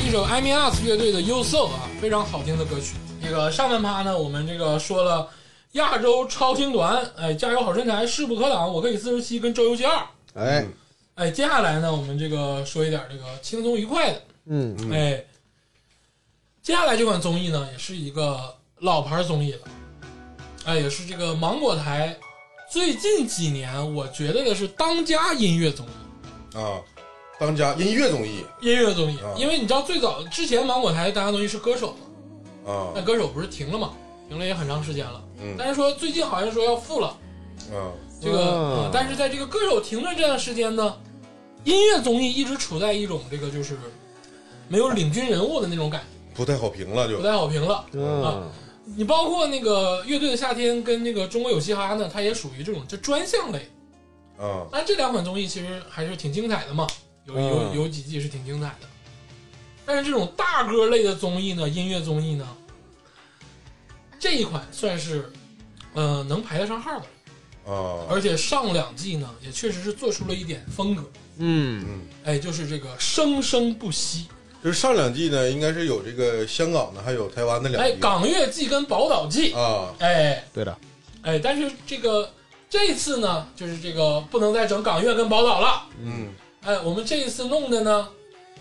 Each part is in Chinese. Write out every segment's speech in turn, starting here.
一首 I Mean Us 乐队的 You So 啊，非常好听的歌曲。这个上半趴呢，我们这个说了亚洲超听团，哎，加油好身材，势不可挡，我可以47跟周游记2。哎，接下来呢，我们这个说一点这个轻松愉快的。哎，接下来这款综艺呢，也是一个老牌综艺了，哎，也是这个芒果台最近几年我觉得的是当家音乐综艺啊。当家音乐综艺， 因为你知道最早之前芒果台当家综艺是歌手嘛， 啊， 那歌手不是停了嘛，停了也很长时间了，但是说最近好像说要复了，这个，但是在这个歌手停的这段时间呢，音乐综艺一直处在一种这个就是没有领军人物的那种感觉， 不太好评了，不太好评了啊。你包括那个乐队的夏天跟那个中国有嘻哈呢，它也属于这种就专项类啊。 但这两款综艺其实还是挺精彩的嘛。有几季是挺精彩的，但是这种大歌类的综艺呢，音乐综艺呢，这一款算是能排得上号的啊， 而且上2季呢也确实是做出了一点风格，哎，就是这个生生不息。 就是上2季呢，应该是有这个香港的，还有台湾的2季， 哎，港乐季跟宝岛季啊， 哎， 对的， 哎，但是这次呢，就是这个不能再整港乐跟宝岛了，哎，我们这一次弄的呢，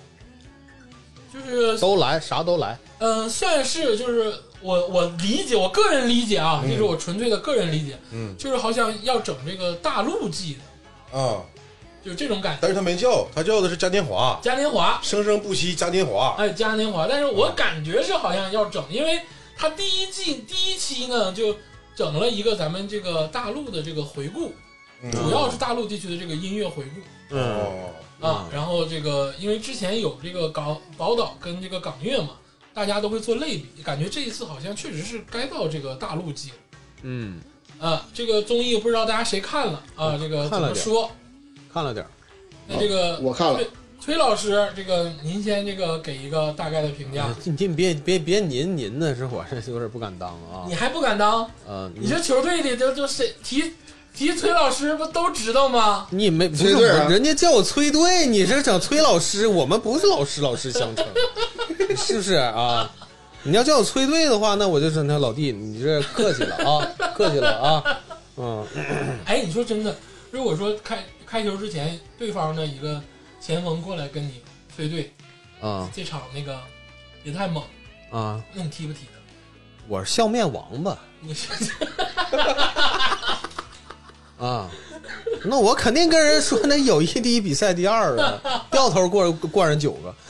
就是都来，啥都来。 算是就是我理解，我个人理解啊，这是我纯粹的个人理解，就是好像要整这个大陆季的啊， 就是这种感觉。 但是他没叫，他叫的是嘉年华，生生不息嘉年华， 哎，嘉年华。但是我感觉是好像要整，因为他第一期呢就整了一个咱们这个大陆的这个回顾，主要是大陆地区的这个音乐回顾。然后这个因为之前有这个宝岛跟这个港乐嘛，大家都会做类比，感觉这一次好像确实是该到这个大陆季了。这个综艺不知道大家谁看了啊？这个怎么说？ 看了点。 那这个我看了。 崔老师，这个您先这个给一个大概的评价。 你别您呢，是我是有点不敢当啊。 你还不敢当？你这球队里就谁提崔老师不都知道吗？ 你没不是人家叫我崔队，你是整崔老师，我们不是老师相称，是不是啊？你要叫我崔队的话，那我就说那老弟，你这客气了啊，客气了啊。 哎，你说真的，如果说开球之前，对方的一个前锋过来跟你崔队，这场那个也太猛啊， 那你踢不踢的？ 我是笑面王吧？ 你是啊，那我肯定跟人说那友谊第一，比赛第2啊，掉头过人9个。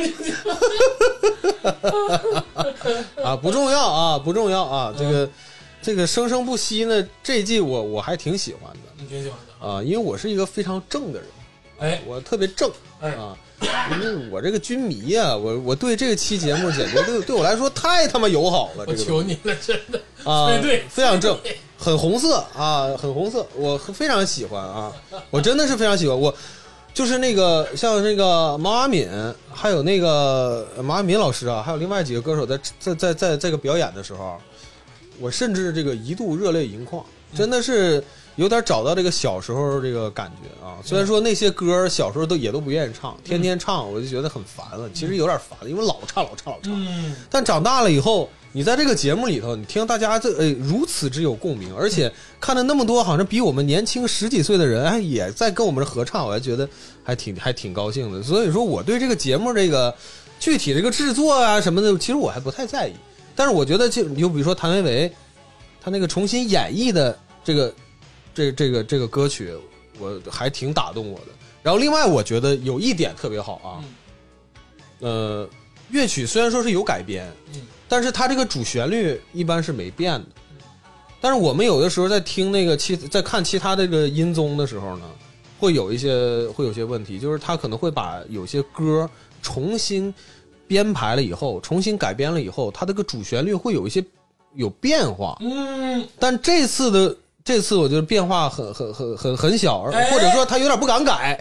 啊，不重要啊，不重要啊。这个生生不息呢，这一季我还挺喜欢的。 你挺喜欢的啊，因为我是一个非常正的人， 哎， 我特别正，啊。因为我这个军迷啊，我对这期节目简直对我来说太他妈友好了。 我求你了，真的啊， 对， 非常正，很红色啊，很红色，我非常喜欢啊，我真的是非常喜欢。我就是那个像那个毛阿敏，还有那个毛阿敏老师啊，还有另外几个歌手在这个表演的时候，我甚至这个一度热泪盈眶，真的是。有点找到这个小时候这个感觉啊，虽然说那些歌小时候也都不愿意唱，天天唱我就觉得很烦了，其实有点烦了，因为老唱。但长大了以后，你在这个节目里头，你听大家如此之有共鸣，而且看了那么多好像比我们年轻10几岁的人，也在跟我们合唱，我还觉得还挺高兴的。所以说我对这个节目这个具体这个制作啊什么的，其实我还不太在意。但是我觉得就比如说谭维维，他那个重新演绎的这个歌曲，我还挺打动我的。然后另外我觉得有一点特别好啊，乐曲虽然说是有改编，但是它这个主旋律一般是没变的。但是我们有的时候在听那个在看其他这个音综的时候呢，会有一些问题，就是他可能会把有些歌重新编排了以后，重新改编了以后，它这个主旋律会有变化。但这次我觉得变化很小，或者说他有点不敢改，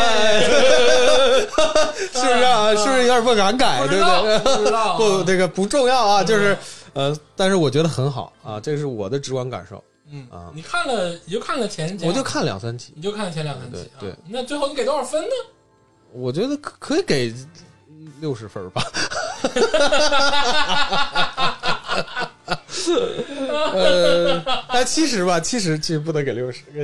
是不是啊？是不是有点不敢改？对不对？不，这个不重要啊，就是但是我觉得很好啊，这是我的直观感受。 你看了，你就看了前几， 我就看2-3集， 你就看前2-3集， 对。 那最后你给多少分呢？ 我觉得可以给 60分吧。70吧，70不能给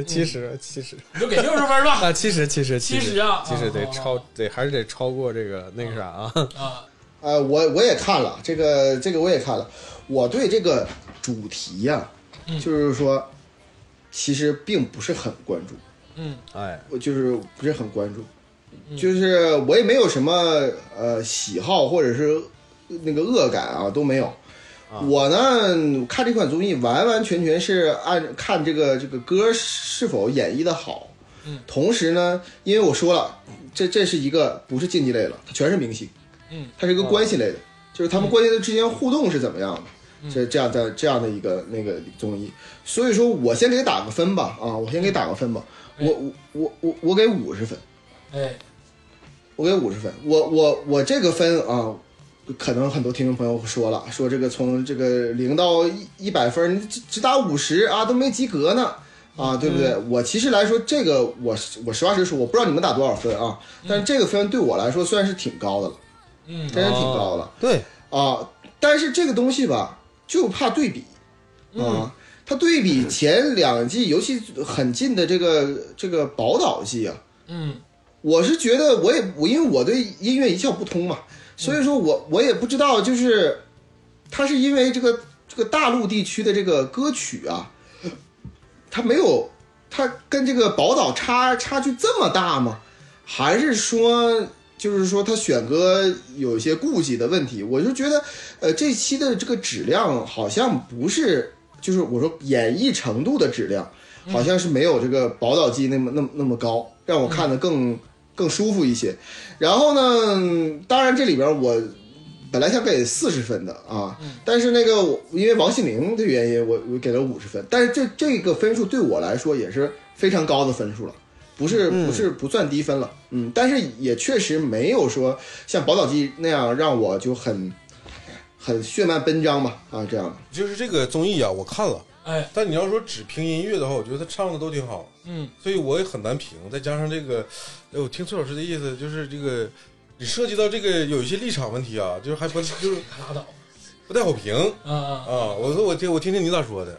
60，70 你就给60分吧。 啊，70 啊 ，70得还是得超过这个那个啥啊。 我也看了这个我也看了，我对这个主题呀，就是说其实并不是很关注。我就是不是很关注，就是我也没有什么喜好或者是那个恶感啊，都没有。我呢看这款综艺完完全全是看这个歌是否演绎的好。同时呢，因为我说了，这是一个不是竞技类了，它全是明星。它是一个关系类的，就是他们关系之间互动是怎么样的。这样的一个那个综艺，所以说我先给打个分吧。我先给打个分吧。我给50分。我给50分。我这个分啊，可能很多听众朋友说了，说这个从这个0到100分，你只打50啊，都没及格呢啊，对不对？我其实来说，这个我实话实说，我不知道你们打多少分啊，但是这个分对我来说算是挺高的了。真是挺高的。 对啊，但是这个东西吧，就怕对比啊。它对比前2季，尤其很近的这个宝岛季啊，我是觉得因为我对音乐一窍不通嘛，所以说我也不知道，就是它是因为这个大陆地区的这个歌曲啊，它跟这个宝岛差距这么大吗？还是说？就是说他选歌有一些顾忌的问题，我就觉得，这期的这个质量好像不是，就是我说演绎程度的质量，好像是没有这个宝岛季那么高，让我看得更舒服一些。然后呢，当然这里边我本来想给40分的啊，但是那个因为王心凌的原因，我给了50分，但是这个分数对我来说也是非常高的分数了。不算低分了，但是也确实没有说像宝岛季那样让我就很血脉奔张吧这样的。 就是这个综艺啊，我看了，但你要说只凭音乐的话，我觉得他唱的都挺好，所以我也很难评。再加上这个，我听崔老师的意思，就是这个你涉及到这个有一些立场问题啊，就是还不就是拉倒， 不太好评我说我听听你咋说的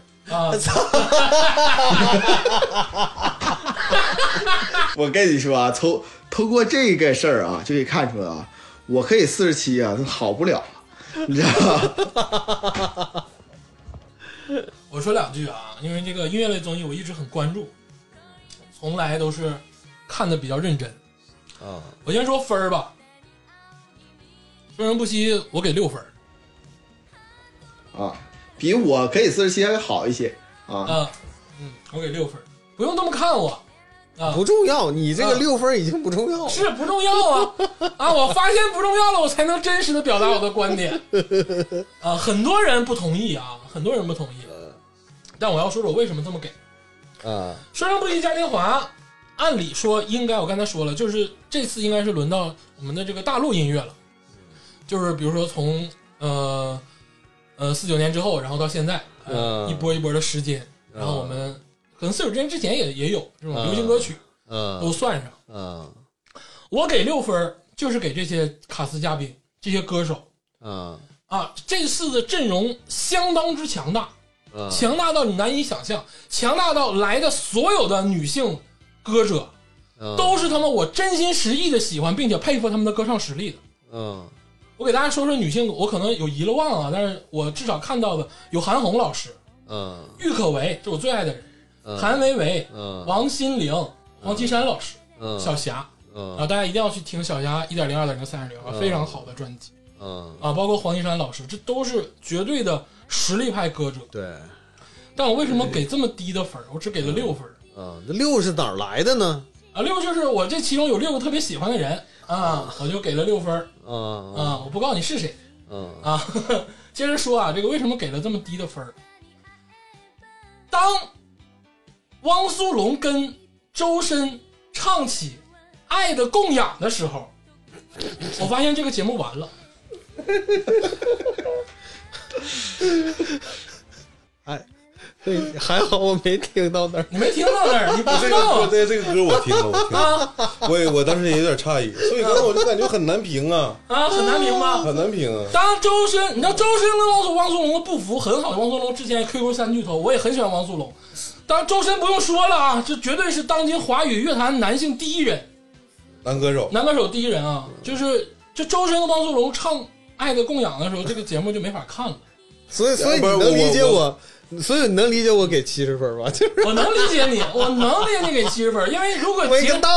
我跟你说啊，通过这个事儿啊，就可以看出来啊，我可以47啊，好不了，你知道吗？ 我说2句啊，因为这个音乐类综艺我一直很关注，从来都是看的比较认真我先说分吧，生生不息我给6分比我可以47还好一些我给6分，不用这么看我。 不重要，你这个6分已经不重要了， 是不重要我发现不重要了，我才能真实的表达我的观点很多人不同意很多人不同意但我要说说我为什么这么给生生不息嘉年华按理说应该，我刚才说了，就是这次应该是轮到我们的这个大陆音乐了，就是比如说从49年之后，然后到现在一波一波的时间，然后我们可能49年之前也有这种流行歌曲都算上我给6分就是给这些卡司嘉宾这些歌手这次的阵容相当之强大强大到你难以想象，强大到来的所有的女性歌者都是他们我真心实意的喜欢并且佩服他们的歌唱实力的我给大家说说女性，我可能有遗了忘但是我至少看到的有韩红老师郁可唯，这我最爱的人韩维维王心凌王岐山老师小霞大家一定要去听小霞 1.0 2.0 3.0非常好的专辑包括黄绮珊老师，这都是绝对的实力派歌者对， 但我为什么给这么低的分我只给了6分这6是哪儿来的呢 6就是我这其中有6个特别喜欢的人我就给了6分我不告诉你是谁接着说这个为什么给了这么低的分当汪苏泷跟周深唱起爱的供养的时候，我发现这个节目完了对，还好我没听到那儿。 你没听到那儿，你不知道。 对，这个歌我听了，我当时也有点诧异，所以刚才我就感觉很难评啊。 很难评吗？ 很难评。 当周深，你知道周深跟汪苏泷的不符很好。汪苏泷之前 QQ 三巨头，我也很喜欢汪苏泷。当然周深不用说了啊，这绝对是当今华语乐坛男性第一人， 男歌手第一人啊！就是这周深和汪苏泷唱《爱的供养》的时候，这个节目就没法看了。 所以你能理解我。所以你能理解我给70分吧？就是我能理解你，我能理解你给70分，因为如果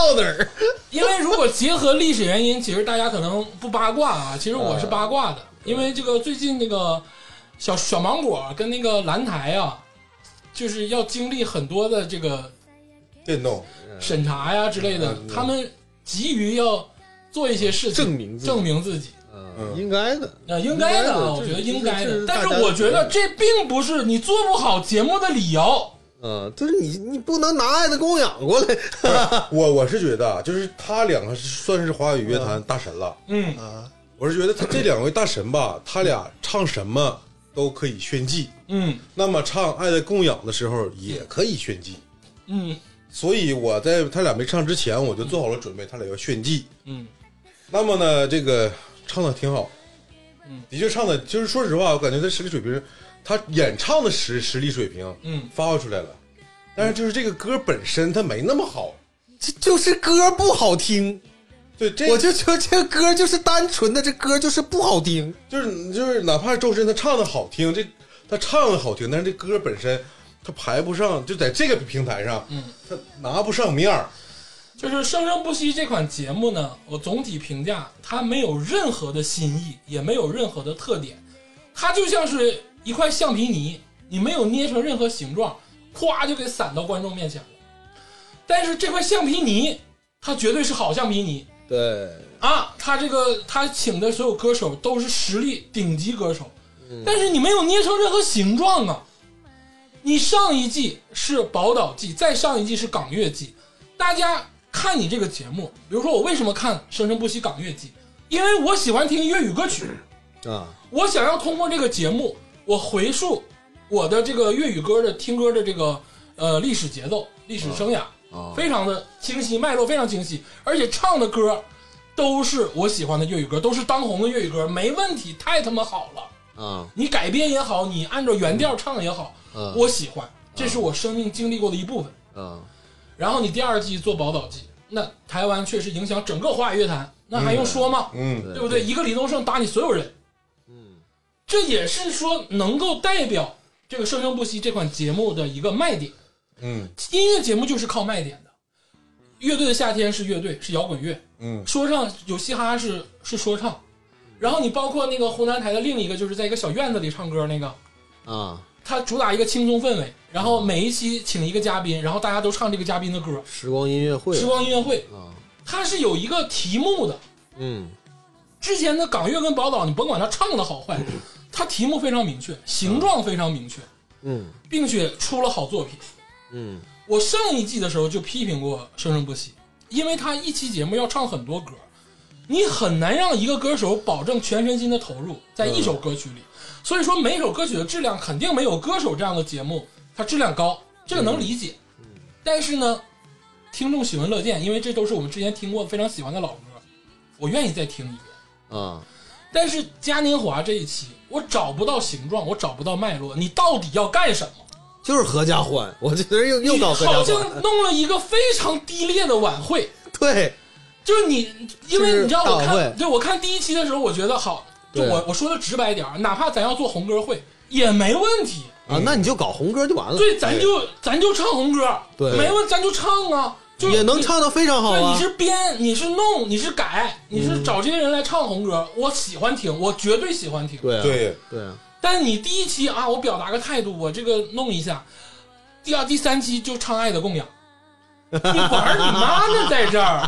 结合历史原因，其实大家可能不八卦啊，其实我是八卦的，因为这个最近那个小芒果跟那个蓝台啊，就是要经历很多的这个变动、 审查呀之类的，他们急于要做一些事情证明自己。 应该的， 应该的，我觉得应该的。但是我觉得这并不是你做不好节目的理由。 就是你不能拿爱的供养过来。 我是觉得，就是他两个算是华语乐坛大神了。我是觉得他这两位大神吧，他俩唱什么都可以炫技。那么唱爱的供养的时候也可以炫技。所以我在他俩没唱之前，我就做好了准备，他俩要炫技。那么呢，这个。唱的挺好，的确唱的，就是说实话，我感觉他实力水平，他演唱的实力水平，发挥出来了。但是就是这个歌本身它没那么好， 就是歌不好听。 对， 我就觉得这个歌就是单纯的，这歌就是不好听。 就是哪怕周深他唱的好听，他唱的好听，但是这歌本身他排不上，就在这个平台上，他拿不上面儿。 就是《生生不息》这款节目呢，我总体评价它没有任何的新意，也没有任何的特点，它就像是一块橡皮泥，你没有捏成任何形状，咵就给散到观众面前了。但是这块橡皮泥，它绝对是好橡皮泥。 对啊，他请的所有歌手都是实力顶级歌手，但是你没有捏成任何形状啊。你上一季是宝岛季，再上一季是港乐季，大家看你这个节目，比如说我为什么看《生生不息》港乐季，因为我喜欢听粤语歌曲啊，我想要通过这个节目，我回溯我的这个粤语歌的听歌的这个历史节奏、历史生涯，非常的清晰，脉络非常清晰，而且唱的歌都是我喜欢的粤语歌，都是当红的粤语歌，没问题，太他妈好了啊！你改编也好，你按照原调唱也好，我喜欢，这是我生命经历过的一部分啊。然后你第二季做宝岛季，那台湾确实影响整个华语乐坛，那还用说吗？对不对？一个李宗盛打你所有人，这也是说能够代表这个《生生不息》这款节目的一个卖点。音乐节目就是靠卖点的。乐队的夏天是乐队，是摇滚乐，说唱有嘻哈是说唱，然后你包括那个湖南台的另一个，就是在一个小院子里唱歌那个啊。他主打一个轻松氛围，然后每一期请一个嘉宾，然后大家都唱这个嘉宾的歌。 时光音乐会啊，它是有一个题目的。之前的港乐跟宝岛，你甭管他唱的好坏，它题目非常明确，形状非常明确，并且出了好作品。我上一季的时候就批评过《生生不息》，因为他一期节目要唱很多歌，你很难让一个歌手保证全身心的投入在一首歌曲里。所以说每首歌曲的质量肯定没有歌手这样的节目它质量高，这个能理解。但是呢，听众喜闻乐见，因为这都是我们之前听过非常喜欢的老歌，我愿意再听一遍啊。但是嘉年华这一期我找不到形状，我找不到脉络，你到底要干什么？ 就是合家欢，我觉得又搞合家欢， 好像弄了一个非常低劣的晚会。 对， 就是你，因为你知道我看第一期的时候，我觉得好。就我说的直白一点，哪怕咱要做红歌会也没问题啊，那你就搞红歌就完了。 对，咱就唱红歌，对，没问题，咱就唱啊，就也能唱得非常好啊。 对，你是编，你是弄，你是改，你是找这些人来唱红歌，我喜欢听，我绝对喜欢听。 对。 但是你第一期啊，我表达个态度，我这个弄一下，第二、第三期就唱《爱的供养》，你玩你妈呢，在这儿。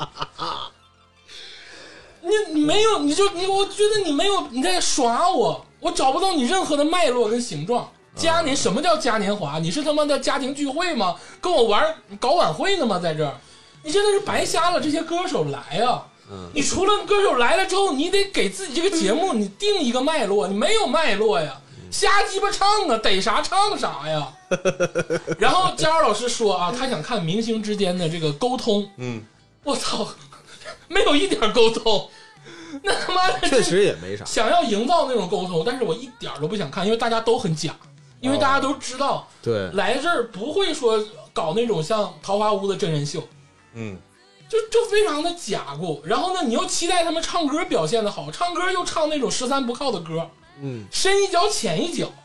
你没有，我觉得你没有，你在耍我找不到你任何的脉络跟形状。什么叫嘉年华？你是他妈的家庭聚会吗？跟我搞晚会呢吗？在这儿，你真的是白瞎了这些歌手来啊！你除了歌手来了之后，你得给自己这个节目你定一个脉络，你没有脉络呀。 瞎鸡巴唱啊，逮啥唱啥呀。然后佳儿老师说啊，他想看明星之间的这个沟通。我操，没有一点沟通。那他妈的确实也没啥。 想要营造那种沟通，但是我一点都不想看，因为大家都很假，因为大家都知道， 对， 来这儿不会说搞那种像桃花坞的真人秀，就非常的假固。然后呢，你又期待他们唱歌表现的好，唱歌又唱那种13不靠的歌，深一脚浅一脚，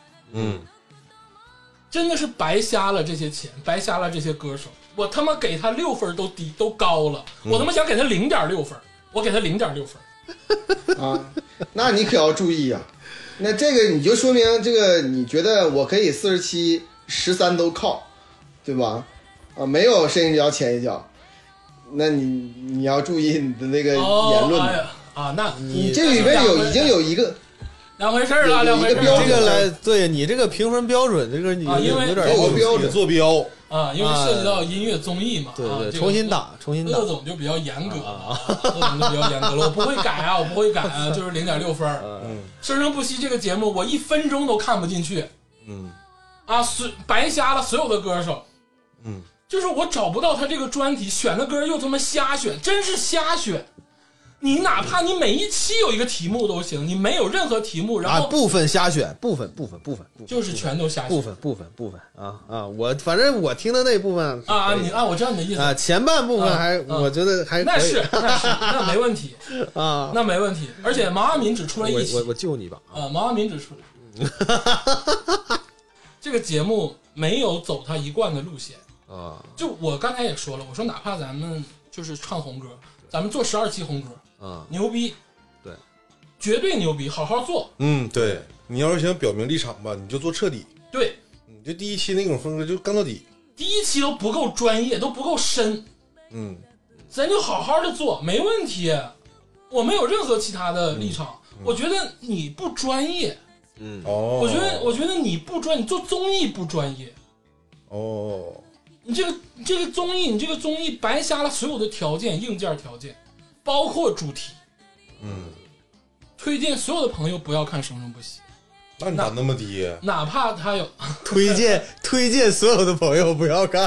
真的是白瞎了这些钱，白瞎了这些歌手。我他妈给他6分都低，都高了，我他妈想给他0.6分，我给他0.6分。 啊，那你可要注意啊！那这个你就说明这个你觉得我可以47、13都靠，对吧？啊，没有深一脚浅一脚，那你要注意你的那个言论那你这里边已经有一个两回事了，两回事。 这个来对你这个评分标准，这个你因为有点有个标准坐标啊，因为涉及到音乐综艺嘛， 对， 这个重新打。 乐总就比较严格乐总就比较严格了，我不会改啊，我不会改啊，就是0.6分。生生不息这个节目我1分钟都看不进去，白瞎了所有的歌手，就是我找不到他这个专题选的歌又他妈瞎选，真是瞎选。你哪怕你每一期有一个题目都行，你没有任何题目，然后部分瞎选，部分就是全都瞎选， 部分我反正我听的那部分我知道你的意思啊，前半部分我觉得还那是那没问题啊，那没问题。而且毛阿敏只出了一期， 我救你吧毛阿敏只出这个节目没有走他一贯的路线啊。就我刚才也说了，我说哪怕咱们就是唱红歌，咱们做12期红歌。牛逼， 对， 绝对牛逼，好好做。 对，你要是想表明立场吧，你就做彻底。 对， 你就第一期那种风格就干到底。 第一期都不够专业，都不够深。咱就好好的做，没问题。我没有任何其他的立场。我觉得你不专业。我觉得你不专业，你做综艺不专业。你这个综艺白瞎了所有的条件，硬件条件。包括主题，推荐所有的朋友不要看生生不息。 那你咋那么低呀？ 哪怕他有推荐所有的朋友不要看，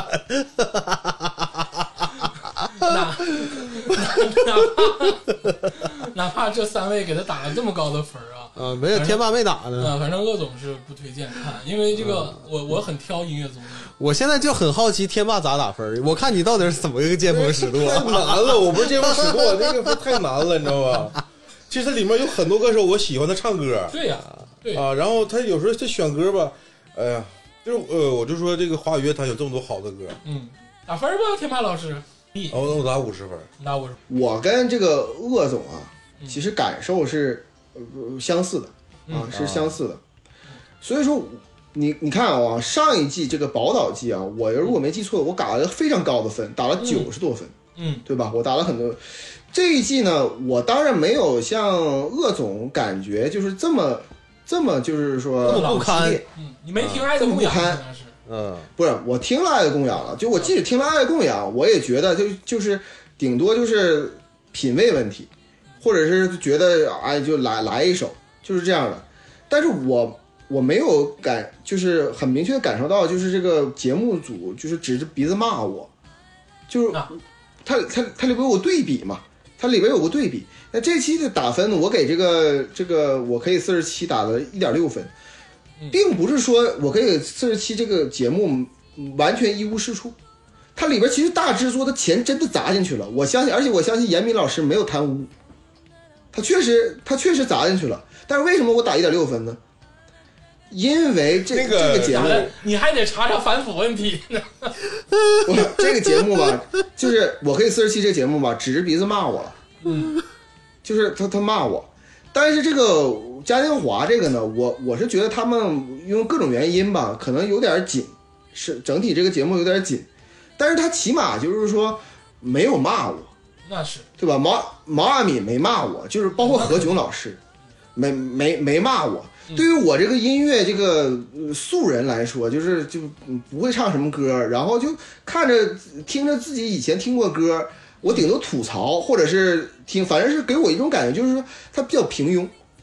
哪怕这3位给他打了这么高的分没有天霸没打呢。 反正鄂总是不推荐看，因为这个我很挑音乐综艺。 我现在就很好奇天霸咋打分，我看你到底是怎么一个见风使舵。 太难了，我不是见风使舵，那个分太难了，你知道吧？其实它里面有很多歌手，我喜欢他唱歌。 对呀，对啊，然后他有时候他选歌吧，哎呀，就是我就说这个华语乐坛有这么多好的歌。 打分吧，天霸老师。 我打50分， 打50。 我跟这个鄂总其实感受是相似的是相似的。所以说你看上一季这个宝岛季我如果没记错，我打了非常高的分，打了90多分，对吧？我打了很多。这一季呢，我当然没有像鄂总感觉就是这么就是说这么不堪。 你没听爱的供养是？ 不是，我听了爱的供养了，就我即使听了爱的供养，我也觉得就是顶多就是品味问题，或者是觉得就来一首，就是这样的。但是我没有就是很明确的感受到，就是这个节目组就是指着鼻子骂我，就是它里边有对比嘛，它里边有个对比。那这期的打分，我给这个我可以47打了1.6分，并不是说我可以47这个节目完全一无是处，它里边其实大制作的钱真的砸进去了，我相信，而且我相信严敏老师没有贪污，他确实砸进去了。但是为什么我打1.6分呢？因为这个节目你还得查反腐问题呢。 这个节目吧，就是我可以47这个节目吧，指着鼻子骂我了。就是他骂我。但是这个嘉年华这个呢，我是觉得他们因为各种原因吧，可能有点紧，是整体这个节目有点紧。但是他起码就是说没有骂我， 那是对吧？毛阿敏没骂我，就是包括何炅老师没骂我。对于我这个音乐这个素人来说，就不会唱什么歌，然后就听着自己以前听过歌，我顶多吐槽或者是听，反正是给我一种感觉，就是说它比较平庸，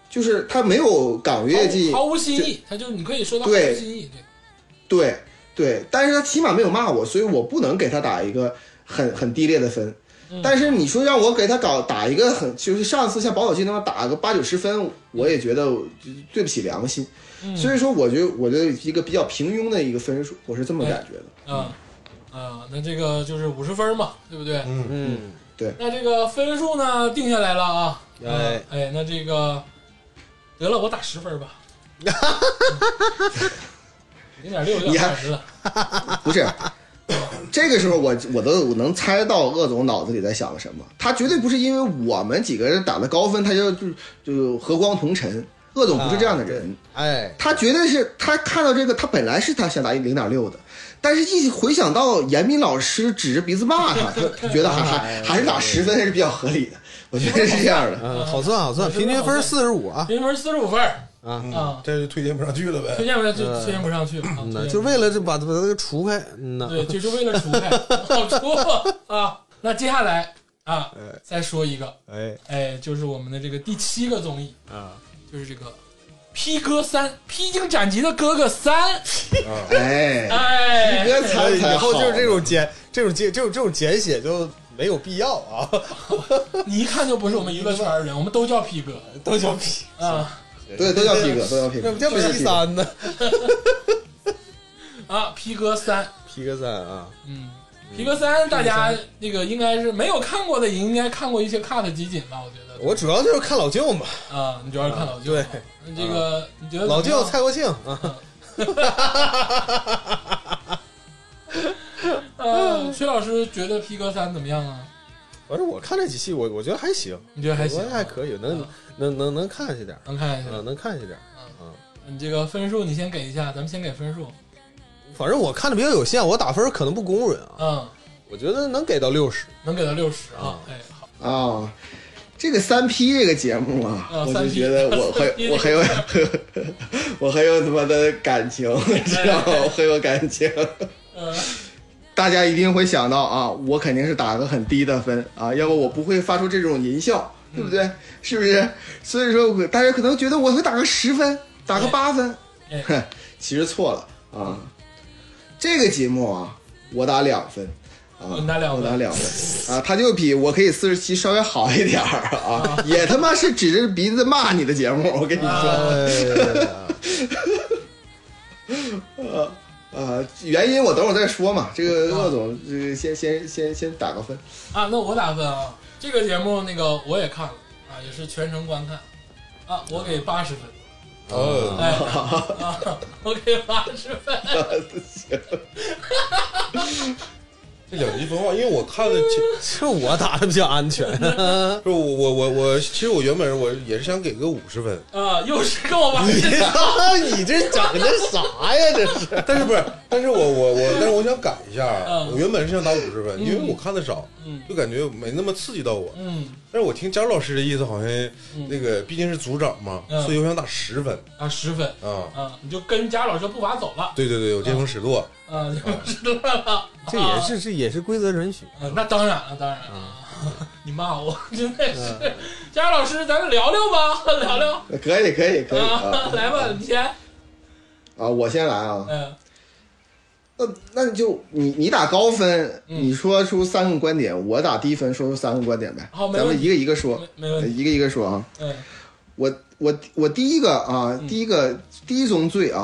就是他没有港乐季， 毫无新意，他就你可以说他毫无新意， 对，但是他起码没有骂我，所以我不能给他打一个很低劣的分。但是你说让我给他打一个就是上次像宝岛记那么打个8、9、10分，我也觉得对不起良心。所以说我觉得一个比较平庸的一个分数，我是这么感觉的。 那这个就是50分嘛，对不对？ 对。 那这个分数呢定下来了啊。那这个得了，我打10分吧。0.6要10了。 不是。这个时候我都能猜到鄂总脑子里在想什么，他绝对不是因为我们几个人打的高分，他就和光同尘。鄂总不是这样的人，他绝对是他看到这个，他本来是他想打0.6的，但是一回想到严敏老师指着鼻子骂他，他觉得还是打10分是比较合理的，我觉得是这样的。 好算，平均分45啊， 平均分45分。 这就推荐不上去了呗， 推荐不上去了， 就为了把这个除开， 对，就是为了除开，好除啊。那接下来再说一个，就是我们的这个第7个综艺就是这个披哥3，披荆斩棘的哥哥3， 披哥3才好， 以后就是这种简写就没有必要啊。 你一看就不是我们一个圈的人，我们都叫披哥， 都叫披啊。 对，都叫披哥， 那不叫披3呢？ 披哥3 啊， 披哥3，大家那个应该是没有看过的，也应该看过一些 cut 集锦吧？我觉得我主要就是看老舅嘛。 你主要是看老舅。 对， 这个你觉得老舅蔡国庆薛老师觉得披哥3怎么样啊？ 反正我看这几期，我觉得还行。 你觉得还行？ 我觉得还可以，能看下去点， 能看下去， 能看下去点。 你这个分数你先给一下，咱们先给分数。 反正我看的比较有限，我打分可能不公允啊。我觉得能给到60， 能给到60啊。 好这个3P 这个节目我就觉得我很有他妈的感情，知道吗？我很有感情。大家一定会想到我肯定是打个很低的分要不我不会发出这种淫笑，对不对？是不是？所以说大家可能觉得我会打个10分，打个8分，其实错了这个节目我打2分我打2 分他就比我可以47稍微好一点也他妈是指着鼻子骂你的节目，我跟你说。原因我等会儿再说嘛。这个鄂总，先打个分那我打分这个节目那个我也看了也是全程观看我给80分。我给80分。 这两极分化，因为我看的是我打的比较安全。 不是我，其实我原本我也是想给个50分又是跟我玩你这整的啥呀？这是， 但是我想改一下我原本是想打50分，因为我看的少，就感觉没那么刺激到我。但是我听贾老师的意思，好像那个毕竟是组长嘛，所以我想打10分 10分你就跟贾老师步伐走了。 对，我见风使舵使舵了。 这也是规则允许那当然了你骂我真的是贾老师，咱聊聊吧，聊聊。 可以来吧，你先我先来那你就你打高分，你说出3个观点，我打低分，说出3个观点呗。 好， 咱们一个一个说，一个一个说我第一个第一宗罪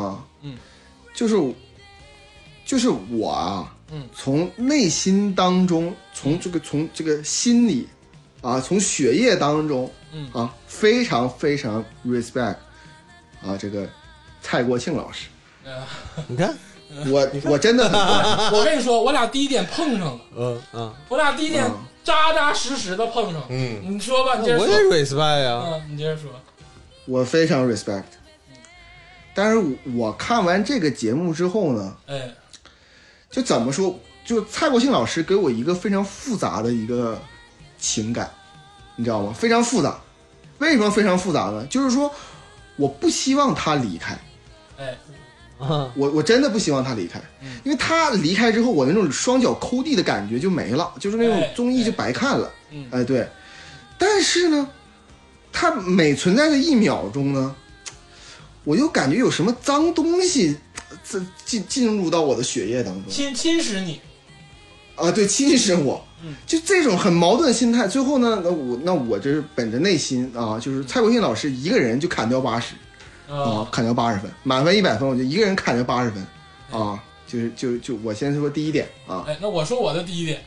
就是我从内心当中，从这个心里从血液当中非常非常 respect 这个蔡国庆老师。 你看。 我真的很我跟你说，我俩第一点碰上了，我俩第一点扎扎实实的碰上了。你说吧，你接着说。 我也 respect 呀， 你接着说。 我非常 respect， 但是我看完这个节目之后呢，就怎么说，就蔡国庆老师给我一个非常复杂的一个情感，你知道吗？非常复杂。为什么非常复杂呢？就是说，我不希望他离开。我真的不希望他离开，因为他离开之后，我那种双脚抠地的感觉就没了，就是那种综艺就白看了。对。但是呢， 它每存在的1秒钟呢，我就感觉有什么脏东西进入到我的血液当中， 侵蚀你啊，对，侵蚀我。就这种很矛盾的心态，最后呢，那我这是本着内心啊，就是蔡国庆老师一个人就砍掉80啊，砍掉80分，满分100分，我就一个人砍掉80分啊，就我先说第一点啊。 那我说我的第一点，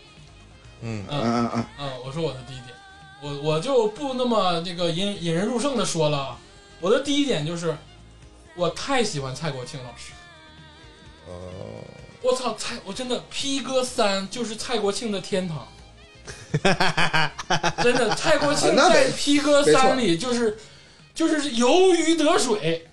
我说我的第一点，我就不那么这个引人入胜的说了，我的第一点就是我太喜欢蔡国庆老师。我操，我真的 P 哥3就是蔡国庆的天堂，真的，蔡国庆在 P 哥3里就是游鱼得水，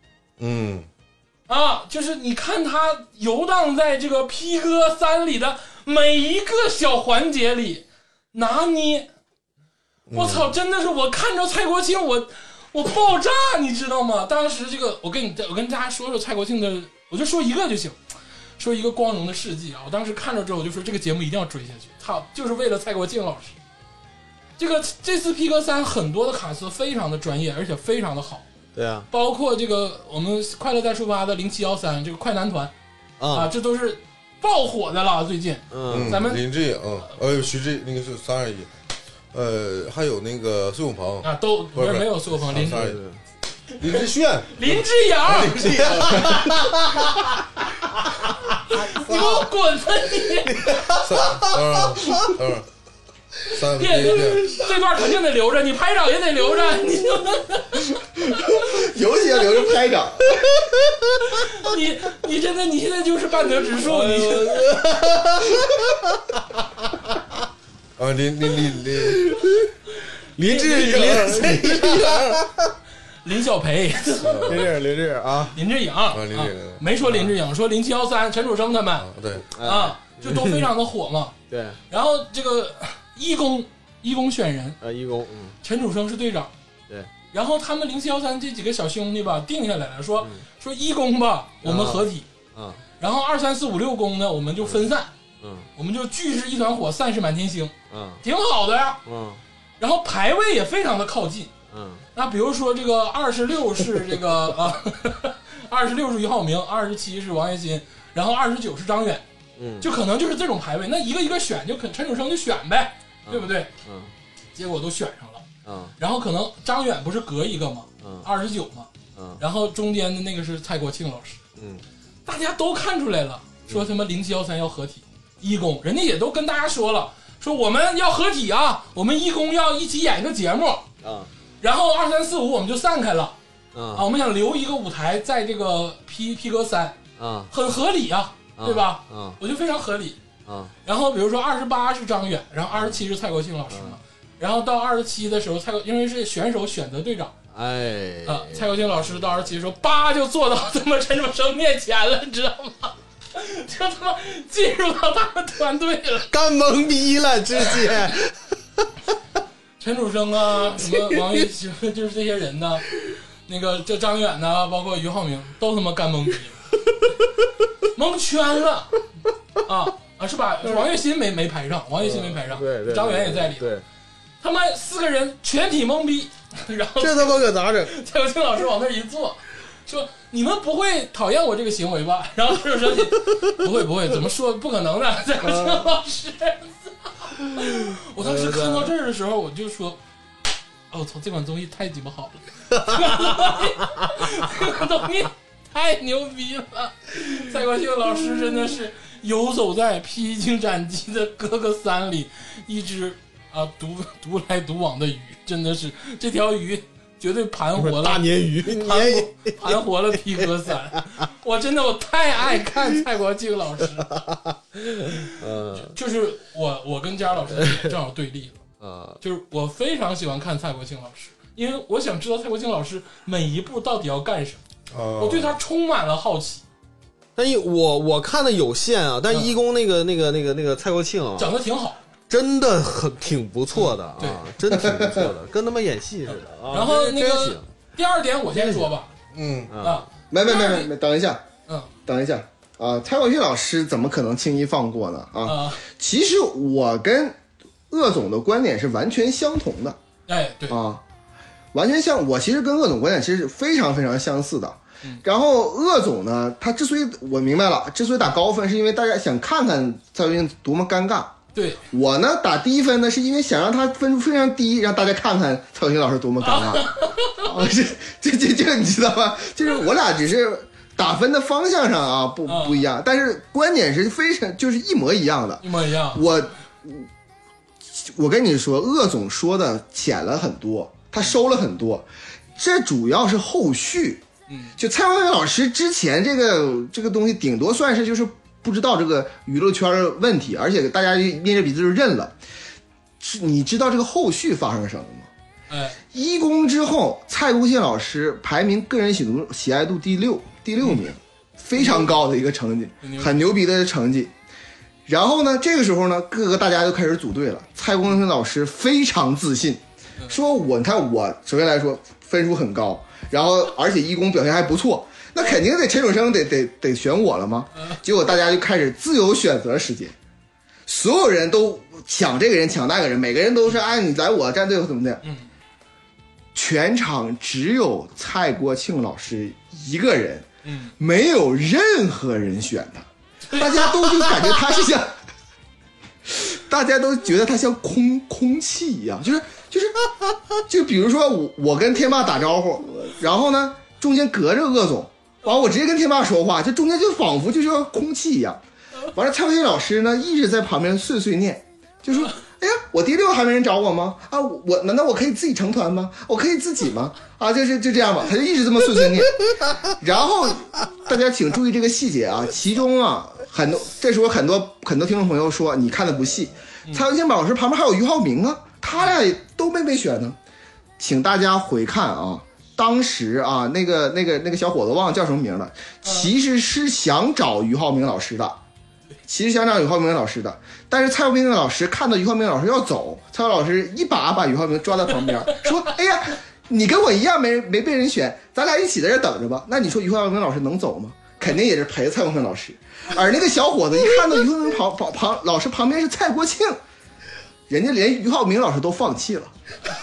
就是你看他游荡在这个 P 哥3里的每一个小环节里拿捏，我操，真的是我看着蔡国庆我爆炸，你知道吗？当时这个我跟大家说蔡国庆的，我就说一个就行。说一个光荣的事迹啊！我当时看着之后，我就说这个节目一定要追下去。他就是为了蔡国庆老师。这次 P 哥3很多的卡司非常的专业，而且非常的好。 对啊， 包括这个我们快乐再出发的0713这个快男团这都是爆火的了。最近，咱们林志颖，徐志那个是321，还有那个苏有朋啊，都里面没有苏有朋，林志炫， 林志颖，你给我滚吧你！这段肯定得留着，你拍掌也得留着，你尤其要留着拍掌。 你真的，你现在就是半泽直树，你。 林志颖。 林小培， 林志颖啊， 林志颖没说林志颖，说0713陈楚生他们， 对就都非常的火嘛。 对， 然后这个一公选人一公， 陈楚生是队长， 对， 然后他们0713这几个小兄弟吧，定下来了，说一公吧，我们合体，然后2、3、4、5、6公呢，我们就分散，我们就聚是一团火，散是满天星，挺好的呀，然后排位也非常的靠近。那比如说这个26是这个26是俞灏明，27是王栎鑫，然后29是张远，就可能就是这种排位，那一个一个选，就陈楚生就选呗，对不对？结果都选上了，然后可能张远不是隔一个吗？29嘛，然后中间的那个是蔡国庆老师，大家都看出来了，说什么0713要合体，一公人家也都跟大家说了，说我们要合体啊，我们一公要一起演一个节目然后2、3、4、5我们就散开了，我们想留一个舞台在这个 P 哥3，很合理啊，对吧？我觉得非常合理。然后比如说28是张远，然后27是蔡国庆老师嘛，然后到27的时候，因为是选手选择队长，蔡国庆老师到27的时候，叭就坐到他们陈楚生面前了，你知道吗？就他妈进入到他们团队了， 干懵逼了，直接。 陈楚生啊，什么王栎鑫，就是这些人呢，那个这张远呢，包括俞灏明，都他妈干懵逼了，蒙圈了是吧？王栎鑫没排上， 对， 张远也在里头，他们4个人全体懵逼，然后这他妈可咋整？ 蔡国庆老师往那一坐，说你们不会讨厌我这个行为吧？然后陈楚生不会，怎么说不可能的，蔡国庆老师。我当时看到这儿的时候，我就说：“我操，这款综艺太鸡巴好了！这款综艺太牛逼了！蔡国庆老师真的是游走在披荆斩棘的哥哥3里，一只独来独往的鱼，真的是这条鱼绝对盘活了大鲶鱼， 盘活了 P 哥3。我太爱看蔡国庆老师。”就是我跟佳老师正好对立了就是我非常喜欢看蔡国庆老师，因为我想知道蔡国庆老师每一步到底要干什么，我对他充满了好奇。 但我看的有限啊，但一公那个蔡国庆讲的挺好， 真的挺不错的真挺不错的，跟他们演戏似的然后那个第2点我先说吧， 没，等一下，等一下。蔡国庆老师怎么可能轻易放过呢？其实我跟鄂总的观点是完全相同的。 对完全像我，其实跟鄂总观点其实非常非常相似的。然后鄂总呢，他之所以我明白了，之所以打高分，是因为大家想看看蔡国庆多么尴尬。 对， 我呢打低分呢，是因为想让他分数非常低，让大家看看蔡国庆老师多么尴尬。这你知道吗？就是我俩只是打分的方向上啊不一样，但是观点是非常就是一模一样的， 一模一样。 我跟你说，鄂总说的浅了很多，他收了很多，这主要是后续。就蔡国庆老师之前这个东西，顶多算是就是不知道这个娱乐圈的问题，而且大家捏着鼻子就认了。你知道这个后续发生什么吗？一公之后，蔡国庆老师排名个人喜爱度第六名，非常高的一个成绩，很牛逼的成绩。然后呢，这个时候呢，大家就开始组队了。蔡国庆老师非常自信，说你看我首先来说分数很高，然后而且一公表现还不错，那肯定得陈楚生得选我了吗？结果大家就开始自由选择时间，所有人都抢这个人抢那个人，每个人都是你来我站队怎么的。全场只有蔡国庆老师一个人，没有任何人选他，大家都就感觉他是像，大家都觉得他像空气一样，就比如说我跟天霸打招呼，然后呢中间隔着鄂总，完我直接跟天霸说话，这中间就仿佛就像空气一样。完了，蔡国庆老师呢一直在旁边碎碎念，就说。哎呀，我第6还没人找我吗？啊，我难道我可以自己成团吗？我可以自己吗？啊，就这样吧，他就一直这么碎碎念。然后大家请注意这个细节啊，其中啊这时候很多听众朋友说你看的不细，蔡国庆老师旁边还有俞灏明啊，他俩也都没被选呢。请大家回看啊，当时啊那个小伙子忘了叫什么名了，其实是想找俞灏明老师的。但是蔡国庆老师看到俞灏明老师要走，蔡老师一把俞灏明抓在旁边，说：“哎呀，你跟我一样没被人选，咱俩一起在这等着吧。”那你说俞灏明老师能走吗？肯定也是陪蔡国庆老师。而那个小伙子一看到俞灏明老师旁边是蔡国庆，人家连俞灏明老师都放弃了，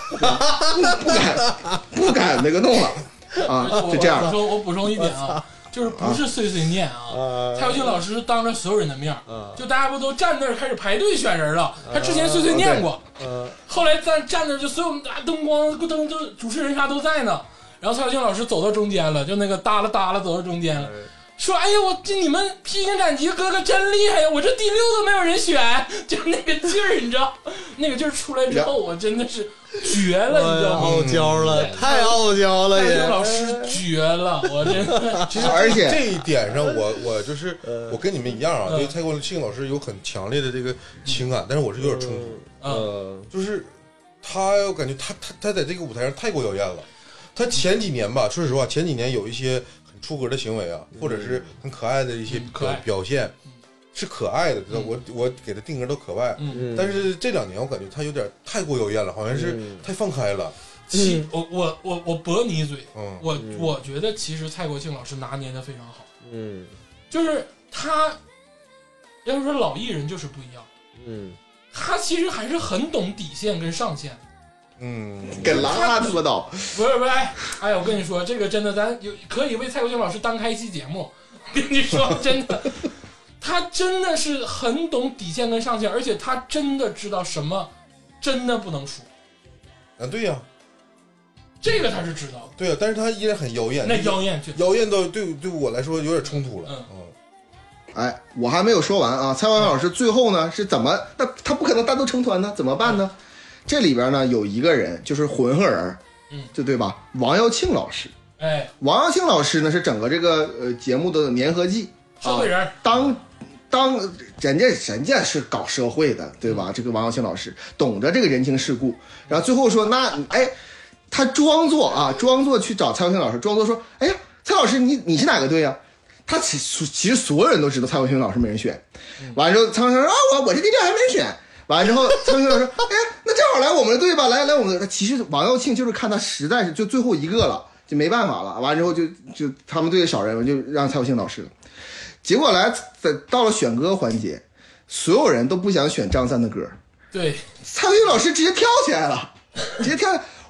不敢那个弄了啊，就这样。 我补充一点啊。就是不是碎碎念啊，蔡国庆老师当着所有人的面，就大家不都站那儿开始排队选人了，他之前碎碎念过，后来站那儿就所有灯光都主持人啥都在呢，然后蔡国庆老师走到中间了，就那个耷拉走到中间了，说：“哎呀，你们披荆斩棘哥哥真厉害呀！我这第6都没有人选，就那个劲儿，你知道，那个劲儿出来之后，我真的是绝了，你知道吗？ 傲娇了，太傲娇了也。 老师绝了，我真的。 其实而且这一点上，我就是我跟你们一样啊，对蔡国庆老师有很强烈的这个情感，但是我是有点冲突。就是他，我感觉他在这个舞台上太过妖艳了。他前几年吧，说实话，前几年有一些出格的行为啊，或者是很可爱的一些表现，是可爱的，我给他定格都可爱。但是这2年我感觉他有点太过妖艳了，好像是太放开了。 我驳你一嘴，我觉得其实蔡国庆老师拿捏的非常好。就是他要是说老艺人就是不一样。他其实还是很懂底线跟上限。 跟拉他妈倒不是，哎呀，我跟你说，这个真的，咱可以为蔡国庆老师单开一期节目。跟你说，真的，他真的是很懂底线跟上限，而且他真的知道什么真的不能说。 对呀， 这个他是知道的。 对呀，但是他依然很妖艳， 那妖艳到对我来说有点冲突了。 哎，我还没有说完啊，蔡国庆老师最后呢是怎么？那他不可能单独成团呢，怎么办呢？这里边呢有一个人就是混合人，就对吧？王耀庆老师，王耀庆老师呢是整个这个节目的粘合剂， 社会人， 当人家是搞社会的，对吧？这个王耀庆老师懂得这个人情世故，然后最后说他装作去找蔡国庆老师，装作说，哎呀，蔡老师你是哪个队啊？他其实所有人都知道蔡国庆老师没人选，完了之后蔡国庆说我这第6还没人选。完了之后，蔡国庆老师说：“哎呀，那正好来我们的队吧，来我们的。”其实王耀庆就是看他实在是就最后一个了，就没办法了。完了之后就他们队少人，就让蔡国庆老师了。结果到了选歌环节，所有人都不想选张三的歌。 对， 蔡国庆老师直接跳起来了，直接跳。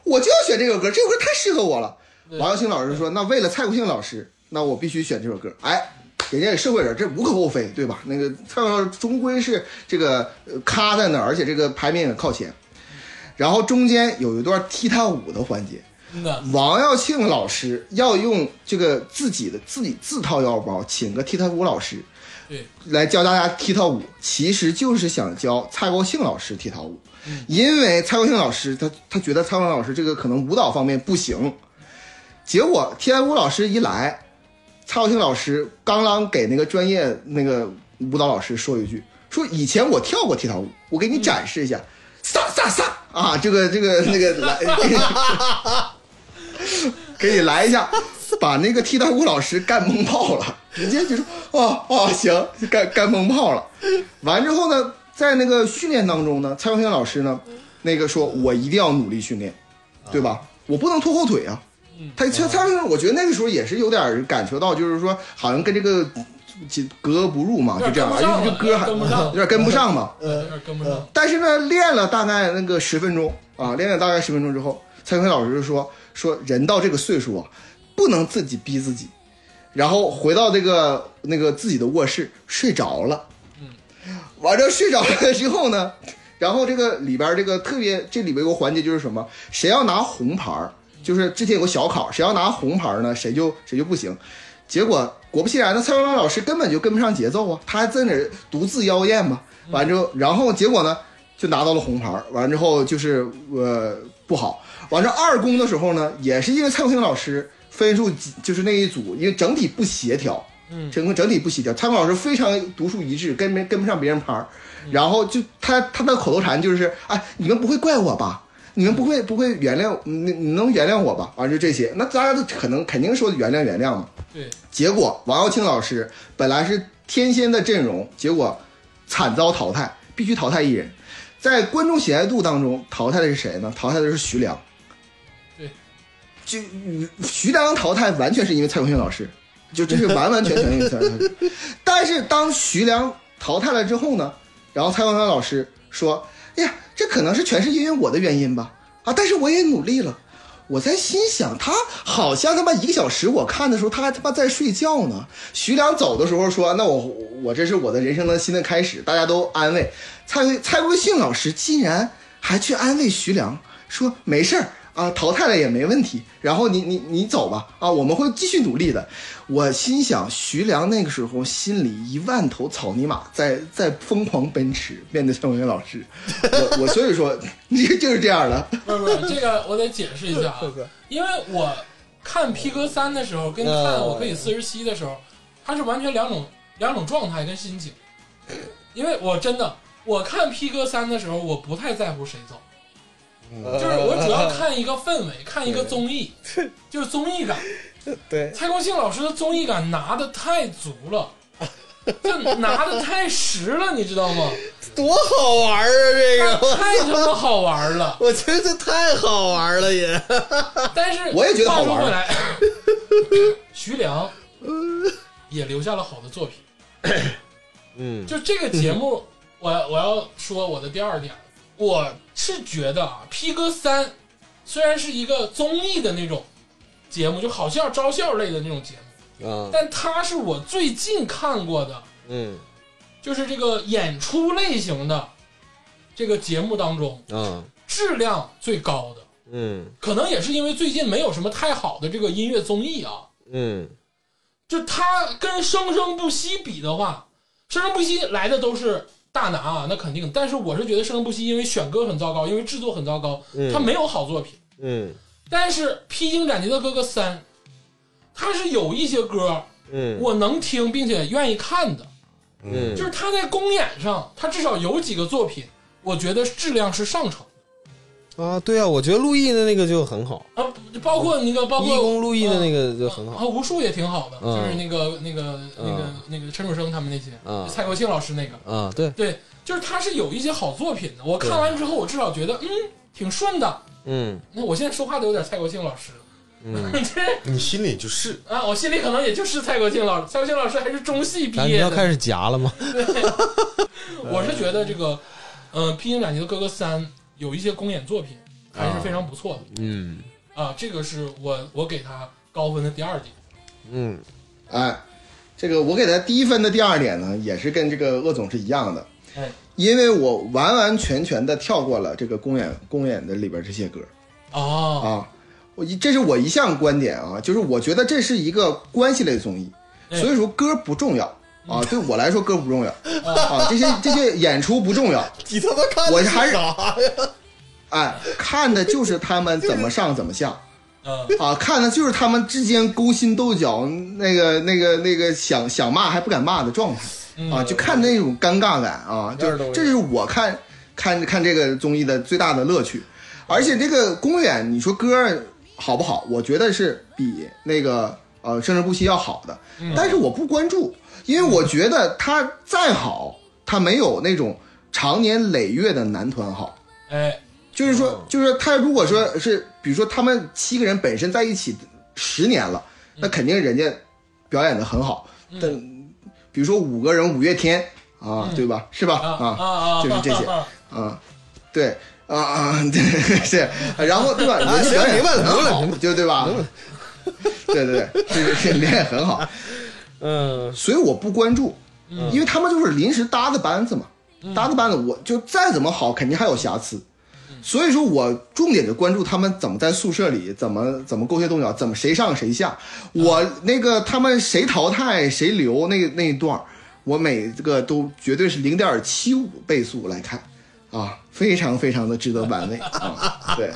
我就要选这首歌，这首歌太适合我了。王耀庆老师说，那为了蔡国庆老师，那我必须选这首歌。哎，人家社会人，这无可厚非，对吧？那个蔡国庆老师终归是这个咖在那儿，而且这个排名也靠前。然后中间有一段踢踏舞的环节，王耀庆老师要用这个自己自掏腰包请个踢踏舞老师， 对， 来教大家踢踏舞，其实就是想教蔡国庆老师踢踏舞。因为蔡国庆老师他觉得蔡国庆老师这个可能舞蹈方面不行，结果踢踏舞老师一来，蔡国庆老师刚刚给那个专业那个舞蹈老师说一句，说以前我跳过踢踏舞，我给你展示一下，撒啊，这个那个来，给你来一下，把那个踢踏舞老师干懵炮了，直接就说行，干懵炮了。完之后呢，在那个训练当中呢，蔡国庆老师呢，那个说我一定要努力训练，对吧？我不能拖后腿啊。蔡国庆，我觉得那个时候也是有点感受到，就是说好像跟这个格格不入嘛，就这样，因为这歌还有点跟不上嘛， 跟不上。 但是呢，练了大概那个10分钟啊，练了大概10分钟之后，蔡国庆老师就说人到这个岁数啊，不能自己逼自己，然后回到那个自己的卧室睡着了。完了睡着了之后呢，然后这个里边这个特别，这里边有个环节就是什么，谁要拿红牌，就是之前有个小考，谁要拿红牌呢，谁就不行。结果果不其然呢，蔡国庆老师根本就跟不上节奏啊，他还在那儿独自妖艳嘛。完之后，然后结果呢就拿到了红牌，完之后就是不好。完了二公的时候呢，也是因为蔡国庆老师分数就是那一组，因为整体不协调，整体不协调，蔡国庆老师非常独树一帜，跟不上别人牌，然后就他的口头禅就是，哎，你们不会怪我吧？你们不会原谅你能原谅我吧？完就这些，那大家都肯定说原谅嘛。 对。 结果王耀庆老师本来是天仙的阵容，结果惨遭淘汰，必须淘汰一人。在观众喜爱度当中淘汰的是谁呢？淘汰的是徐良。 对。 就徐良淘汰完全是因为蔡国庆老师，就这是完全因为蔡国庆老师。但是当徐良淘汰了之后呢，然后蔡国庆老师说：“哎呀，这可能是全是因为我的原因吧？啊，但是我也努力了。”我在心想，他好像他妈1个小时我看的时候，他还他妈在睡觉呢。徐良走的时候说：“那我这是我的人生的新的开始。”大家都安慰。蔡国庆老师竟然还去安慰徐良，说：“没事儿啊，淘汰了也没问题。然后你走吧，啊，我们会继续努力的。”我心想，徐良那个时候心里10000头草泥马在疯狂奔驰，面对蔡国庆老师。我所以说，就是这样的。 不是，这个我得解释一下啊，因为我看 P 哥3的时候，跟看我可以47的时候，它是完全两种状态跟心情。因为我看 P 哥3的时候，我不太在乎谁走。就是我主要看一个氛围，看一个综艺，就是综艺感。 对， 蔡国庆老师的综艺感拿的太足了，就拿的太实了，你知道吗？ 多好玩啊！这个太他妈好玩了， 我觉得这太好玩了也。 但是我也觉得好玩。 话说回来，徐良也留下了好的作品。就这个节目，我要说我的第二点。我是觉得啊 ，P 哥3虽然是一个综艺的那种节目，就好笑招笑类的那种节目，但它是我最近看过的，就是这个演出类型的这个节目当中，质量最高的，可能也是因为最近没有什么太好的这个音乐综艺啊，就它跟生生不息比的话，生生不息来的都是大拿啊，那肯定。但是我是觉得生生不息因为选歌很糟糕，因为制作很糟糕，他没有好作品。但是披荆斩棘的哥哥3，他是有一些歌，我能听并且愿意看的。就是他在公演上，他至少有几个作品，我觉得质量是上乘的。啊，对啊，我觉得陆毅的那个就很好啊，包括义工陆毅的那个就很好， 无数也挺好的，就是那个陈楚生他们那些，蔡国庆老师那个，对，就是他是有一些好作品的。我看完之后，我至少觉得挺顺的。那我现在说话都有点蔡国庆老师了。 你心里就是啊，我心里可能也就是蔡国庆老师。蔡国庆老师还是中戏毕业的。 你要开始夹了吗？ 对，我是觉得这个披荆斩棘的哥哥3有一些公演作品还是非常不错的。这个是我给他高分的第二点。 这个我给他低分的第二点呢，也是跟这个鄂总是一样的。因为我完完全全的跳过了这个公演的里边这些歌。这是我一项观点啊，就是我觉得这是一个关系类综艺，所以说歌不重要啊，对我来说歌不重要啊，这些演出不重要。 你他妈看我还是啥呀？ 看的就是他们怎么上怎么下。看的就是他们之间勾心斗角，那个想骂还不敢骂的状态就看那种尴尬感啊，这是我看这个综艺的最大的乐趣。而且这个公演，你说歌好不好？我觉得是比那个生生不息要好的，但是我不关注，因为我觉得他再好，他没有那种长年累月的男团好。就是说他如果说是，比如说他们7个人本身在一起10年了，那肯定人家表演的很好。但比如说5个人五月天对吧？是吧？就是这些对。对是，然后对吧？人家表演明白了， 就对吧？对，是练很好。所以我不关注，因为他们就是临时搭的班子嘛，我就再怎么好，肯定还有瑕疵。所以说我重点就关注他们怎么在宿舍里怎么勾心斗角，怎么谁上谁下。我那个他们谁淘汰谁留那一段，我每个都绝对是0.75倍速来看。非常非常的值得玩味对，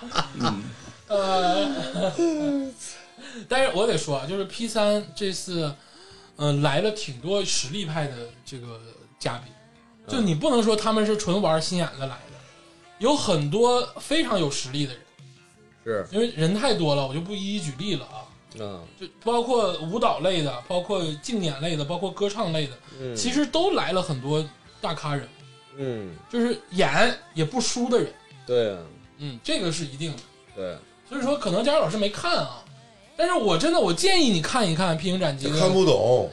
但是我得说就是 P3 这次，来了挺多实力派的这个嘉宾，就你不能说他们是纯玩心眼子来的，有很多非常有实力的人， 是因为人太多了，我就不一一举例了就包括舞蹈类的，包括竞演类的，包括歌唱类的，其实都来了很多大咖人。就是演也不输的人， 对， 这个是一定的， 对， 所以说可能佳茹老师没看但是我建议你看一看《披荆斩棘》， 看不懂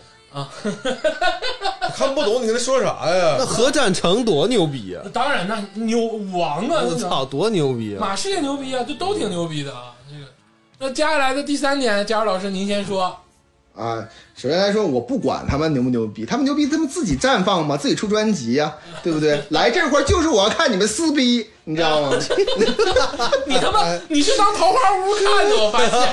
看不懂，你跟他说啥呀？ 那何展成多牛逼啊！ 当然，那牛王啊！ 我操，多牛逼啊！ 马氏也牛逼啊，这都挺牛逼的这个，那接下来的第3点，佳茹老师您先说。 首先来说，我不管他们牛不牛逼，他们牛逼，他们自己绽放嘛，自己出专辑呀，对不对？来这块就是我要看你们撕逼，你知道吗？ 你他妈你是当桃花坞看的，我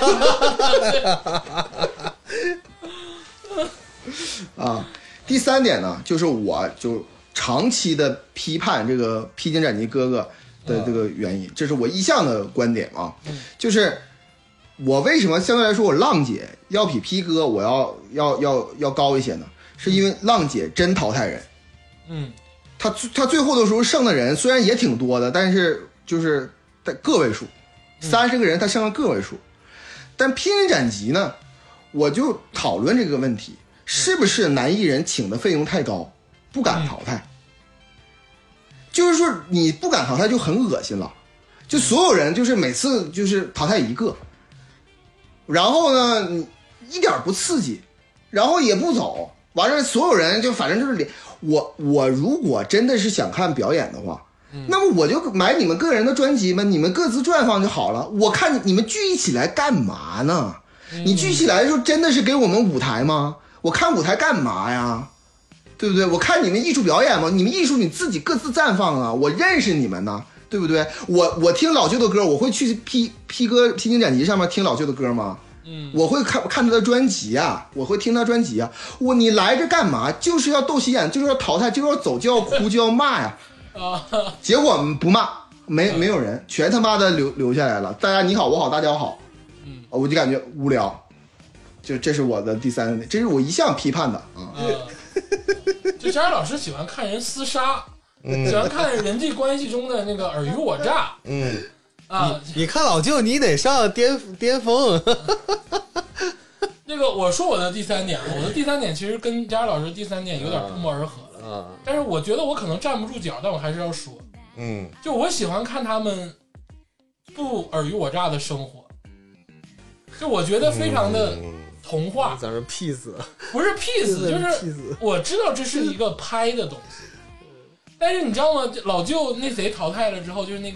发现。第3点呢，就是我就长期的批判这个披荆斩棘哥哥的这个原因，这是我一向的观点就是。我为什么相对来说我浪姐要比 P 哥我要高一些呢？是因为浪姐真淘汰人，他最后的时候剩的人虽然也挺多的，但是就是在个位数，30个人他剩了个位数。但披荆斩棘呢，我就讨论这个问题，是不是男艺人请的费用太高，不敢淘汰？就是说你不敢淘汰就很恶心了，就所有人就是每次就是淘汰一个。然后呢，你一点不刺激，然后也不走，完了所有人就反正就是我如果真的是想看表演的话，那么我就买你们个人的专辑嘛，你们各自转放就好了。我看你们聚一起来干嘛呢？你聚起来的时候真的是给我们舞台吗？我看舞台干嘛呀？对不对？我看你们艺术表演吗？你们艺术你自己各自绽放啊，我认识你们呢。对不对？我听老舅的歌，我会去披荆斩棘上面听老舅的歌吗？我会看他的专辑啊，我会听他专辑啊。你来这干嘛？就是要斗心眼，就是要淘汰，就是要走，就要哭，就要骂呀。结果不骂，没有人，全他妈的留下来了。大家你好我好大家好，我就感觉无聊。就这是我的第3点，这是我一向批判的就佳茹老师喜欢看人厮杀。喜欢看人际关系中的那个尔虞我诈。 你看老舅，你得上巅峰。 那个我说我的第3点，我的第3点其实跟佳茹老师第3点有点不谋而合了。但是我觉得我可能站不住脚，但我还是要说。就我喜欢看他们不尔虞我诈的生活，就我觉得非常的童话。 咱说 peace， 不是 peace， 就是我知道这是一个拍的东西。但是你知道吗？老舅那谁淘汰了之后，就是那个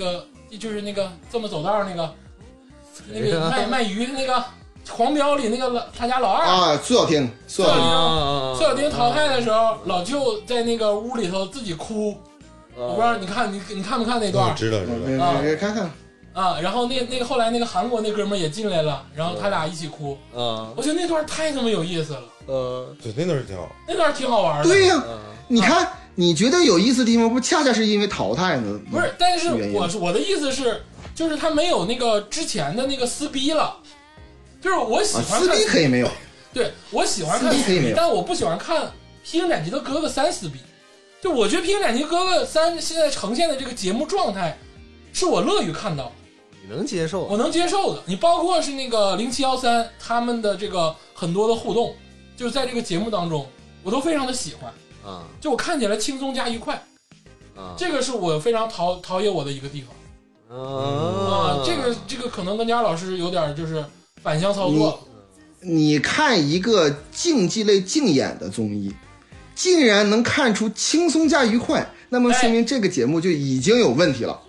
就是那个这么走道那个卖鱼那个黄标里那个他家老二啊，苏小汀淘汰的时候，老舅在那个屋里头自己哭，我不知道你看没看那段？ 知道看啊，然后那个后来那个韩国那哥们也进来了，然后他俩一起哭啊，我觉得那段太他妈有意思了， 对，那段挺好， 那段挺好玩的。 对呀，你看你觉得有意思的地方，不恰恰是因为淘汰呢？ 不是，但是我的意思是，就是他没有那个之前的那个撕逼了，就是我喜欢看撕逼可以没有， 对我喜欢看撕逼，但我不喜欢看《披荆斩棘的哥哥3》撕逼。就我觉得《披荆斩棘哥哥3》现在呈现的这个节目状态，是我乐于看到。 你能接受？ 我能接受的。你包括是那个0713他们的这个很多的互动，就是在这个节目当中，我都非常的喜欢啊。就我看起来轻松加愉快啊，这个是我非常陶冶我的一个地方啊。这个可能跟佳老师有点就是反向操作。 你看一个竞技类竞演的综艺，竟然能看出轻松加愉快，那么说明这个节目就已经有问题了。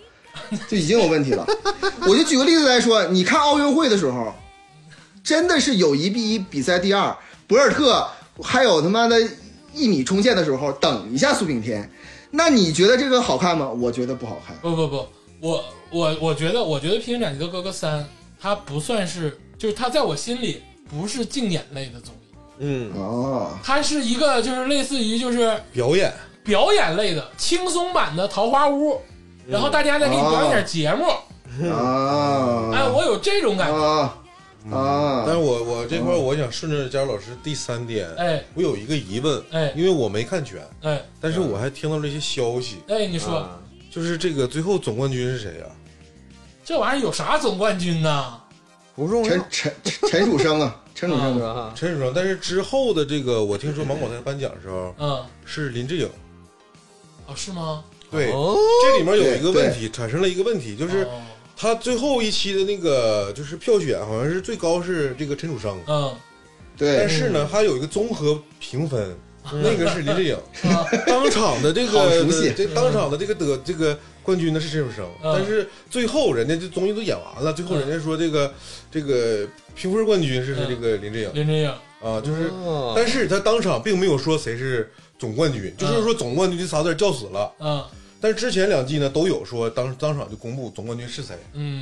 我就举个例子来说，你看奥运会的时候，真的是有1-1比赛第二，博尔特还有他妈的1米冲线的时候，等一下苏炳添，那你觉得这个好看吗？我觉得不好看。 不，我觉得《披荆斩棘的哥哥3》它不算是，就是它在我心里不是竞演类的综艺。它是一个就是类似于就是表演类的轻松版的桃花坞。然后大家再给你表演点节目哎，我有这种感觉但是我这块我想顺着佳老师第3点，我有一个疑问，因为我没看全，但是我还听到了一些消息， 你说， 就是这个最后总冠军是谁呀？ 这玩意儿有啥总冠军呢？ 不重要， 陈楚生啊，陈楚生， 但是之后的这个我听说芒果台颁奖的时候，是林志颖， 是吗？ 对，这里面有一个问题，产生了一个问题，就是他最后一期的那个就是票选好像是最高是这个陈楚生， 对， 但是呢，他有一个综合评分，那个是林志颖，当场的这个这个冠军呢是陈楚生，但是最后人家这综艺都演完了，最后人家说这个评分冠军是这个林志颖啊，就是，但是他当场并没有说谁是总冠军，就是说总冠军这仨字叫死了，但是之前2季呢都有说当场就公布总冠军是谁，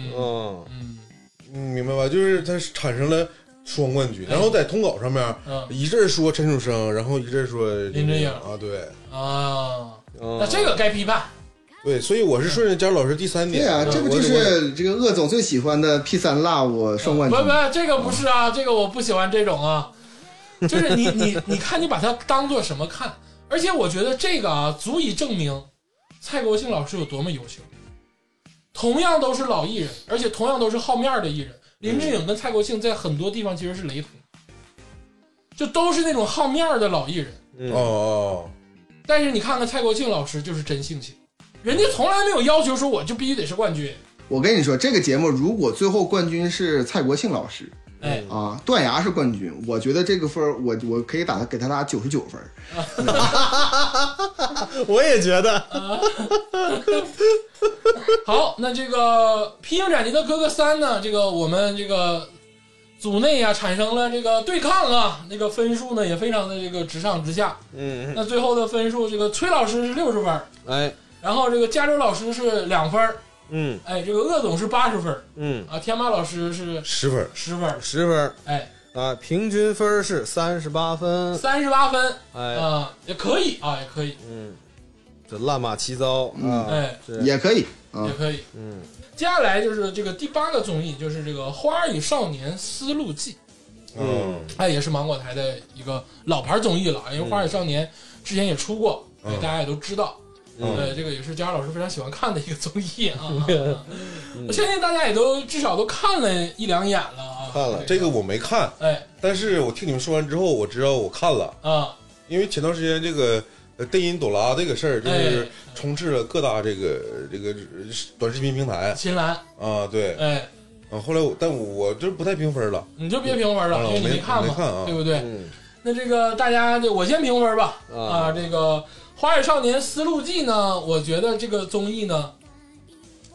明白吧？就是他产生了双冠军，然后在通稿上面一阵说陈楚生，然后一阵说林志颖啊，对那这个该批判。 对，所以我是顺着佳老师第3点。 对啊，这不就是这个鄂总最喜欢的 P3 Love 双冠军？ 不，这个不是啊，这个我不喜欢这种啊。就是你看你把它当做什么看？而且我觉得这个足以证明蔡国庆老师有多么优秀。同样都是老艺人，而且同样都是好面的艺人，林志颖跟蔡国庆在很多地方其实是雷同，就都是那种好面的老艺人。但是你看看蔡国庆老师就是真性情，人家从来没有要求说我就必须得是冠军。 我跟你说，这个节目如果最后冠军是蔡国庆老师，断崖是冠军，我觉得这个分我可以给他打99分。 我也觉得。 好，那这个《披荆斩棘的哥哥3》呢，这个我们这个组内产生了这个对抗啊，那个分数呢也非常的这个直上直下。那最后的分数，这个崔老师是60分，然后这个加州老师是2分。这个鄂总是80分，天马老师是10分， 平均分是38分， 也可以啊，也可以， 这乱码七糟也可以， 接下来就是这个第8个综艺，就是这个《花儿与少年丝路记》，也是芒果台的一个老牌综艺了，因为《花儿与少年》之前也出过，大家也都知道。这个也是佳老师非常喜欢看的一个综艺啊。我相信大家也都至少都看了1-2眼了啊。 看了这个我没看，但是我听你们说完之后，我知道我看了啊。因为前段时间这个电音朵拉这个事儿，就是充斥了各大这个短视频平台。 新兰啊，对，后来但我就不太评分了。 你就别评分了，因为你没看嘛，对不对？那这个大家我先评分吧。这个《花儿少年丝路记》呢，我觉得这个综艺呢，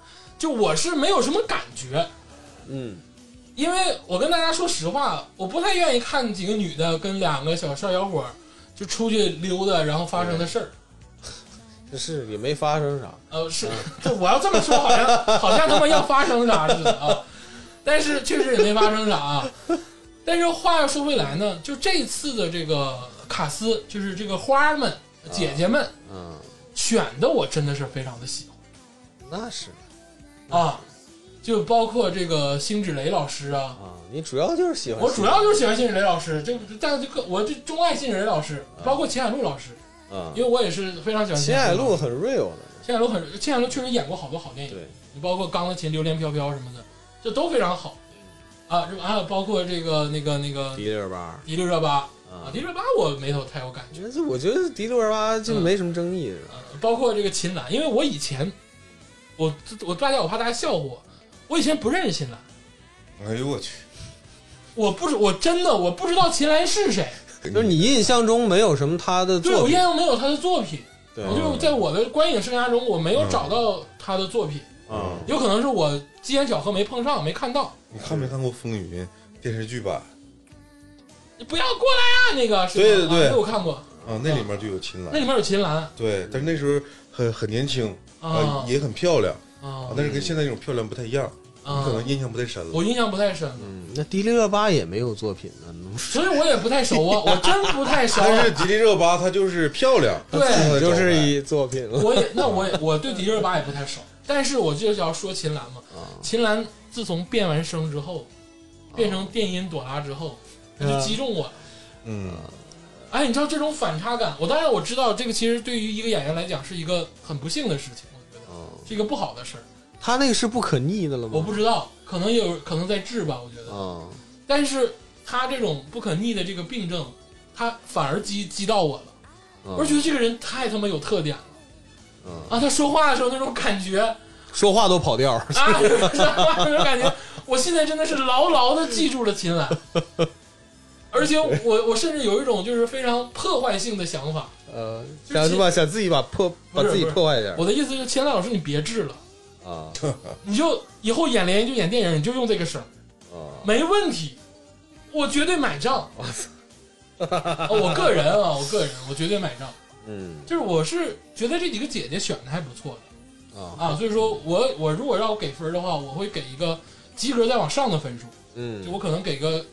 就我是没有什么感觉，因为我跟大家说实话，我不太愿意看几个女的跟2个小帅小伙就出去溜达，然后发生的事儿。 是也没发生啥。 是，就我要这么说，好像他们要发生啥似的啊，但是确实也没发生啥啊。但是话要说回来呢，就这次的这个卡斯，就是这个花们、姐姐们，选的我真的是非常的喜欢。 那是啊，就包括这个辛芷蕾老师啊， 你主要就是喜欢， 我主要就是喜欢辛芷蕾老师，但这个我就钟爱辛芷蕾老师，包括秦海璐老师，因为我也是非常喜欢秦海璐，很 real 的， 秦海璐确实演过好多好电影，对，你包括《钢的琴》《榴莲飘飘》什么的，这都非常好啊。还有包括这个那个迪丽热巴迪丽热巴我没太有感觉， 我觉得迪丽热巴就没什么争议。 包括这个秦岚，因为我以前我怕大家笑话我以前不认识秦岚。 哎呦我去！ 我真的不知道秦岚是谁， 就是你印象中没有什么她的作品， 对，我印象没有她的作品，我就在我的观影生涯中我没有找到她的作品，有可能是我机缘巧合没碰上没看到。 你看没看过《风云》电视剧版？ 你不要过来呀，那个是吧？ 对， 我看过那里面就有秦岚， 那里面有秦岚， 对，但是那时候很年轻也很漂亮但是跟现在这种漂亮不太一样。你可能印象不太深了， 我印象不太深了。 那迪丽热巴也没有作品呢， 所以我也不太熟啊，我真不太熟。 但是迪丽热巴她就是漂亮， 对， 就是一作品了。 我对迪丽热巴也不太熟，但是我就是要说秦岚嘛，秦岚自从变完声之后，变成电音朵拉之后，就击中我了。哎，你知道这种反差感，当然我知道这个其实对于一个演员来讲是一个很不幸的事情，我觉得是一个不好的事儿。 他那个是不可逆的了吗？ 我不知道，可能在治吧，我觉得。但是他这种不可逆的这个病症，他反而击到我了。我觉得这个人太他妈有特点了。他说话的时候那种感觉， 说话都跑调那种感觉，我现在真的是牢牢的记住了秦岚。而且我甚至有一种就是非常破坏性的想法， 想自己把自己破坏一点。 我的意思是，秦岚老师你别治了。你就以后演联就演电影，你就用这个声，没问题，我绝对买账。我个人我绝对买账。就是我是觉得这几个姐姐选的还不错的所以说我如果让我给分的话，我会给一个及格再往上的分数。就我可能给个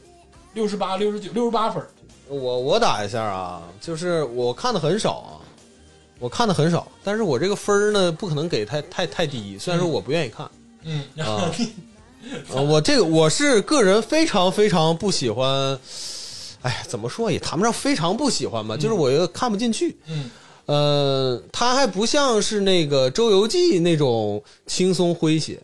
68、69、68分。 我打一下啊，就是我看的很少但是我这个分呢不可能给太低，虽然说我不愿意看。我是个人非常非常不喜欢，怎么说也谈不上非常不喜欢吧，就是我又看不进去。它还不像是那个《周游记》那种轻松诙谐。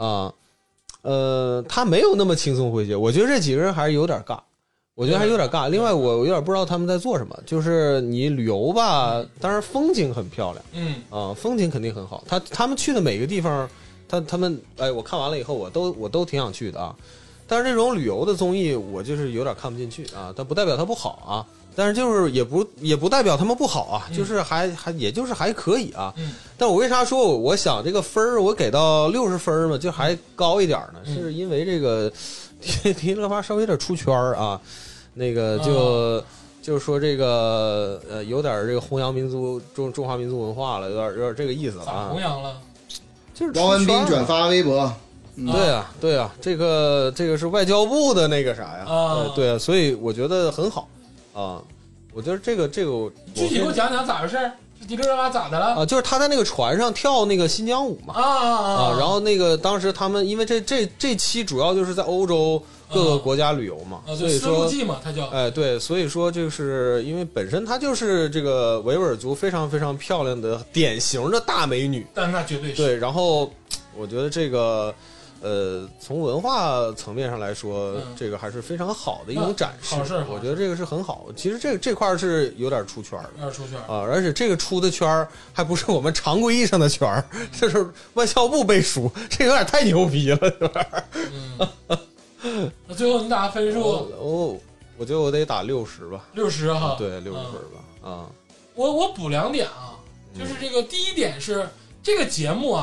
它没有那么轻松诙谐，我觉得这几个人还是有点尬。另外我有点不知道他们在做什么，就是你旅游吧，当然风景很漂亮，风景肯定很好。他们去的每个地方，他们我看完了以后，我都挺想去的啊。但是这种旅游的综艺，我就是有点看不进去啊。但不代表它不好啊，但是就是也不代表他们不好啊，就是也就是还可以啊。但我为啥说我想这个分我给到60分嘛，就还高一点呢？是因为这个迪丽热巴稍微有点出圈啊。那个就是说这个有点这个弘扬民族中华民族文化了，有点这个意思了啊。 弘扬了， 就是王文斌转发微博。 对啊，这个是外交部的那个啥呀？对啊，所以我觉得很好啊。我觉得这个具体给我讲讲咋回事？迪丽热巴咋的了啊？就是他在那个船上跳那个新疆舞嘛然后那个当时他们因为这期主要就是在欧洲各个国家旅游嘛，所以说丝路记嘛，它叫对，所以说就是因为本身她就是这个维吾尔族非常非常漂亮的典型的大美女， 但那绝对是对。然后我觉得这个从文化层面上来说，这个还是非常好的一种展示。我觉得这个是很好。其实这块是有点出圈的， 有点出圈啊！而且这个出的圈还不是我们常规意义上的圈，这是外交部背书，这有点太牛逼了，是吧？ 那最后你打分数？ 我觉得我得打60吧。 60哈？ 对，60分吧。啊， 我补2点啊，就是这个第一点是这个节目啊。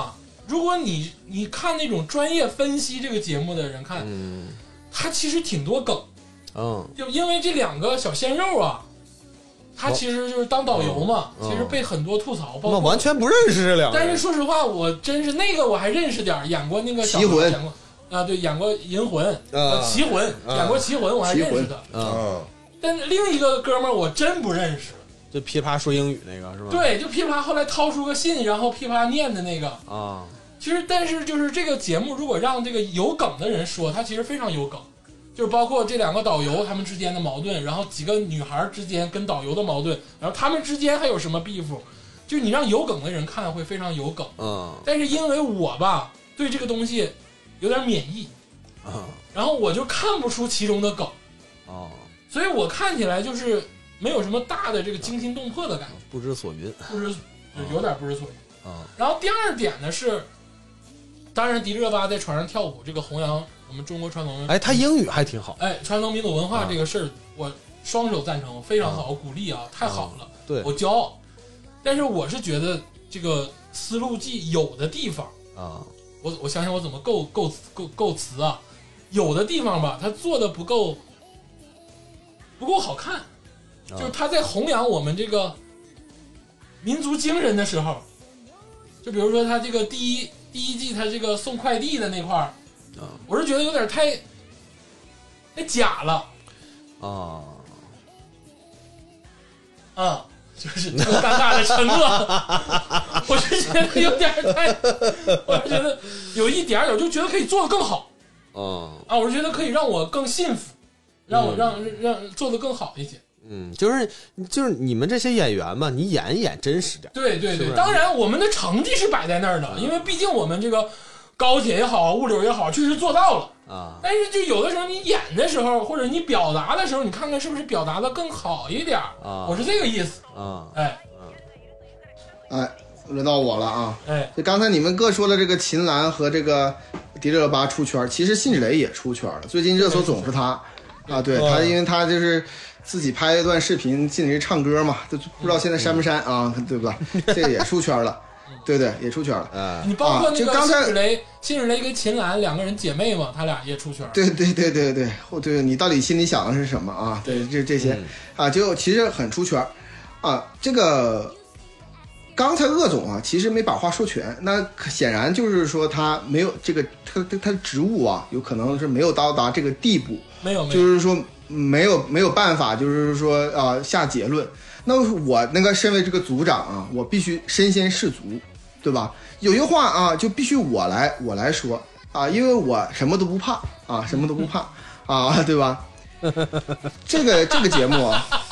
如果你看那种专业分析这个节目的人看，他其实挺多梗，就因为这两个小鲜肉啊，他其实就是当导游嘛，其实被很多吐槽，包括完全不认识这两个。 但是说实话，我真是那个我还认识点，演过那个奇魂， 演过啊，对，演过银魂，奇魂，演过奇魂，我还认识的。但另一个哥们儿我真不认识。 就噼啪说英语那个是吧？ 对，就噼啪后来掏出个信，然后噼啪念的那个啊。 其实，但是就是这个节目，如果让这个有梗的人说，他其实非常有梗，就是包括这两个导游他们之间的矛盾，然后几个女孩之间跟导游的矛盾，然后他们之间还有什么 beef， 就你让有梗的人看会非常有梗。但是因为我吧对这个东西有点免疫然后我就看不出其中的梗所以我看起来就是没有什么大的这个惊心动魄的感觉， 不知所云， 有点不知所云然后第二点呢是，当然迪丽热巴在船上跳舞，这个弘扬我们中国传统， 他英语还挺好， 传统民族文化这个事儿，我双手赞成，非常好，鼓励啊，太好了， 对， 我骄傲。但是我是觉得这个丝路记有的地方我想想我怎么构词啊，有的地方吧，他做的不够好看。就是他在弘扬我们这个民族精神的时候，就比如说他这个第一季他这个送快递的那块我是觉得有点太假了就是这个尴尬的沉默我是觉得有点太，我是觉得有一点就觉得可以做得更好我是觉得可以让我更信服，让我让做得更好一些。 就是你们这些演员嘛，你演一演真实点。 对对对，当然我们的成绩是摆在那儿的，因为毕竟我们这个高铁也好，物流也好，确实做到了但是就有的时候你演的时候，或者你表达的时候，你看看是不是表达的更好一点我是这个意思轮到我了啊！就刚才你们各说了这个秦岚和这个迪丽热巴出圈，其实辛芷蕾也出圈了。最近热搜总是她对她，因为她就是自己拍一段视频，进去唱歌嘛，就不知道现在删不删对吧？这个也出圈了，对，也出圈了。 你包括那个辛芷蕾跟秦岚两个人姐妹嘛，她俩也出圈。 对，你到底心里想的是什么对，这些就其实很出圈这个。刚才鄂总其实没把话说全，那显然就是说他没有这个他职务有可能是没有到达这个地步， 没有， 就是说没有办法，就是说下结论。那我那个身为这个组长我必须身先士卒，对吧？有句话就必须我来说因为我什么都不怕什么都不怕对吧？这个节目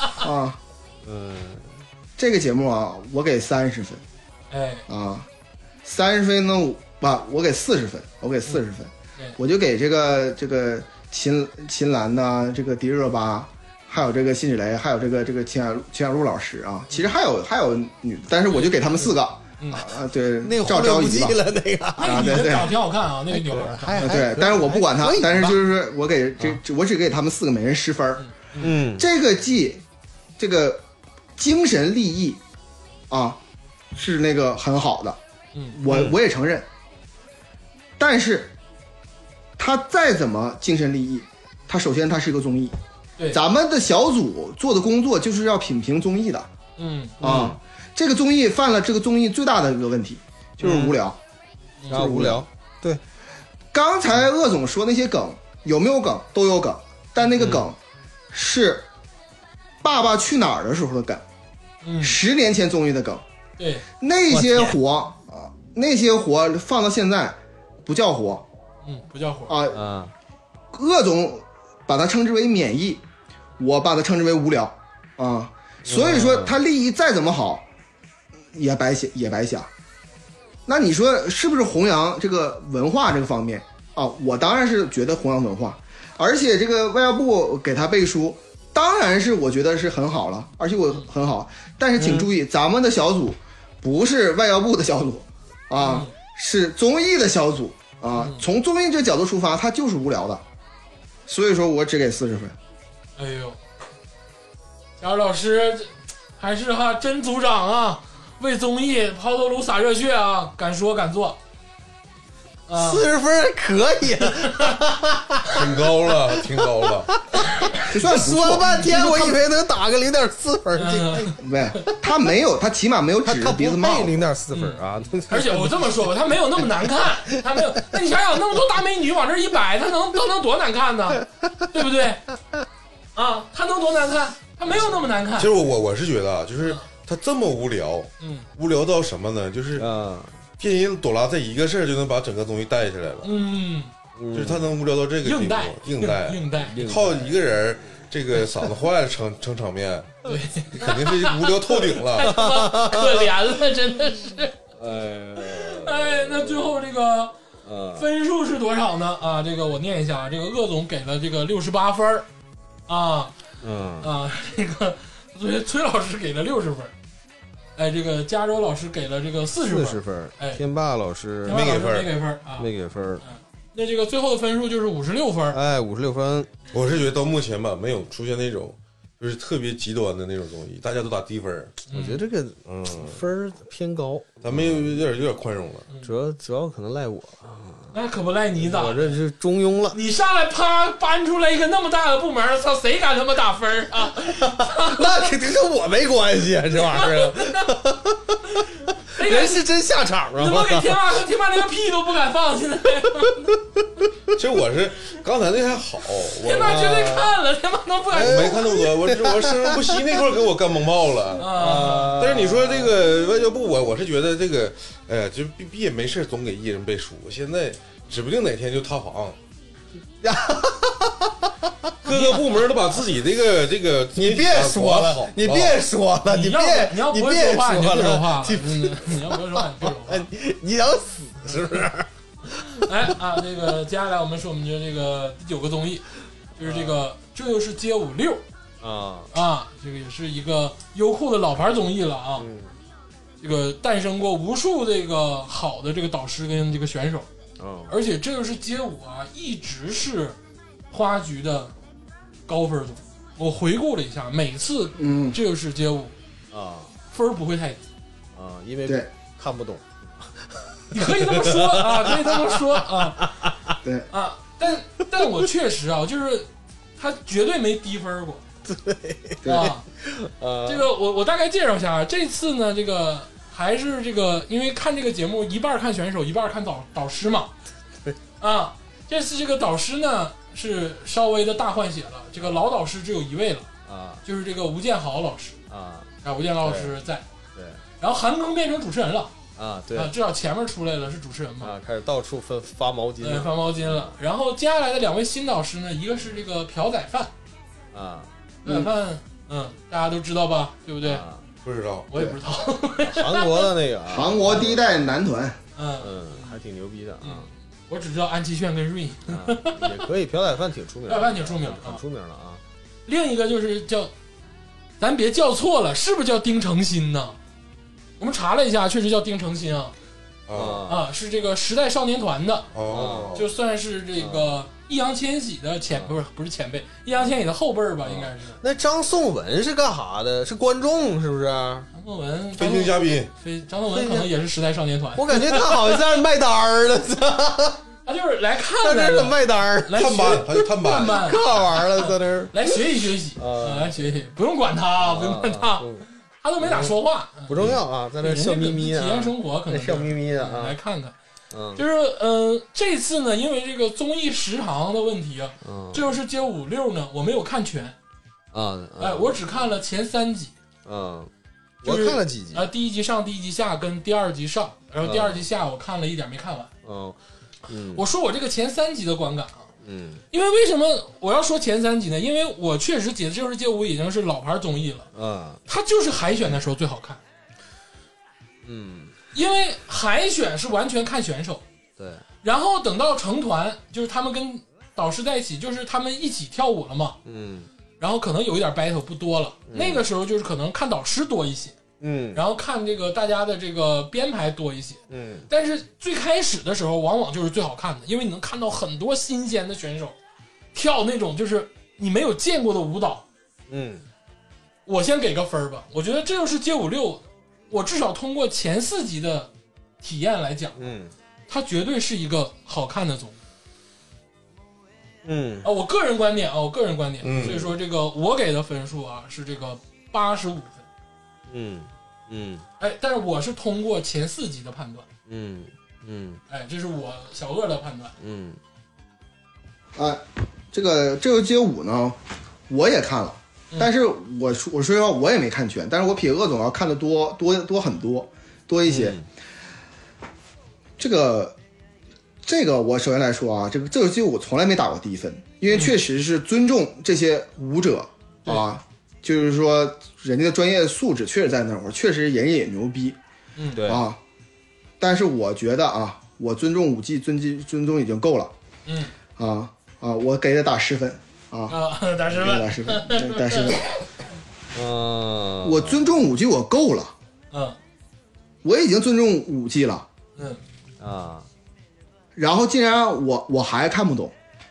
这个节目我给30分，30分呢我给40分，我就给这个秦岚呐，这个迪丽热巴，还有这个辛芷蕾，还有这个秦雅璐老师其实还有女，但是我就给他们4个对， 那个赵昭仪吧， 那个对，长得挺好看那个女孩对，但是我不管她，但是就是我只给他们4个每人10分，这个季这个。精神立意是那个很好的我也承认，但是他再怎么精神立意，他首先他是一个综艺， 对， 咱们的小组做的工作就是要品评综艺的这个综艺犯了这个综艺最大的一个问题就是无聊就是无聊对， 刚才鄂总说那些梗有没有梗都有梗，但那个梗是爸爸去哪儿的时候的梗，10年前综艺的梗， 对， 那些活放到现在不叫活， 不叫活鄂总把它称之为免疫，我把它称之为无聊所以说他立意再怎么好也白瞎。那你说是不是弘扬这个文化这个方面我当然是觉得弘扬文化，而且这个外交部给他背书。当然是我觉得是很好了，而且我很好，但是请注意，咱们的小组不是外交部的小组是综艺的小组从综艺这角度出发，它就是无聊的，所以说我只给40分。 哎呦，贾老师还是真组长为综艺抛头颅洒热血敢说敢做。 40分可以了， 挺高了，挺高了。 这算说了半天，我以为能打个0.4分。 没，他没有，他起码没有指着鼻子骂。 0.4分啊！ 而且我这么说吧，他没有那么难看，他没有。那你想想，那么多大美女往这一摆，他能多难看呢？对不对？啊，他能多难看？他没有那么难看。 其实我是觉得啊，就是他这么无聊，无聊到什么呢？就是电音朵拉这一个事儿就能把整个东西带起来了。就是他能无聊到这个地步，硬带，靠一个人这个嗓子坏了撑场面， 对， 肯定是无聊透顶了， 可怜了，真的是。那最后这个分数是多少呢？啊，这个我念一下啊，这个鄂总给了这个68分啊，这个崔老师给了60分。这个加州老师给了这个40分， 天霸老师没给分， 没给分。 那这个最后的分数就是56分 ，56分。 我是觉得到目前吧，没有出现那种就是特别极端的那种东西，大家都打低分。 我觉得这个分偏高， 咱们有点宽容了。 主要可能赖我， 那可不赖你咋？ 我这是中庸了。 你上来啪搬出来一个那么大的部门，操，谁敢他妈打分啊？ 那肯定跟我没关系，这玩意儿。人是真下场啊！ 怎么给天霸连个屁都不敢放？现在， 其实我是刚才那还好， 天霸绝对看了，天霸都不敢。 我没看那么多，我生人不息那块给我干懵爆了但是你说这个外交部，我是觉得这个，就毕也没事总给艺人背书，现在指不定哪天就塌房。各个部门都把自己这个， 你别说了，你别说了，你要不会说话，你别说话，你要不会说话，你别说话， 你想死是不是？ 这个接下来我们说我们的这个第9个综艺，就是这个这又是街舞6这个也是一个优酷的老牌综艺了啊。这个诞生过无数这个好的这个导师跟这个选手，而且这又是街舞啊，一直是花局的高分组。我回顾了一下，每次这就是街舞分不会太低因为看不懂。 你可以这么说可以这么说对但我确实就是他绝对没低分过。 对这个我大概介绍一下这次呢，这个还是这个，因为看这个节目一半看选手，一半看导师嘛。这次这个导师呢是稍微的大换血了，这个老导师只有一位了就是这个吴建豪老师吴建豪老师在， 对， 然后韩庚变成主持人了对至少前面出来了是主持人嘛开始到处发毛巾了， 发毛巾了。然后接下来的2位新导师呢，一个是这个朴宰范朴宰范大家都知道吧，对不对？ 不知道， 我也不知道。 韩国的那个韩国第一代男团还挺牛逼的我只知道安七炫跟瑞也可以。朴宰范挺出名， 朴宰范挺出名， 很出名了另一个就是叫，咱别叫错了，是不是叫丁程鑫呢？我们查了一下，确实叫丁程鑫是这个时代少年团的就算是这个易烊千玺的不是前辈，易烊千玺的后辈吧，应该是。 那张颂文是干啥的？是观众是不是？ 张颂文飞行嘉宾， 张颂文可能也是时代少年团。 我感觉他好像在卖单儿了， 他就是来看来的，卖单儿， 探班，还是探班， 可好玩了，在那儿来学习来学习，不用管他，不用管他。他都没咋说话， 不重要在那笑眯眯的体验生活，可能笑眯眯的来看看。就是这次呢，因为这个综艺时长的问题这就是街舞6呢，我没有看全我只看了前3集我看了几集第1集上，第1集下跟第2集上，然后第2集下我看了一点没看完我说我这个前3集的观感因为为什么我要说前3集呢？因为我确实觉得这就是街舞已经是老牌综艺了它就是海选的时候最好看因为海选是完全看选手， 对， 然后等到成团，就是他们跟导师在一起，就是他们一起跳舞了嘛，然后可能有一点 battle 不多了，那个时候就是可能看导师多一些，然后看这个大家的这个编排多一些，但是最开始的时候往往就是最好看的，因为你能看到很多新鲜的选手跳那种就是你没有见过的舞蹈，我先给个分吧，我觉得这就是街舞6。我至少通过前4集的体验来讲， 它绝对是一个好看的综艺。 我个人观点啊，所以说这个我给的分数啊是这个85分。但是我是通过前4集的判断。这是我小鳄的判断。 这个这街舞呢，我也看了，但是我说实话我也没看全，但是我比鄂总要看的多很多一些。这个我首先来说啊，这个街舞我从来没打过低分，因为确实是尊重这些舞者啊，就是说人家的专业素质确实在那会儿，确实人也牛逼。 对啊，但是我觉得啊，我尊重舞技尊重已经够了。我给他打10分打10分， 打10分。我尊重舞技我够了。我已经尊重舞技了。然后竟然我还看不懂。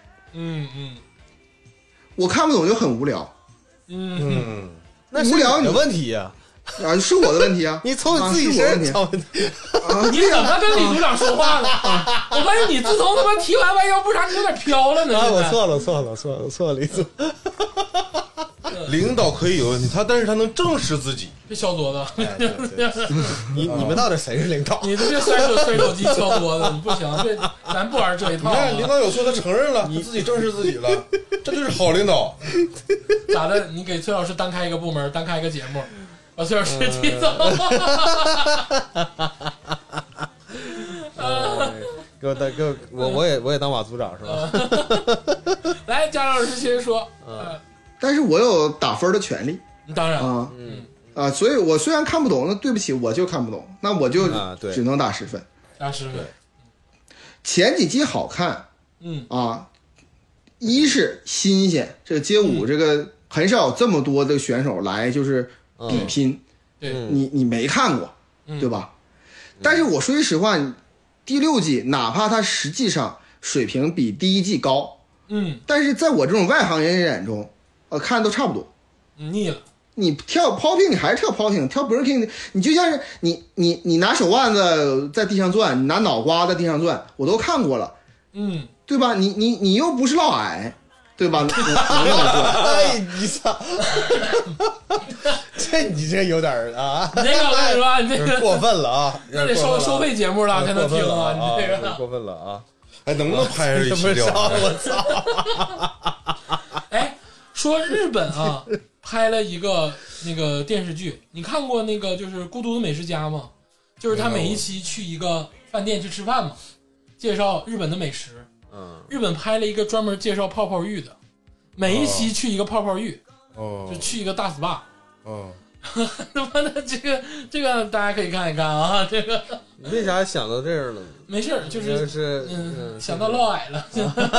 我看不懂就很无聊。 那是你的问题呀。 是我的问题啊！ 你从自己身上找问题你怎么跟李组长说话呢？我发现你自从他妈提完弯腰不啥，你有点飘了呢。 我错了，李组。 领导可以有问题，但是他能正视自己。 别敲桌子！ 你们到底谁是领导？ 你这别摔手机敲桌子，你不行，咱不玩这一套。 你看领导有错，他承认了，你自己正视自己了，这就是好领导。 咋的？你给崔老师单开一个部门，单开一个节目。把崔老师提走。 我也当马组长是吧？ 来，贾老师先说。 但是我有打分的权利。 当然所以我虽然看不懂，那对不起，我就看不懂，那我就只能打10分。 打10分。 前几集好看。一是新鲜，这个街舞这个很少有这么多的选手来就是比拼。你没看过，对吧？但是我说句实话，第6季哪怕它实际上水平比第1季高，但是在我这种外行人眼中，看都差不多， 腻了。 你跳 popping 你还是跳 popping， 跳 breaking 你就像是你拿手腕子在地上转，你拿脑瓜在地上转，我都看过了，对吧？你又不是老矮，对吧？ 哎，你操！你这有点啊！ 你这个我跟你说，你这个过分了啊！ 那得收费节目了才能听啊！你这个过分了啊！ 哎，能不能拍上一期掉？ 我操！ 哎，说日本啊，拍了一个那个电视剧，你看过那个就是《孤独的美食家》吗？就是他每一期去一个饭店去吃饭嘛，介绍日本的美食。日本拍了一个专门介绍泡泡浴的，每一期去一个泡泡浴，就去一个大 SPA。他妈的，这个大家可以看一看啊。这个你为啥想到这样了？ 没事，就是想到嫪毐了。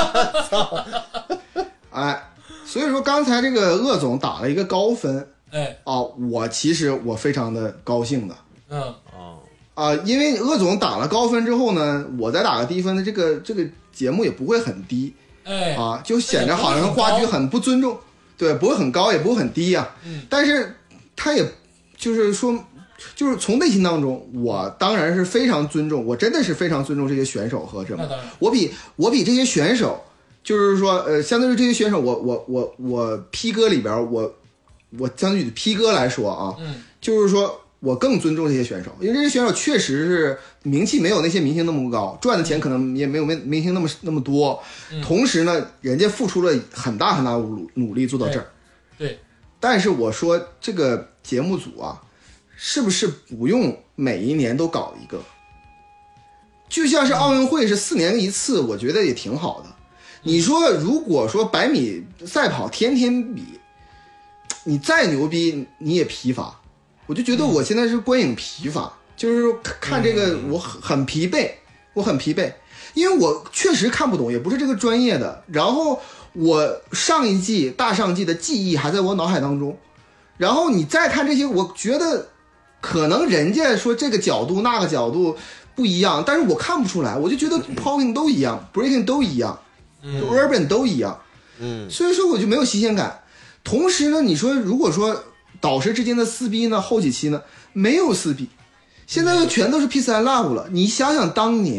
所以说刚才这个鄂总打了一个高分，我其实我非常的高兴的。因为鄂总打了高分之后呢，我再打个低分的这个节目也不会很低，就显得好像话剧很不尊重，对，不会很高也不会很低呀。但是他也就是说，就是从内心当中，我当然是非常尊重，我真的是非常尊重这些选手和什么，我比这些选手，就是说相对于这些选手，我 P 哥里边，我相对于 P 哥来说啊，就是说我更尊重这些选手，因为这些选手确实是名气没有那些明星那么高，赚的钱可能也没有明星那么多，同时呢，人家付出了很大很大的努力做到这儿。 对。 但是我说这个节目组啊，是不是不用每一年都搞一个？就像是奥运会是4年一次，我觉得也挺好的。你说如果说100米赛跑天天比，你再牛逼你也疲乏。我就觉得我现在是观影疲乏，就是看这个我很疲惫，因为我确实看不懂，也不是这个专业的。然后我大上季的记忆还在我脑海当中，然后你再看这些，我觉得可能人家说这个角度那个角度不一样，但是我看不出来，我就觉得 popping 都一样 ，breaking 都一样，urban 都一样，所以说我就没有新鲜感。同时呢，你说如果说导师之间的撕逼呢，后几期呢没有撕逼，现在全都是 peace and love 了。你想想当年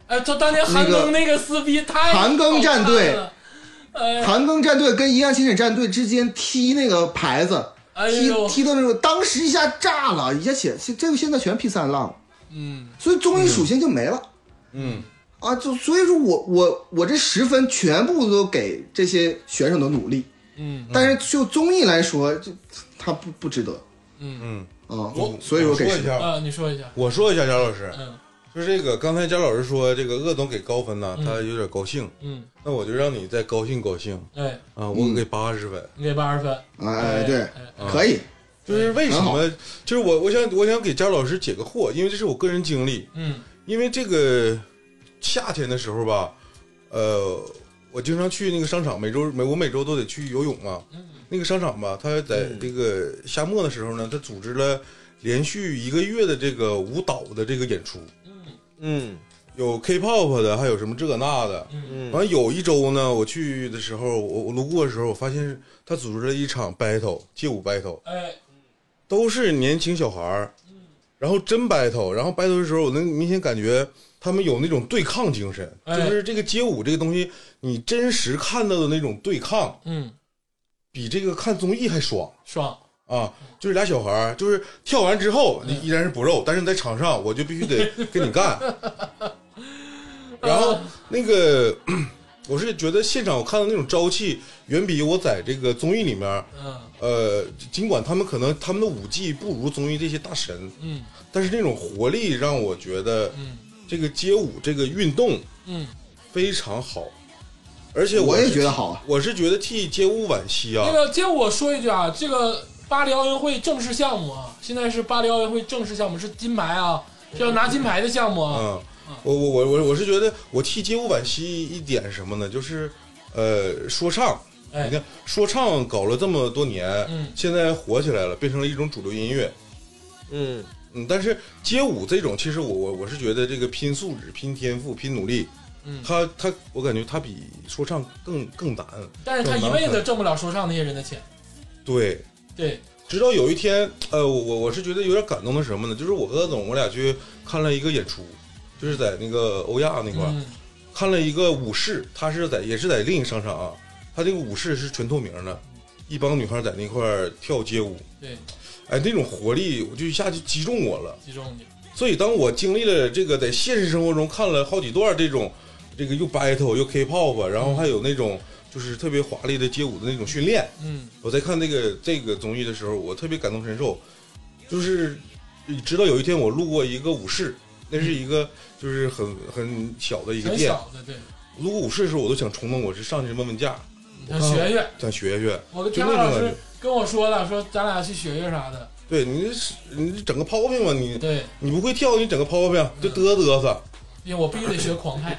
哎，就当年韩庚那个撕逼太韩庚战队，韩庚战队跟银河清醒战队之间踢那个牌子，踢到那种，当时一下炸了，而且这个现在全 P3 浪，所以综艺属性就没了，就所以说我这10分全部都给这些选手的努力，但是就综艺来说，就他不值得，所以说给你说一下， 我说一下贾老师，就是这个，刚才贾老师说这个鄂总给高分呢，他有点高兴，那我就让你再高兴高兴，我给80分， 你给80分， 对，可以， 就是为什么？就是我想给贾老师解个惑，因为这是我个人经历，因为这个夏天的时候吧，我经常去那个商场，我每周都得去游泳嘛，那个商场吧，他在这个夏末的时候呢，他组织了连续1个月的这个舞蹈的这个演出，有 K-pop 的，还有什么这那的，完有一周呢，我去的时候，我路过的时候，我发现他组织了一场 battle 街舞 battle，都是年轻小孩然后真 battle， 然后 battle 的时候，我能明显感觉他们有那种对抗精神，就是这个街舞这个东西，你真实看到的那种对抗，比这个看综艺还爽啊！就是俩小孩，就是跳完之后你依然是不肉，但是你在场上我就必须得跟你干。然后那个，我是觉得现场我看到那种朝气，远比我在这个综艺里面，尽管他们可能他们的舞技不如综艺这些大神，但是那种活力让我觉得，这个街舞这个运动，非常好。而且我也觉得好， 我是觉得替街舞惋惜啊。 那个街舞我说一句啊，这个巴黎奥运会正式项目啊，现在是巴黎奥运会正式项目，是金牌啊，是要拿金牌的项目啊。 我是觉得我替街舞惋惜一点什么呢？就是说唱，你看说唱搞了这么多年，现在火起来了，变成了一种主流音乐，但是街舞这种，其实我是觉得这个拼素质、拼天赋、拼努力。我感觉他比说唱更难， 但是他一辈子挣不了说唱那些人的钱。 对，直到有一天，我是觉得有点感动的是什么呢？就是我和总我俩去看了一个演出，就是在那个欧亚那块看了一个舞室，他也是在另一个商场啊，他这个舞室是全透明的，一帮女孩在那块跳街舞， 对， 那种活力我就一下就击中我了， 击中你。 所以当我经历了这个在现实生活中看了好几段这个又 battle 又 K-pop， 然后还有那种就是特别华丽的街舞的那种训练。我在看这个综艺的时候，我特别感同身受。就是直到有一天我路过一个舞室，那是一个就是很小的一个店， 很小的，对。 路过舞室的时候，我都想冲动，我是上去问问价， 想学。我跟天霸老师跟我说了，说咱俩去学啥的。 对你整个 popping 嘛，你不会跳，你整个 popping 就嘚瑟。 因为我必须得学狂派。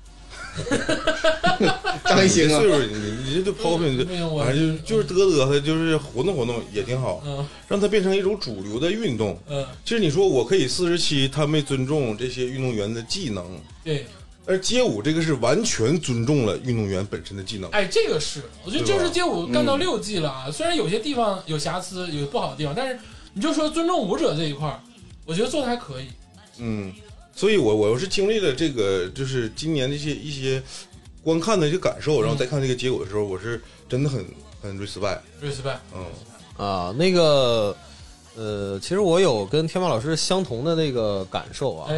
张艺兴啊， 岁数你这 popping 反正就是嘚瑟，就是活动活动也挺好，让它变成一种主流的运动。其实你说我可以47，他没尊重这些运动员的技能， 对。 而街舞这个是完全尊重了运动员本身的技能。 这个是，我觉得就是街舞干到6季了啊，虽然有些地方有瑕疵，有不好的地方，但是你就说尊重舞者这一块，我觉得做的还可以。 所以我是经历了这个，就是今年的一些观看的一些感受，然后再看这个结果的时候，我是真的很 respect。 那个其实我有跟天霸老师相同的那个感受啊。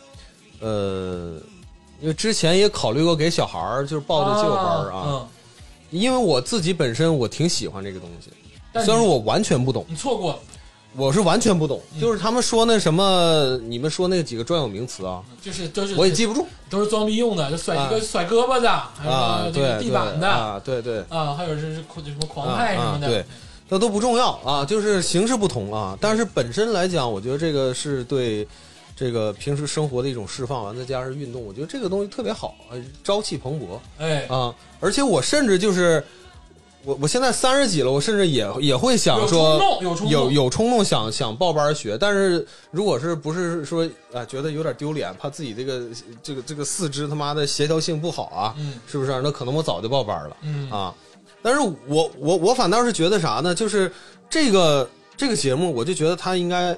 因为之前也考虑过给小孩就是报这街舞班啊，因为我自己本身我挺喜欢这个东西，虽然说我完全不懂。 你错过了。 我是完全不懂，就是他们说那什么，你们说那几个专有名词啊， 就是都是我也记不住， 都是装逼用的，就甩一个甩胳膊的，还有这个地板的啊，对啊，还有是什么狂派什么的， 对，那都不重要啊，就是形式不同啊，但是本身来讲，我觉得这个是对这个平时生活的一种释放，完再加上运动，我觉得这个东西特别好，朝气蓬勃，而且我甚至就是。我现在30几了，我甚至也会想说有冲动想报班学，但是如果是不是说觉得有点丢脸，怕自己这个四肢他妈的协调性不好啊，是不是？那可能我早就报班了，但是我反倒是觉得啥呢？就是这个节目，我就觉得他应该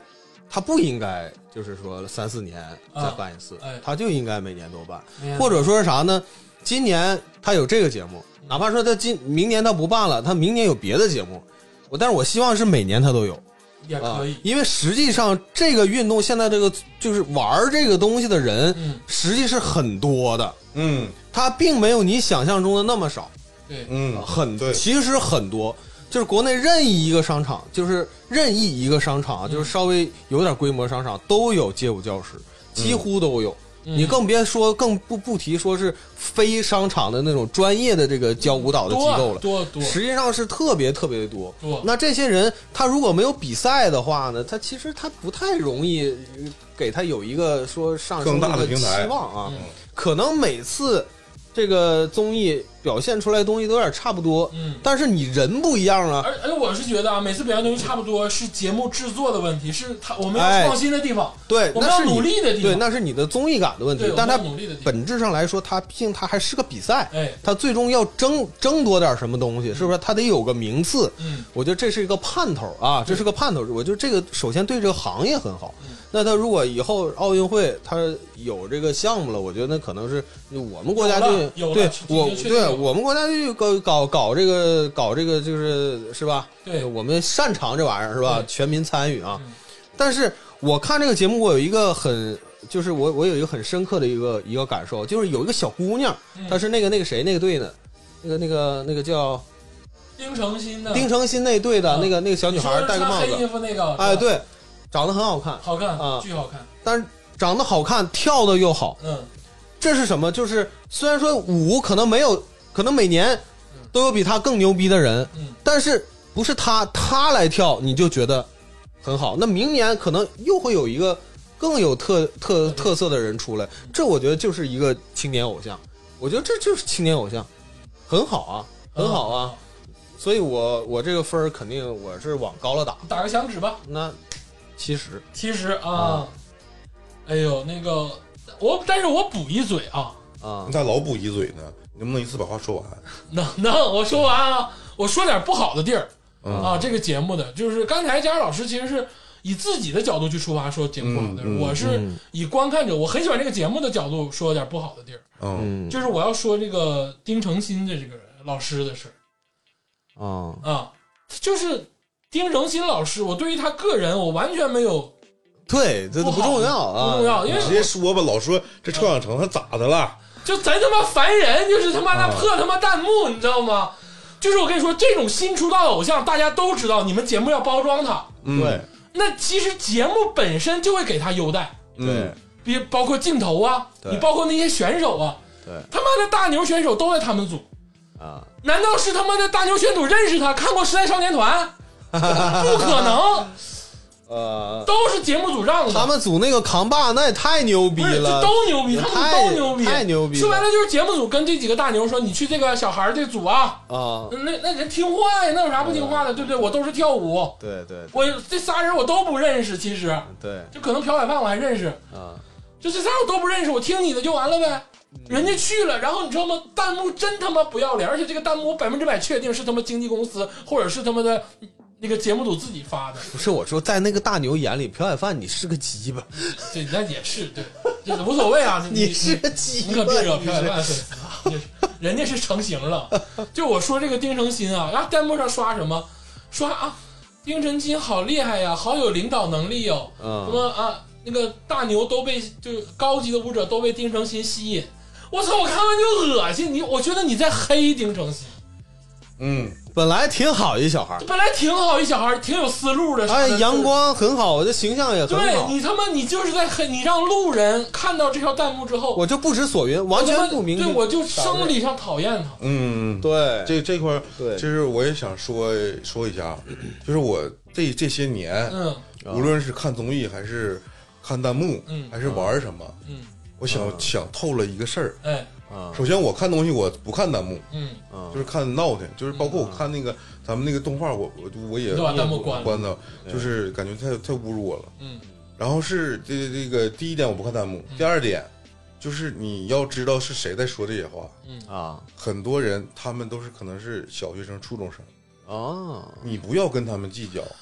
他不应该就是说3-4年再办一次，他就应该每年都办，或者说是啥呢？今年他有这个节目，哪怕说他明年他不办了，他明年有别的节目，但是我希望是每年他都有。 也可以， 因为实际上这个运动现在这个就是玩这个东西的人，实际是很多的，他并没有你想象中的那么少， 对， 其实很多，就是国内任意一个商场，就是稍微有点规模商场都有街舞教师，几乎都有。你更别说，更不提说是非商场的那种专业的这个教舞蹈的机构了， 多， 实际上是特别特别多。那这些人他如果没有比赛的话呢，他其实他不太容易给他有一个说上升的期望啊。可能每次这个综艺表现出来的东西都有点差不多，但是你人不一样啊。 而且我是觉得啊，每次表现东西差不多是节目制作的问题，是我们要创新的地方， 对， 我们要努力的地方， 对，那是你的综艺感的问题。但它本质上来说，它毕竟它还是个比赛，它最终要争夺点什么东西，是不是？它得有个名次。我觉得这是一个盼头啊，这是个盼头。我觉得这个首先对这个行业很好。那他如果以后奥运会他有这个项目了，我觉得那可能是我们国家队，对我们国家队搞这个就是吧？ 对， 我们擅长这玩意儿是吧？全民参与啊！但是我看这个节目，我有一个就是我有一个很深刻的一个感受，就是有一个小姑娘，她是那个谁那个队的，那个叫丁程鑫那队的那个小女孩戴个帽子， 黑衣服那个， 哎对。长得很好看， 巨好看， 但是长得好看，跳的又好，这是什么？就是虽然说舞可能每年都有比他更牛逼的人，但是不是他来跳你就觉得很好，那明年可能又会有一个更有特色的人出来，这我觉得就是一个青年偶像，我觉得这就是青年偶像，很好啊，很好啊，所以我这个分肯定我是往高了打个响指吧， 那。70 啊，哎呦，那个但是我补一嘴啊， 你咋老补一嘴呢？你能不能一次把话说完？ 能，我说完啊，我说点不好的地儿啊。这个节目的就是刚才佳老师其实是以自己的角度去出发说节目不好的地儿，我是以观看者，我很喜欢这个节目的角度说点不好的地儿。就是我要说这个丁程鑫的这个老师的事儿就是。丁程鑫老师，我对于他个人，我完全没有， 对，这都不重要啊， 不重要，因为直接说吧，老说这臭氧层他咋的了？ 就贼他妈烦人，就是他妈那破他妈弹幕，你知道吗？就是我跟你说，这种新出道的偶像，大家都知道，你们节目要包装他， 对， 那其实节目本身就会给他优待， 对， 包括镜头啊，你包括那些选手啊， 对， 他妈的大牛选手都在他们组啊，难道是他妈的大牛选手认识他，看过《时代少年团》？不可能，都是节目组让的。 他们组那个扛把那也太牛逼了， 都牛逼，他们都牛逼， 太牛逼。 说白了就是节目组跟这几个大牛说：“你去这个小孩这组啊，那人听话呀，那有啥不听话的，对不对？我都是跳舞， 对， 我这仨人我都不认识，其实对， 就可能朴海范我还认识就这仨我都不认识，我听你的就完了呗。人家去了，然后你知道吗？弹幕真他妈不要脸，而且这个弹幕我100%确定是他妈经纪公司或者是他妈的。那个节目组自己发的， 不是我说，在那个大牛眼里，朴海范你是个鸡巴， 对，那也是对，这无所谓啊， 你是个鸡巴， 你可别惹朴海范粉丝啊，人家是成型了。就我说这个丁程鑫啊，然后弹幕上刷什么，刷啊，丁程鑫好厉害呀，好有领导能力哦，什么啊，那个大牛都被就是高级的舞者都被丁程鑫吸引，我操，我看完就恶心，我觉得你在黑丁程鑫。 本来挺好一小孩， 挺有思路的， 哎，阳光很好，我的形象也很好。 对你他妈，你就是在黑，你让路人看到这条弹幕之后， 我就不知所云，完全不明白。 对，我就生理上讨厌他。 对， 这块对， 其实我也想说一下，就是我这些年，无论是看综艺还是看弹幕，还是玩什么，我想透了一个事儿，首先我看东西我不看弹幕，就是看闹腾，就是包括我看那个咱们那个动画，我也把弹幕关的，就是感觉太侮辱我了。然后是这个第一点我不看弹幕，第二点就是你要知道是谁在说这些话，很多人他们都是可能是小学生、初中生，你不要跟他们计较。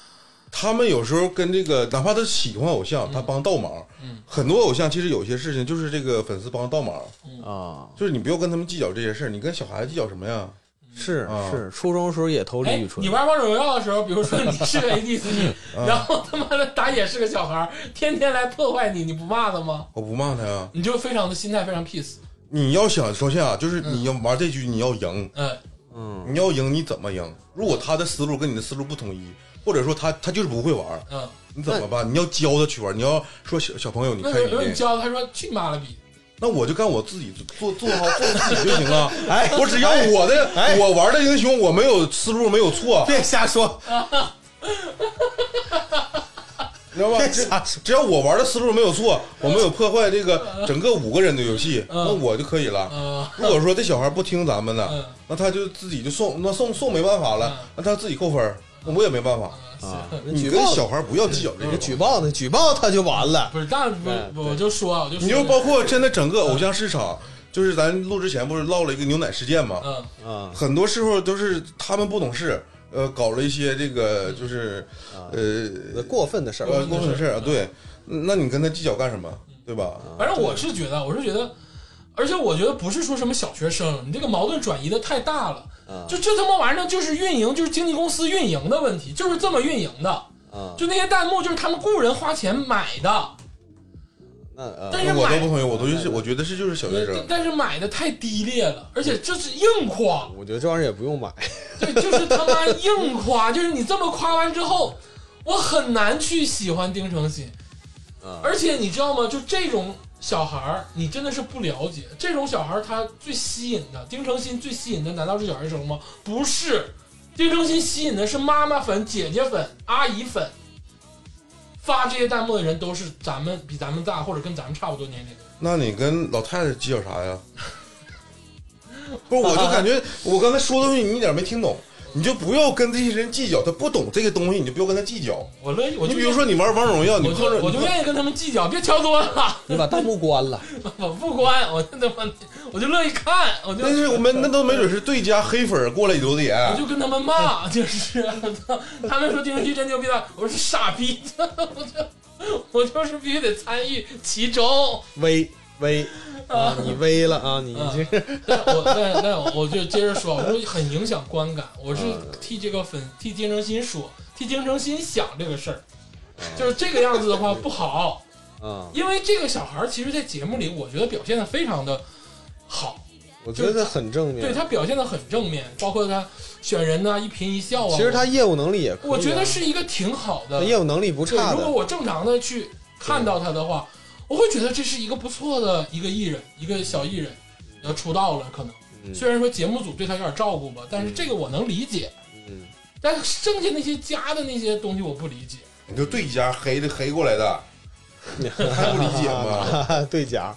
他们有时候跟这个，哪怕他喜欢偶像，他帮倒忙。很多偶像其实有些事情就是这个粉丝帮倒忙啊， 就是你不要跟他们计较这些事儿，你跟小孩子计较什么呀？ 是，初中的时候也投李宇春。 你玩王者荣耀的时候，比如说你是个 ADC，然后他妈的打野是个小孩，天天来破坏你，你不骂他吗？ 我不骂他呀， 你就非常的心态非常 peace。 你要想首先啊，就是你要玩这局你要赢，你要赢你怎么赢？如果他的思路跟你的思路不统一，或者说他就是不会玩，你怎么办？你要教他去玩，你要说小朋友，你看你教他说去妈了逼。 那我就干我自己做好自己就行了。我只要我玩的英雄，我没有思路，没有错， 别瞎说， 知道吧？只要我玩的思路没有错，我没有破坏这个整个5个人的游戏，那我就可以了。如果说这小孩不听咱们的，那他就自己就送没办法了，那他自己扣分，那我也没办法。你跟小孩不要计较这个， 举报他就完了。 不是，但我就说， 你就包括现在整个偶像市场，就是咱录之前不是唠了一个牛奶事件嘛？很多时候都是他们不懂事，搞了一些这个就是过分的事儿， 过分的事儿啊。对，那你跟他计较干什么？对吧？ 反正我是觉得，而且我觉得不是说什么小学生，你这个矛盾转移的太大了。就这他妈玩意儿就是运营，就是经纪公司运营的问题，就是这么运营的。就那些弹幕就是他们雇人花钱买的。但是我都不同意，我觉得就是小学生， 但是买的太低劣了，而且这是硬夸。 我觉得这玩意儿也不用买。 对，就是他妈硬夸，就是你这么夸完之后，我很难去喜欢丁程鑫。而且你知道吗？就这种小孩你真的是不了解。这种小孩他最吸引的，丁程鑫最吸引的难道是小学生吗？不是，丁程鑫吸引的是妈妈粉、姐姐粉、阿姨粉。发这些弹幕的人都是比咱们大或者跟咱们差不多年龄的。 那你跟老太太计较啥呀？不是，我就感觉我刚才说的东西你一点没听懂。你就不要跟这些人计较，他不懂这个东西，你就不要跟他计较。 我乐意， 你比如说你玩王者荣耀， 我就愿意跟他们计较，别敲多了。 你把弹幕关了， 我不关，我就乐意看， 但是我们那都没准是对家黑粉过来留的言， 我就跟他们骂，就是他们说丁程鑫真牛逼了，我说傻逼，我就是必须得参与其中。 微啊，你微了啊，你这但我就接着说，我说很影响观感，我是替这个替丁程鑫说，替丁程鑫想这个事儿，就是这个样子的话不好因为这个小孩其实在节目里我觉得表现的非常的好， 我觉得很正面， 对他表现的很正面，包括他选人呐，一颦一笑其实他业务能力也可以我觉得是一个挺好的， 业务能力不差的。 如果我正常的去看到他的话，我会觉得这是一个不错的一个艺人，一个小艺人要出道了，可能虽然说节目组对他有点照顾吧，但是这个我能理解。但是剩下那些加的那些东西我不理解。 你就对家黑过来的，还不理解吗？ 对家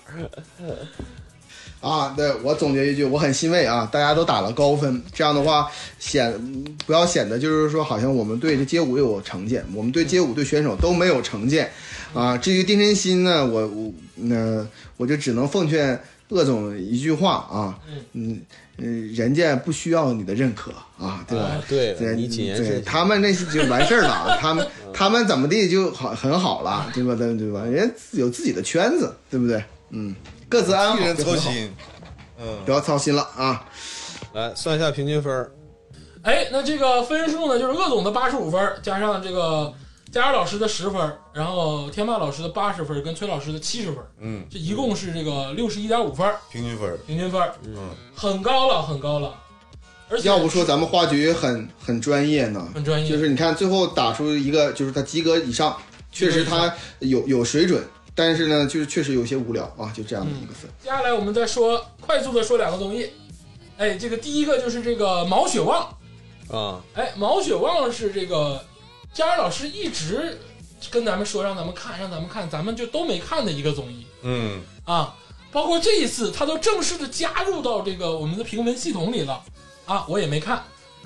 啊，对，我总结一句，我很欣慰啊，大家都打了高分，这样的话不要显得就是说好像我们对这街舞有成见，我们对街舞对选手都没有成见啊。至于丁程鑫呢，我就只能奉劝鄂总一句话啊，人家不需要你的认可啊，对吧？ 对，你谨言慎行， 他们那些就完事儿了，他们怎么地就很好了，对吧？对吧？人家有自己的圈子，对不对？各自安好， 替人操心， 不要操心了啊！ 来算一下平均分。 那这个分数呢，就是鄂总的85分，加上这个佳儿老师的10分，然后天霸老师的80分，跟崔老师的70分，这一共是这个61.5分平均分， 很高了，很高了。而且要不说咱们话剧很专业呢， 很专业， 就是你看最后打出一个，就是他及格以上，确实他有水准。但是呢，就是确实有些无聊啊，就这样的一个分。 接下来我们再快速的说两个东西。这个第一个就是这个毛血旺啊， 毛血旺是这个佳儿老师一直跟咱们说让咱们看，咱们就都没看的一个综艺。包括这一次他都正式的加入到这个我们的评分系统里了啊，我也没看。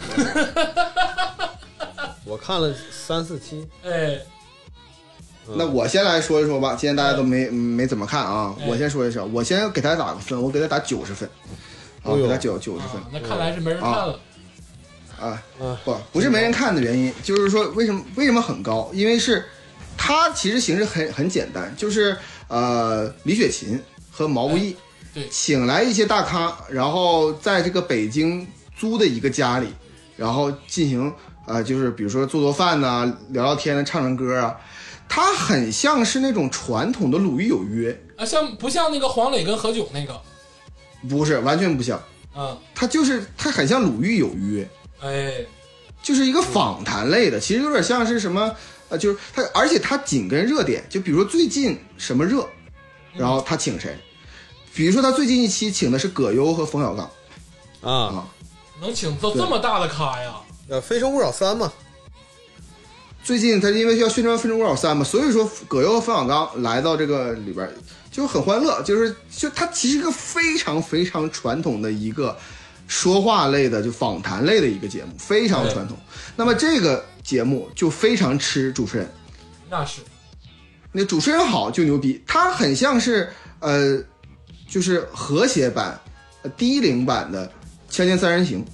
我看了3、4期。 那我先来说一说吧，今天大家都没怎么看啊，我先说一声，我先给他打个分，我给他打90分，给他90分。 那看来是没人看了。 不是没人看的原因，就是说为什么很高？因为是它其实形式很简单，就是李雪琴和毛不易对请来一些大咖，然后在这个北京租的一个家里，然后进行就是比如说做饭呐、聊聊天啊、唱唱歌啊，它很像是那种传统的《鲁豫有约》 啊，不像那个黄磊跟何炅那个？ 不是，完全不像。它很像《鲁豫有约》，就是一个访谈类的，其实有点像是什么就是它，而且它紧跟热点，就比如说最近什么热，然后他请谁，比如说他最近一期请的是葛优和冯小刚能请到这么大的咖呀？ 非诚勿扰3嘛。 最近他因为要宣传非诚勿扰3嘛，所以说葛优和冯小刚来到这个里边就很欢乐，就他其实一个非常非常传统的一个说话类的就访谈类的一个节目，非常传统。那么这个节目就非常吃主持人， 那是， 那主持人好就牛逼，他很像是就是和谐版、低龄版的《锵锵三人行》。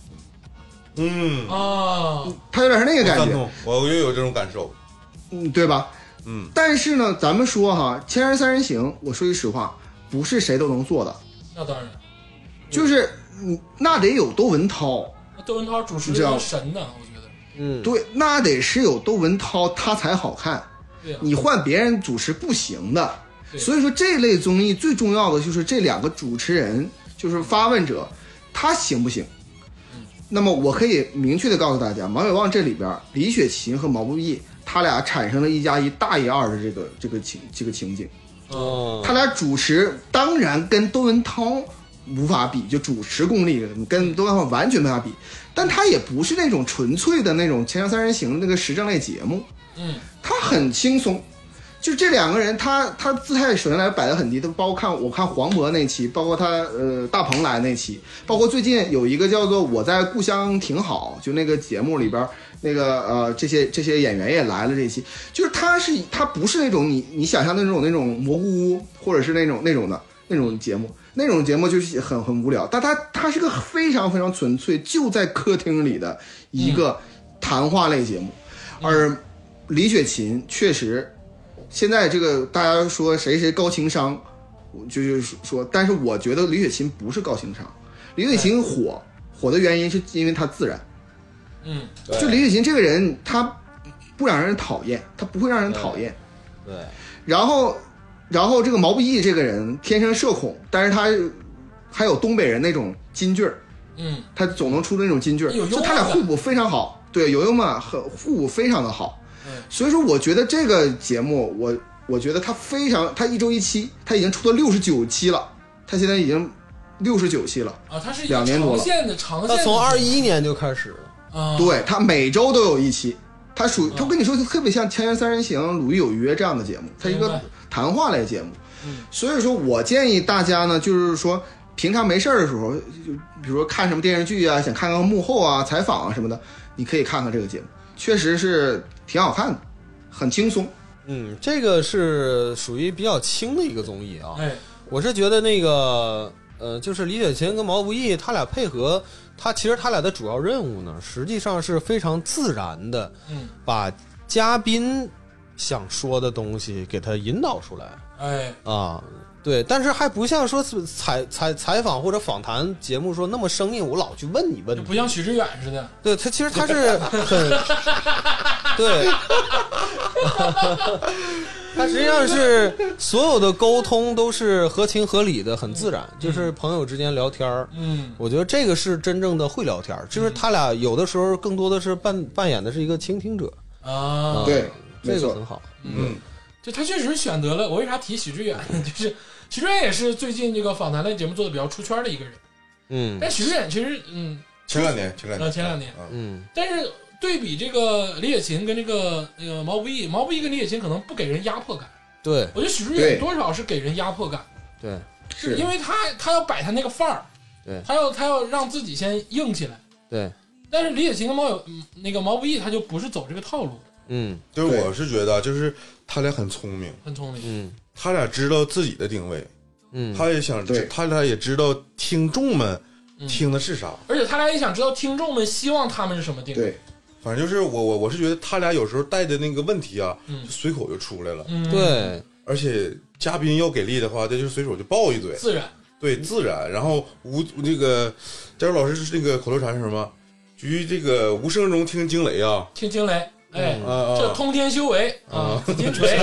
他有点是那个感觉， 我也有这种感受， 对吧？但是呢，咱们说哈，《锵锵三人行》，我说句实话，不是谁都能做的。 那当然， 就是那得有窦文涛， 窦文涛主持人神呢，我觉得。 对，那得是有窦文涛他才好看，你换别人主持不行的。所以说这类综艺最重要的就是这两个主持人，就是发问者，他行不行？那么我可以明确的告诉大家，毛血旺这里边李雪琴和毛不易他俩产生了1+1大于2的这个情景。他俩主持当然跟窦文涛无法比，就主持功力跟窦文涛完全没法比，但他也不是那种纯粹的那种锵锵三人行那个时政类节目，他很轻松。就这两个人，他姿态首先来摆得很低，他包括我看黄渤那期，包括他大鹏来那期，包括最近有一个叫做《我在故乡挺好》，就那个节目里边那个这些演员也来了这一期，就是他不是那种你想象的那种蘑菇屋或者是那种节目，那种节目就是很无聊，但他是个非常非常纯粹就在客厅里的一个谈话类节目，而李雪琴确实。现在这个大家说谁高情商，就是说，但是我觉得李雪琴不是高情商，李雪琴火的原因是因为她自然，就李雪琴这个人，她不让人讨厌，她不会让人讨厌， 对。 然后这个毛不易这个人天生社恐，但是他还有东北人那种金句儿，他总能出那种金句儿，就他俩互补非常好，对，有幽默，互补非常的好。所以说我觉得这个节目我觉得他1周1期，他已经出了69期了，他现在已经69期了他是 2年多了， 长线他从21年就开始了对，他每周都有一期，他他跟你说特别像《锵锵三人行》《鲁豫有约》这样的节目，它一个谈话类节目，所以说我建议大家呢，就是说平常没事的时候，就比如说看什么电视剧啊，想看看幕后啊、采访啊什么的，你可以看看这个节目，确实是挺好看的，很轻松。 这个是属于比较轻的一个综艺啊。我是觉得那个就是李雪琴跟毛不易他俩配合，其实他俩的主要任务呢，实际上是非常自然的，把嘉宾想说的东西给他引导出来。对，但是还不像说采访或者访谈节目说那么生硬，我老去问你问题， 不像许知远似的。 对，他其实他是很对，他实际上是所有的沟通都是合情合理的，很自然，就是朋友之间聊天。我觉得这个是真正的会聊天，就是他俩有的时候更多的是扮演的是一个倾听者对， 这个很好。 就他确实选择了，我为啥提许知远呢？就是许知远也是最近这个访谈类节目做的比较出圈的一个人。但许知远其实前两年但是对比这个李雪琴跟那个毛不易跟李雪琴可能不给人压迫感。 对， 我觉得许知远多少是给人压迫感。 对， 是因为他要摆他那个范儿， 对， 他要让自己先硬起来。 对， 但是李雪琴跟毛不易他就不是走这个套路。 对，我是觉得就是他俩很聪明，他俩知道自己的定位，他也想，他俩也知道听众们听的是啥。 而且他俩也想知道听众们希望他们是什么定位。 对， 反正就是我是觉得他俩有时候带的那个问题啊，就随口就出来了。 对， 而且嘉宾要给力的话，这就随手就爆一嘴， 自然。 对，自然。然后那个加州老师那个口头禅是什么？于这个无声中听惊雷啊， 听惊雷。哎，这通天修为啊，紫金锤。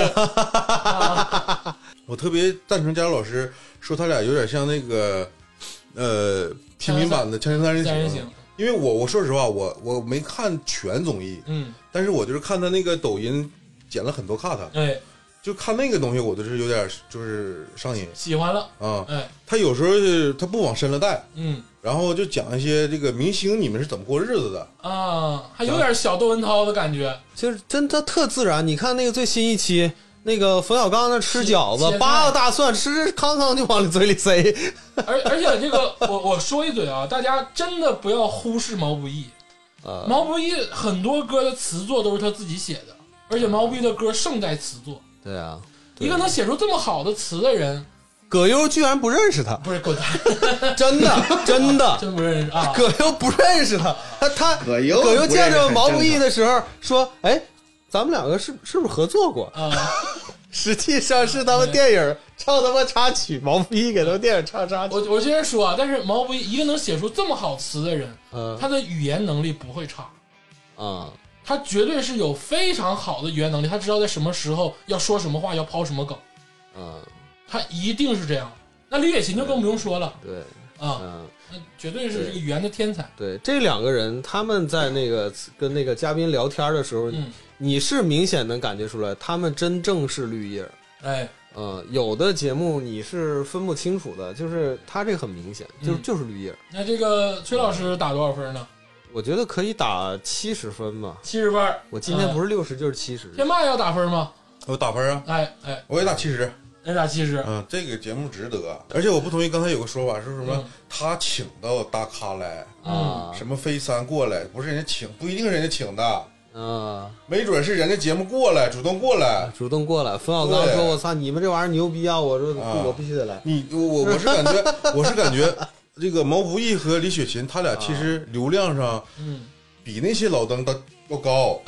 我特别赞成加州老师说他俩有点像那个平民版的《锵锵三人行》，因为我说实话，我没看全综艺，但是我就是看他那个抖音剪了很多 cut，就看那个东西，我就是有点就是上瘾， 喜欢了啊。他有时候他不往深了带，然后就讲一些这个明星你们是怎么过日子的啊，还有点小窦文涛的感觉， 就是真的特自然。你看那个最新一期，那个冯小刚那吃饺子，8个大蒜吃康康就往嘴里塞。 而且这个我说一嘴啊，大家真的不要忽视毛不易。毛不易很多歌的词作都是他自己写的，而且毛不易的歌胜在词作。 对啊， 一个能写出这么好的词的人。 葛优居然不认识他， 不是滚蛋！ 真的真不认识啊！ 葛优不认识他，葛优见着毛不易的时候说：“哎，咱们两个是不是合作过？”实际上是他们电影唱他妈插曲，毛不易给他们电影唱插曲。 我接着说啊，但是毛不易一个能写出这么好词的人，他的语言能力不会差啊， 他绝对是有非常好的语言能力，他知道在什么时候要说什么话，要抛什么梗，他一定是这样。那李雪琴就更不用说了， 对那绝对是这个语言的天才。 对，这两个人他们在那个跟那个嘉宾聊天的时候，你是明显能感觉出来，他们真正是绿叶。有的节目你是分不清楚的，就是他这个很明显，就是绿叶。 那这个崔老师打多少分呢？ 我觉得可以打70分吧。 70分。 我今天不是60就是70。 天霸要打分吗？ 我打分啊！我也打70。 打70， 这个节目值得。而且我不同意刚才有个说法是什么？他请到大咖来什么飞3过来，不是人家请，不一定是人家请的没准是人家节目过来，主动过来。冯小刚说：“我操，你们这玩意儿牛逼啊！”我说：“我必须得来。” 我是感觉，这个毛不易和李雪琴他俩其实流量上，比那些老登的要高。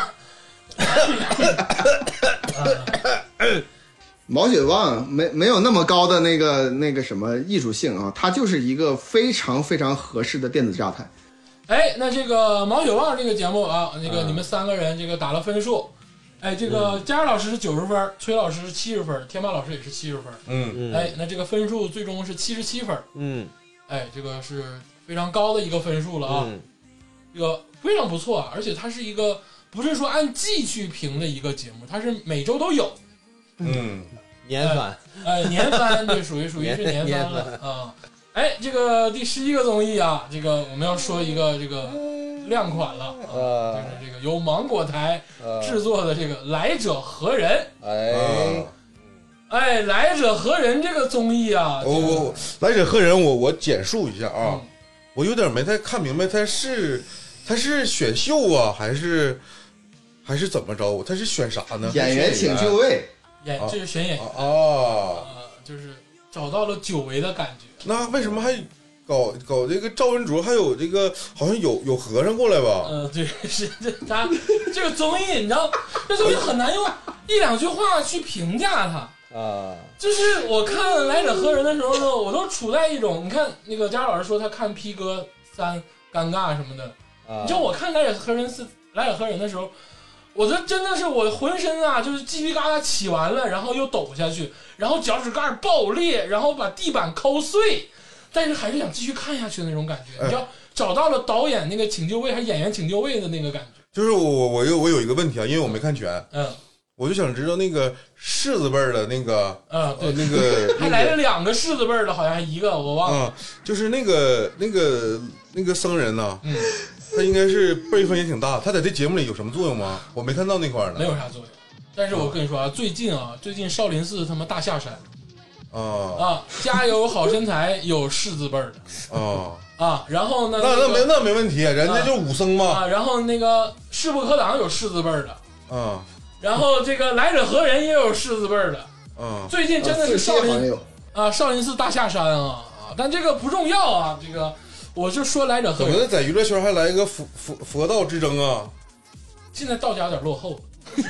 毛血旺没有那么高的那个什么艺术性啊，它就是一个非常非常合适的电子榨菜。 那这个毛血旺这个节目啊，那个你们3个人这个打了分数，这个佳儿老师是90分，崔老师是70分，天霸老师也是70分，那这个分数最终是77分，这个是非常高的一个分数了啊，这个非常不错啊，而且它是一个不是说按季去评的一个节目，它是每周都有。 年番， 年番，对，属于是年番了啊。这个第11个综艺啊，这个我们要说一个这个亮款了就是这个由芒果台制作的这个《来者何人》。来者何人这个综艺啊， 来者何人，我简述一下啊，我有点没太看明白，他是选秀啊，还是怎么着？他是选啥呢？ 演员请就位。 这是选演员就是找到了久违的感觉。 那为什么还搞这个赵文卓，还有这个好像有和尚过来吧？ 对，是他这个综艺，你知道，这综艺很难用1-2句话去评价它就是我看来者何人的时候呢，我都处在一种，你看那个佳老师说他看 P 哥3尴尬什么的，你知道我看来者何人的时候。我这真的是我浑身啊，就是鸡皮疙瘩起完了，然后又抖下去，然后脚趾盖爆裂，然后把地板抠碎，但是还是想继续看下去的那种感觉。你知道，找到了导演那个请就位还是演员请就位的那个感觉。 就是我有一个问题啊，因为我没看全，我就想知道那个柿子味儿的那个， 对， 那个还来了2个柿子味儿的，好像还1个我忘了。 就是那个僧人呢，他应该是辈分也挺大，他在这节目里有什么作用吗？我没看到那块呢。 没有啥作用，但是我跟你说啊，最近少林寺他妈大下山家有好身材有柿子辈儿的然后呢那没问题，人家就武僧嘛然后那个势不可挡有柿子辈儿的然后这个来者何人也有柿子辈儿的最近真的是少林寺大下山但这个不重要啊，这个我就说来者何人？怎么在娱乐圈还来一个佛道之争啊？ 现在道家有点落后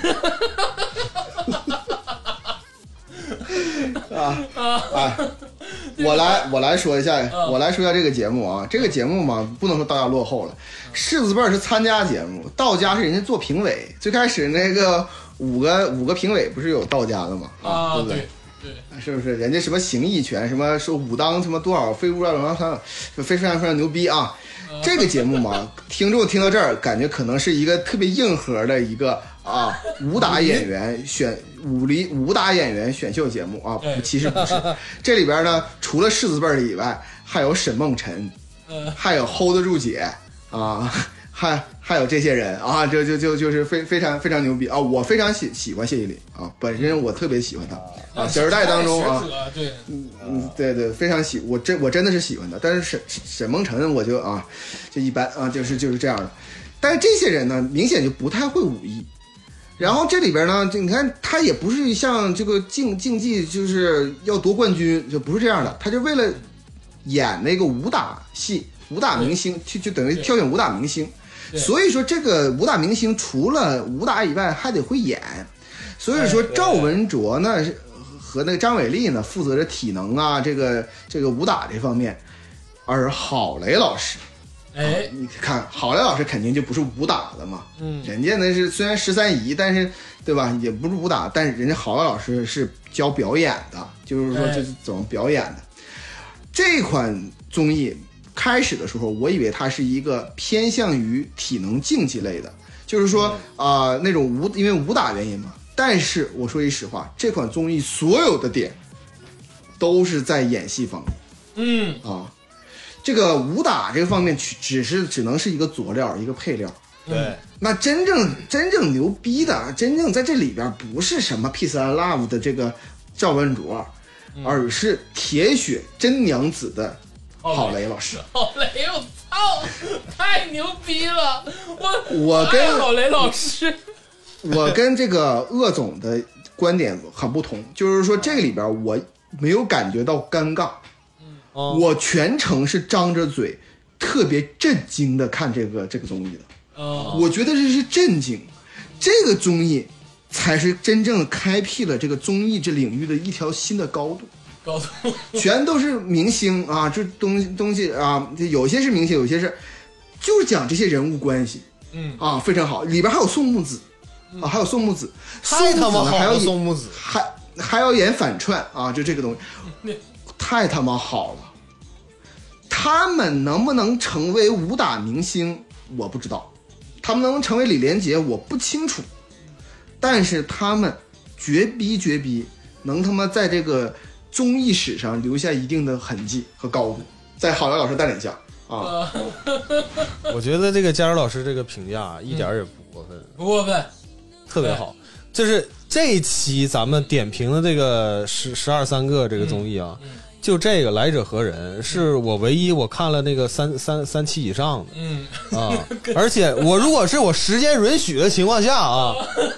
我来说一下，这个节目啊，这个节目嘛，不能说道家落后了，柿子辈儿是参加节目，道家是人家做评委，最开始那个五个评委不是有道家的吗？对不对？对，是不是？人家什么形意拳，什么说武当什么多少非武当非常牛逼啊！这个节目嘛，听众听到这儿，感觉可能是一个特别硬核的一个武打演员选秀节目啊，其实不是。这里边呢，除了柿子辈儿以外，还有沈梦辰，还有 hold 得住姐啊，还有这些人啊，就是非常牛逼啊！我非常喜欢谢依霖啊，本身我特别喜欢他啊，《小时代》当中啊，对，非常我真的是喜欢他，但是沈梦辰我就一般啊，就是这样的。但是这些人呢，明显就不太会武艺。然后这里边呢，你看他也不是像这个竞技就是要夺冠军，就不是这样的，他就为了演那个武打戏、武打明星，就等于挑选武打明星。所以说这个武打明星除了武打以外还得会演，所以说赵文卓呢和那个张伟丽呢负责着体能啊这个武打这方面，而郝蕾老师，你看郝蕾老师肯定就不是武打的嘛，人家那是虽然13姨，但是对吧也不是武打，但是人家郝蕾老师是教表演的，就是说这是怎么表演的。这款综艺开始的时候，我以为它是一个偏向于体能竞技类的，就是说那种因为武打原因嘛。但是我说句实话，这款综艺所有的点都是在演戏方面。这个武打这个方面只能是一个佐料，一个配料。 对， 那真正牛逼的，真正在这里边不是什么 Peace and Love 的这个赵文卓，而是铁血真娘子的郝蕾老师。 郝蕾，我操，太牛逼了！ 我跟郝蕾老师， 我跟这个鄂总的观点很不同，就是说这个里边我没有感觉到尴尬，我全程是张着嘴，特别震惊的看这个综艺的。我觉得这是震惊，这个综艺才是真正开辟了这个综艺这领域的一条新的高度。全都是明星啊，这东西啊，有些是明星，有些是就是讲这些人物关系，非常好。里边还有宋木子还有宋木子， 太他妈好了，宋木子还要演反串啊，就这个东西太他妈好了。他们能不能成为武打明星我不知道，他们能不能成为李连杰我不清楚，但是他们绝逼能他妈在这个综艺史上留下一定的痕迹和高度，在郝蕾老师带领下我觉得这个佳茹老师这个评价一点也不过分，特别好。就是这一期咱们点评的这个12三个这个综艺啊，就这个来者何人是我唯一我看了那个三期以上的，而且如果是我时间允许的情况下啊，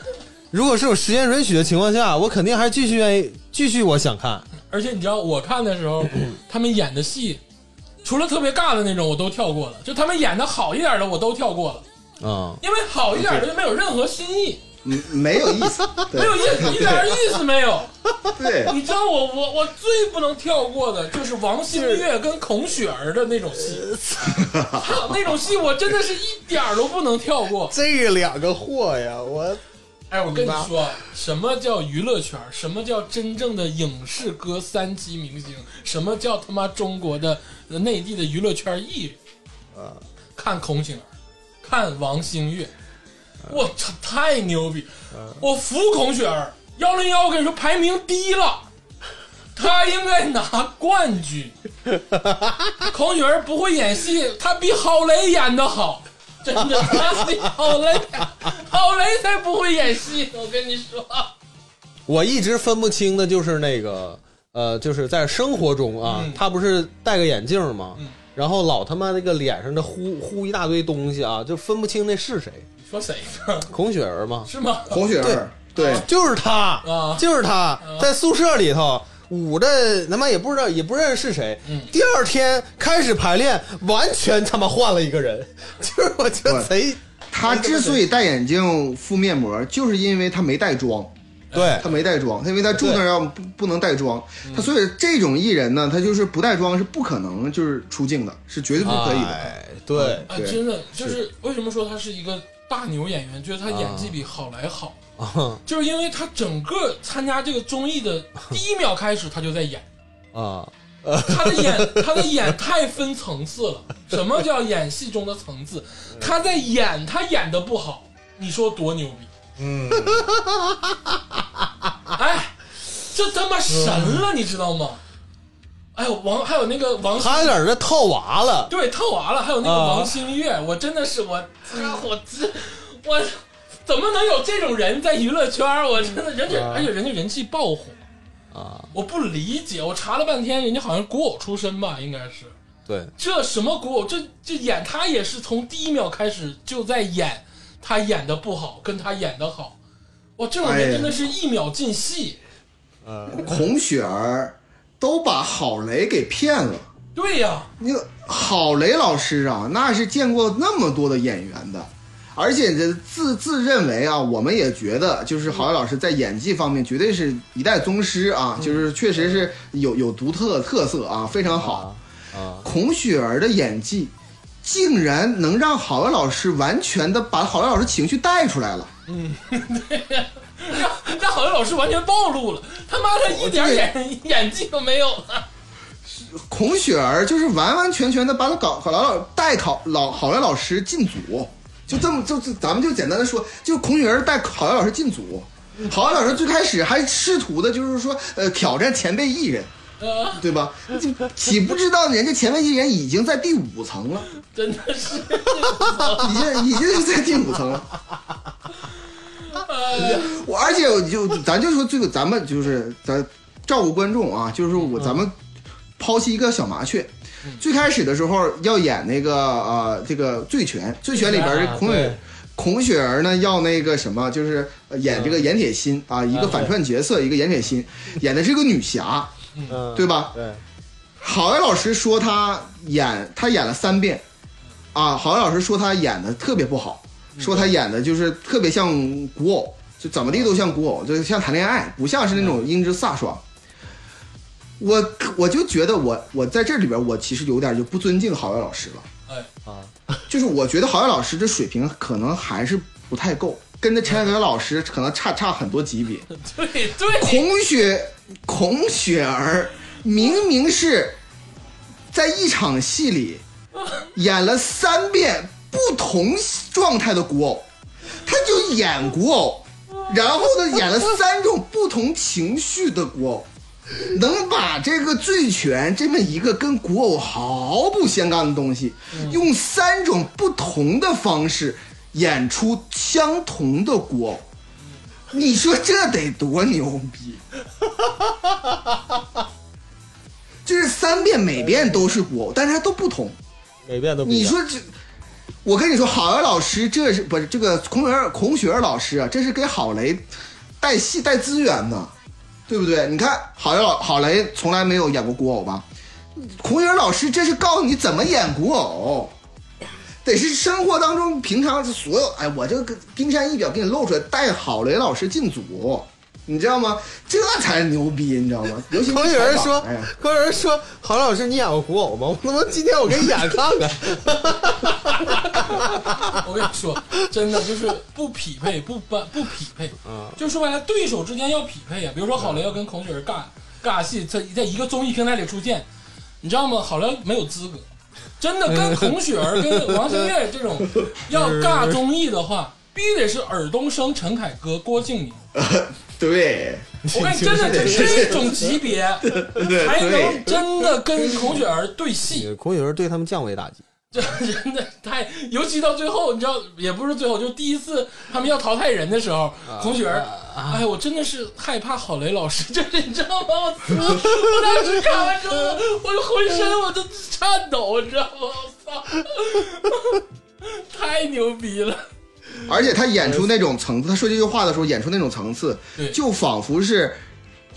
我肯定还继续我想看。 而且你知道我看的时候他们演的戏除了特别尬的那种我都跳过了，就他们演的好一点的我都跳过了因为好一点的就没有任何新意， 没有意思， 没有意思，一点意思没有。 对， 你知道我最不能跳过的就是王星越跟孔雪儿的那种戏那种戏我真的是一点都不能跳过。 这两个货呀， 我跟你说，什么叫娱乐圈？什么叫真正的影视歌3级明星？什么叫他妈中国的内地的娱乐圈艺人？看孔雪儿，看王星越，我操，太牛逼！我服孔雪儿，101我跟你说排名低了，他应该拿冠军。孔雪儿不会演戏，他比郝蕾演得好。真的，郝蕾才不会演戏，我跟你说。 我一直分不清的就是那个就是在生活中啊，他不是戴个眼镜吗？然后老他妈那个脸上的呼一大堆东西啊，就分不清那是谁。 说谁呢？ 孔雪儿吗？ 是吗？ 孔雪儿，对， 就是他，就是他，在宿舍里头， 捂着他妈也不知道也不认识是谁。第二天开始排练，完全他妈换了一个人，就是我觉得贼。 他之所以戴眼镜敷面膜，就是因为他没带妆。 对， 他没带妆，因为他住那儿要不能带妆，他所以这种艺人呢，他就是不带妆是不可能就是出镜的，是绝对不可以的。 对， 真的就是为什么说他是一个大牛演员，觉得他演技比郝莱好，就是因为他整个参加这个综艺的第一秒开始他就在演啊。 他的演太分层次了。什么叫演戏中的层次？他在演，他演的不好，你说多牛逼？哎，这他妈神了，你知道吗？哎呦，还有那个王， 他有点这套娃了， 对，套娃了。还有那个王星越，我真的是我怎么能有这种人在娱乐圈？我真的而且人家人气爆火啊！我不理解，我查了半天，人家好像古偶出身吧，应该是。 对， 这什么古偶？这演他也是从第一秒开始就在演。他演的不好，跟他演的好，哇，这种人真的是一秒进戏。 孔雪儿都把郝蕾给骗了。 对呀， 那个郝蕾老师啊，那是见过那么多的演员的，而且这自认为啊，我们也觉得就是郝蕾老师在演技方面绝对是一代宗师啊，就是确实是有独特的特色啊，非常好。孔雪儿的演技。竟然能让郝蕾老师完全的把郝蕾老师情绪带出来了， 对呀，让郝蕾老师完全暴露了，他妈的一点演技都没有了。 孔雪儿就是完完全全的把郝蕾老师进组，就这么咱们就简单的说，就孔雪儿带郝蕾老师进组，郝蕾老师最开始还试图的就是说挑战前辈艺人。对吧？就岂不知道人家前辈艺人已经在第5层了， 真的是， 已经是在第5层了。而且咱就说这个，咱们就是咱照顾观众啊，就是咱们抛弃一个小麻雀。最开始的时候要演那个这个醉拳里边的孔雪儿呢要那个什么，就是演这个盐铁心啊，一个反串角色，一个盐铁心，演的是个女侠。对吧？ 对， 郝蕾老师说他演了3遍，啊，郝蕾老师说他演的特别不好，说他演的就是特别像古偶，就怎么地都像古偶，就像谈恋爱，不像是那种英姿飒爽。我就觉得我在这里边我其实有点就不尊敬郝蕾老师了，就是我觉得郝蕾老师这水平可能还是不太够，跟着陈凯歌老师可能差很多级别。 对， 孔雪儿明明是在一场戏里演了3遍不同状态的古偶，他就演古偶，然后呢演了3种不同情绪的古偶，能把这个醉拳这么一个跟古偶毫不相干的东西，用3种不同的方式演出相同的古偶，你说这得多牛逼！就是3遍每遍都是古偶，但是它都不同， 每遍都不一样。 你说这，我跟你说，郝蕾老师这是不是这个孔雪儿老师啊？这是给郝蕾带戏带资源的，对不对？你看郝蕾从来没有演过古偶吧？孔雪儿老师这是告诉你怎么演古偶。得是生活当中平常所有，哎，我这个冰山一角给你露出来，带郝蕾老师进组，你知道吗？这才牛逼，你知道吗？尤其有人说，有人说，郝蕾老师，你演过古偶吗？我他妈今天我给你演看看。 我跟你说，真的就是不匹配，不匹配，就说白了，对手之间要匹配呀。比如说郝蕾要跟孔雪儿尬戏，在一个综艺平台里出现，你知道吗？郝蕾没有资格。真的跟孔雪儿跟王星越这种要尬综艺的话，必须得是尔冬升、陈凯歌、郭敬明。 对， 我跟你真的这种级别才能真的跟孔雪儿对戏。 孔雪儿对他们降维打击。 这真的太，尤其到最后，你知道，也不是最后，就第一次他们要淘汰人的时候，孔雪儿，哎，我真的是害怕郝蕾老师，就是你知道吗？我当时看完之后，我浑身我都颤抖，你知道吗？我操，太牛逼了！ 而且他演出那种层次，他说这句话的时候演出那种层次，就仿佛是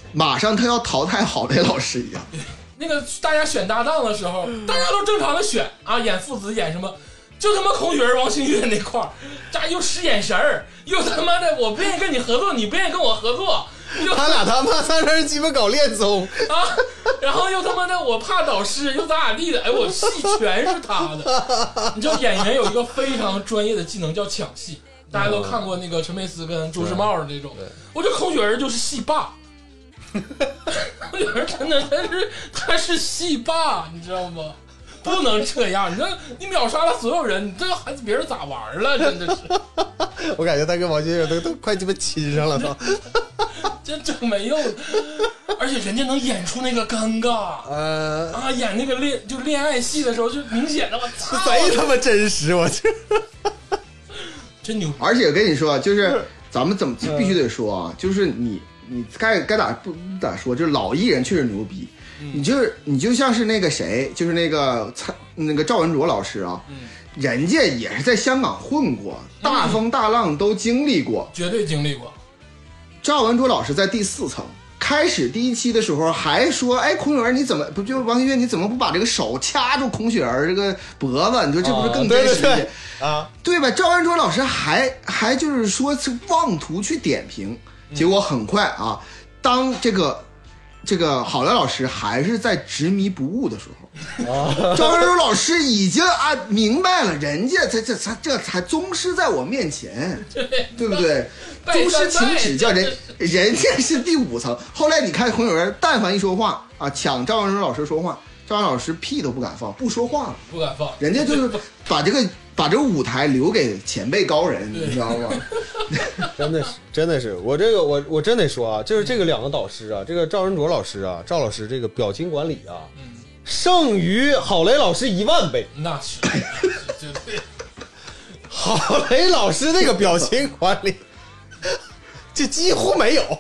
马上他要淘汰郝蕾老师一样。 那个大家选搭档的时候，大家都正常的选啊，演父子演什么，就他妈孔雪儿、王星越那块儿，这又使眼神儿，又他妈的我不愿意跟你合作，你不愿意跟我合作， 他俩他妈在那鸡巴搞恋综啊，然后又他妈的我怕导师，又咋地的，哎，我戏全是他的。你知道演员有一个非常专业的技能叫抢戏，大家都看过那个陈佩斯跟朱时茂的那种，我觉得孔雪儿就是戏霸。孔雪儿真的他是戏霸，你知道吗？不能这样，你秒杀了所有人，你这孩子别人咋玩了？真的是， 我感觉他跟王星越都快鸡巴亲上了， 这整没用，而且人家能演出那个尴尬，演那个恋爱戏的时候，就明显的我操， 贼他妈真实，我去， 真牛！ 而且跟你说，就是咱们必须得说啊，就是你该咋不咋说，就是老艺人确实牛逼。你就像是那个谁，就是那个赵文卓老师啊，人家也是在香港混过，大风大浪都经历过， 绝对经历过。 赵文卓老师在第4层开始第1期的时候还说，哎，孔雪儿你怎么不就王星越你怎么不把这个手掐住孔雪儿这个脖子？你说这不是更真实一些啊？ 对吧？赵文卓老师还就是说是妄图去点评，结果很快啊，当这个郝蕾老师还是在执迷不悟的时候，赵文卓老师已经明白了，人家这才宗师在我面前，对不对？宗师请指教，人家是第5层。后来你看孔雪儿，但凡一说话啊，抢赵文卓老师说话，赵文卓老师屁都不敢放，不说话了， 不敢放， 人家就是把这个舞台留给前辈高人，你知道吗？ 真的是，我真得说啊，就是这个2个导师啊，这个赵文卓老师啊，赵老师这个表情管理啊，胜于郝蕾老师1万倍。 那是绝对。 郝蕾老师那个表情管理，就几乎没有。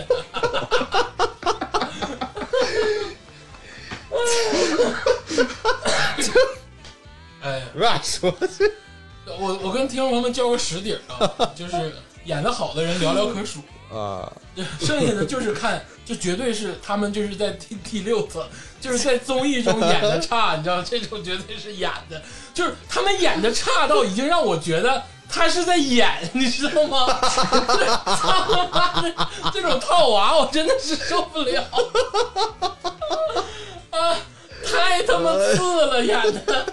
哎， 乱说。 我跟听众朋友们交个实底啊，就是演得好的人寥寥可数啊， 剩下的就是看，就绝对是他们就是在第6层，就是在综艺中演的差，你知道这种绝对是演的，就是他们演的差到已经让我觉得他是在演，你知道吗？这种套娃我真的是受不了啊！太他妈次了，演的。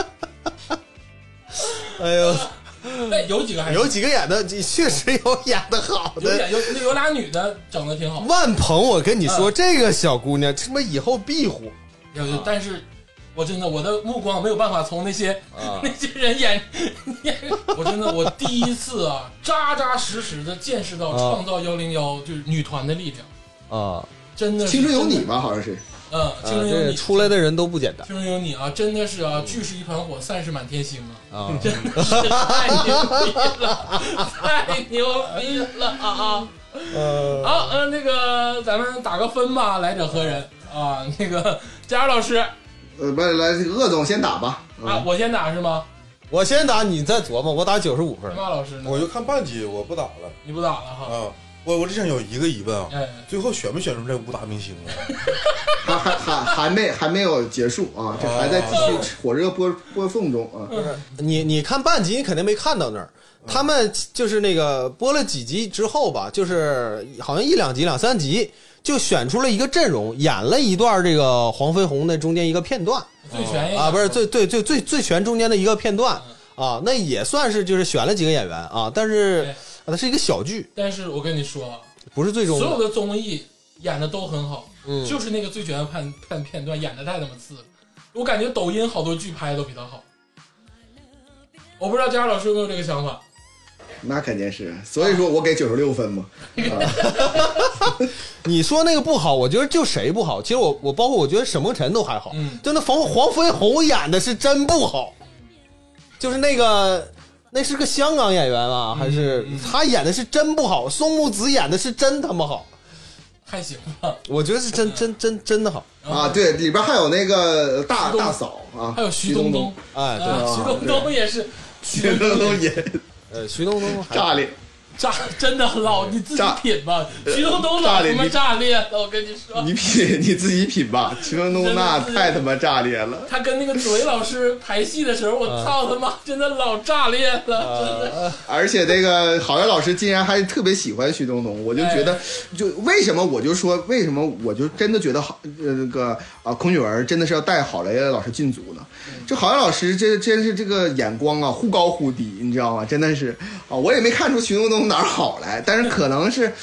哎呦， 有几个演的确实有演的好的， 有俩女的整的挺好。 万鹏，我跟你说，这个小姑娘他妈以后必火。 但是我真的我的目光没有办法从那些人演，我真的我第一次啊，扎扎实实的见识到创造101就是女团的力量啊，真的青春有你吧，好像是。 青春有你出来的人都不简单。 青春有你啊，真的是啊，聚是一团火，散是满天星啊！真的是太牛逼了，太牛逼了啊！好，那个咱们打个分吧，来者何人啊？那个佳老师， 来，鄂总先打吧。 我先打是吗？ 我先打，你再琢磨。我打95分。 马老师呢？ 我就看半集，我不打了。 你不打了哈？ 啊。我只想有一个疑问啊，最后选没选出这武打明星啊？还没有结束啊，这还在继续火热播送中啊。 你看半集，你肯定没看到那儿。他们就是那个播了几集之后吧，就是好像1、2集、2、3集，就选出了一个阵容，演了一段这个黄飞鸿的中间一个片段。 最全啊，不是最全中间的一个片段啊，那也算是就是选了几个演员啊，但是。它是一个小剧， 但是我跟你说， 不是最终的， 所有的综艺演的都很好，就是那个最全片段演的太他妈次了，我感觉抖音好多剧拍的都比他好。我不知道佳老师有没有这个想法？ 那肯定是，所以说我给96分嘛。 你说那个不好，我觉得就谁不好？其实我包括我觉得沈梦辰都还好，就那黄飞鸿演的是真不好，就是那是个香港演员啊，还是他演的是真不好？宋木子演的是真他妈好， 还行吧？ 我觉得是真的好啊！对，里边还有那个大嫂啊， 还有徐冬冬， 哎，对， 徐冬冬也是， 徐冬冬也， 徐冬冬炸裂。 真的老，你自己品吧。徐冬冬老他妈炸裂了，我跟你说。 你自己品吧，徐冬冬那太他妈炸裂了。 他跟那个左一老师排戏的时候，我操他妈，真的老炸裂了，真的。 而且这个郝云老师竟然还特别喜欢徐冬冬，我就觉得，就为什么我就真的觉得那个孔允儿真的是要带郝蕾老师进组呢？这郝云老师真是这个眼光啊，忽高忽低，你知道吗？真的是啊，我也没看出徐冬冬哪儿好来，但是可能是，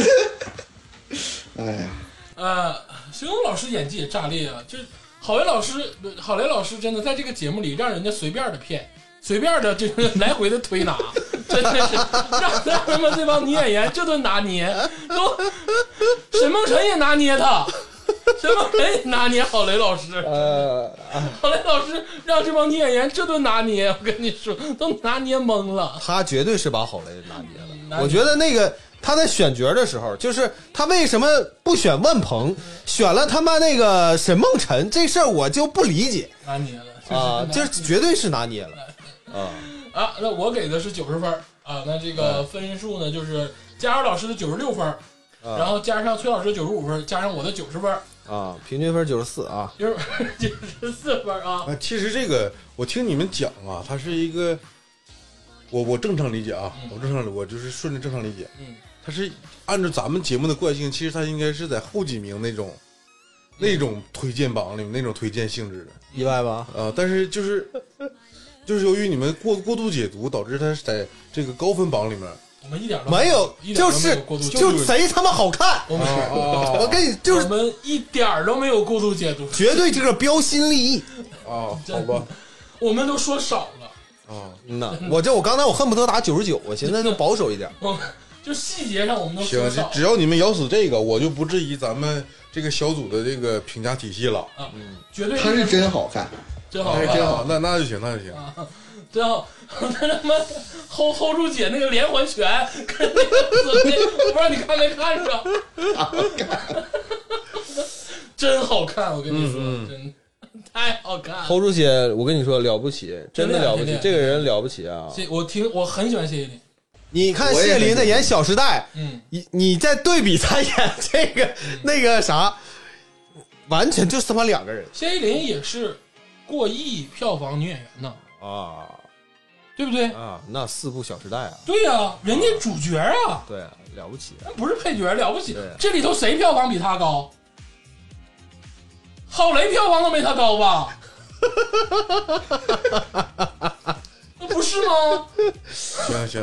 哎呀，徐冬老师演技也炸裂啊！就是郝蕾老师真的在这个节目里让人家随便的骗，随便的这个来回的推拿，真的是让他们这帮女演员这顿拿捏，都沈梦辰也拿捏他。沈梦辰也拿捏郝蕾老师，郝蕾老师让这帮女演员这顿拿捏，我跟你说都拿捏懵了。 他绝对是把郝蕾拿捏了。我觉得那个他在选角的时候，就是他为什么不选万鹏，选了他妈那个沈梦辰，这事儿我就不理解。 拿捏了啊，这绝对是拿捏了。 那我给的是90分啊，那这个分数呢就是佳儿老师的96分。然后加上崔老师95分，加上我的90分啊，平均分94啊 ，94分啊。 其实这个我听你们讲啊，它是一个，我正常理解啊，我就是顺着正常理解，它是按照咱们节目的惯性，其实它应该是在后几名那种推荐榜里面那种推荐性质的， 意外吧？ 但是就是由于你们过度解读，导致它是在这个高分榜里面。 我们一点都没有，就贼他妈好看！我跟你就是我们一点都没有过度解读， 绝对这个标新立异啊！好吧， 我们都说少了啊。 我刚才我恨不得打99，我现在就保守一点。 就细节上我们都说少。 行，只要你们咬死这个，我就不质疑咱们这个小组的这个评价体系了。 绝对他是真好看， 真好看， 真好，那就行， 真好。他他妈 hold 住姐那个连环拳，跟那个嘴，我不知道你看没看着，真好看，我跟你说，真太好看。 hold 住姐，我跟你说了不起，真的了不起，这个人了不起啊！ 我很喜欢谢依霖。 你看谢依霖在演《小时代》，你再对比他演这个那个啥，完全就是他妈两个人。 谢依霖也是过亿票房女演员呢啊。对不对啊？那4部《小时代》啊， 对呀，人家主角啊， 对，了不起， 不是配角，了不起。这里头谁票房比他高？郝蕾票房都没他高吧？那不是吗？ 行，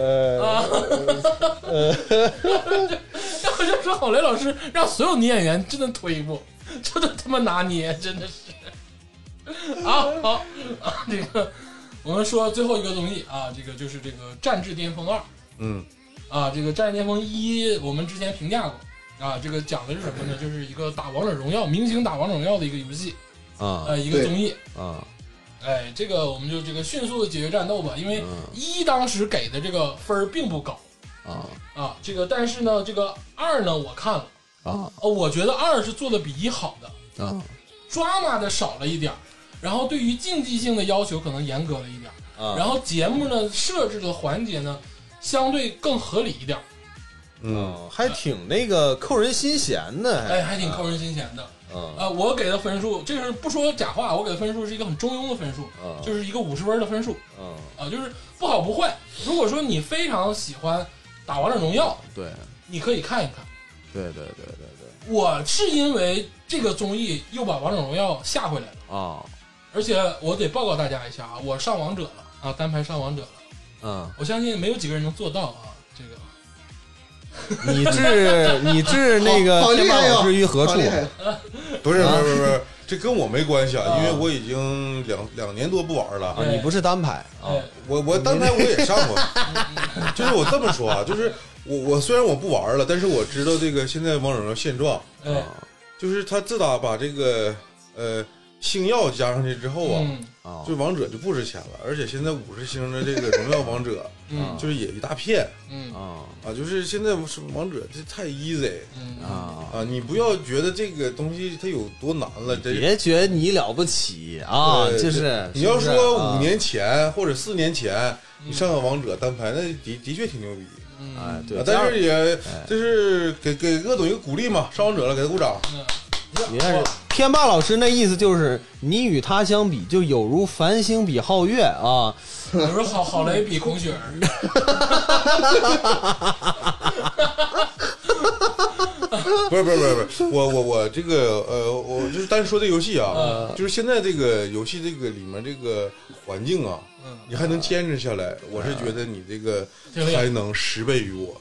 要就说郝蕾老师让所有女演员真的推不，这都他妈拿捏，真的是。好，这个。我们说最后一个综艺啊，这个就是这个《战至巅峰2》。这个《战至巅峰1》我们之前评价过啊，这个讲的是什么呢？就是一个打王者荣耀明星打王者荣耀的一个游戏一个综艺这个我们就这个迅速的解决战斗吧，因为1当时给的这个分并不高这个但是呢，这个2呢我看了我觉得2是做的比1好的，drama 的少了一点。然后对于竞技性的要求可能严格了一点然后节目呢设置的环节呢相对更合理一点还挺那个扣人心弦的， 还挺扣人心弦的我给的分数，这是不说假话，我给的分数是一个很中庸的分数就是一个50分的分数就是不好不坏。如果说你非常喜欢打王者荣耀， 对， 你可以看一看。 对， 我是因为这个综艺又把王者荣耀下回来了而且我得报告大家一下我上王者了单排上王者了我相信没有几个人能做到这个你置那个天霸老师于何处？ 不是，这跟我没关系因为我已经两年多不玩了你不是单排我单排我也上过就是我这么说就是我虽然我不玩了，但是我知道这个现在王者荣耀现状就是他自打把这个星耀加上去之后就王者就不值钱了，而且现在50星的这个荣耀王者就是也一大片就是现在王者这太 easy 你不要觉得这个东西它有多难了， 别觉得你了不起就是你要说5年前或者4年前你上个王者单排那的确挺牛逼哎，对， 但是也就是给鄂总一个鼓励嘛，上王者了，给他鼓掌。 你看天霸老师那意思就是你与他相比就有如繁星比皓月啊， 有如郝雷比孔雪儿。 不是，我这个我就是单说这游戏啊，就是现在这个游戏这个里面这个环境啊，你还能坚持下来，我是觉得你这个才能10倍于我。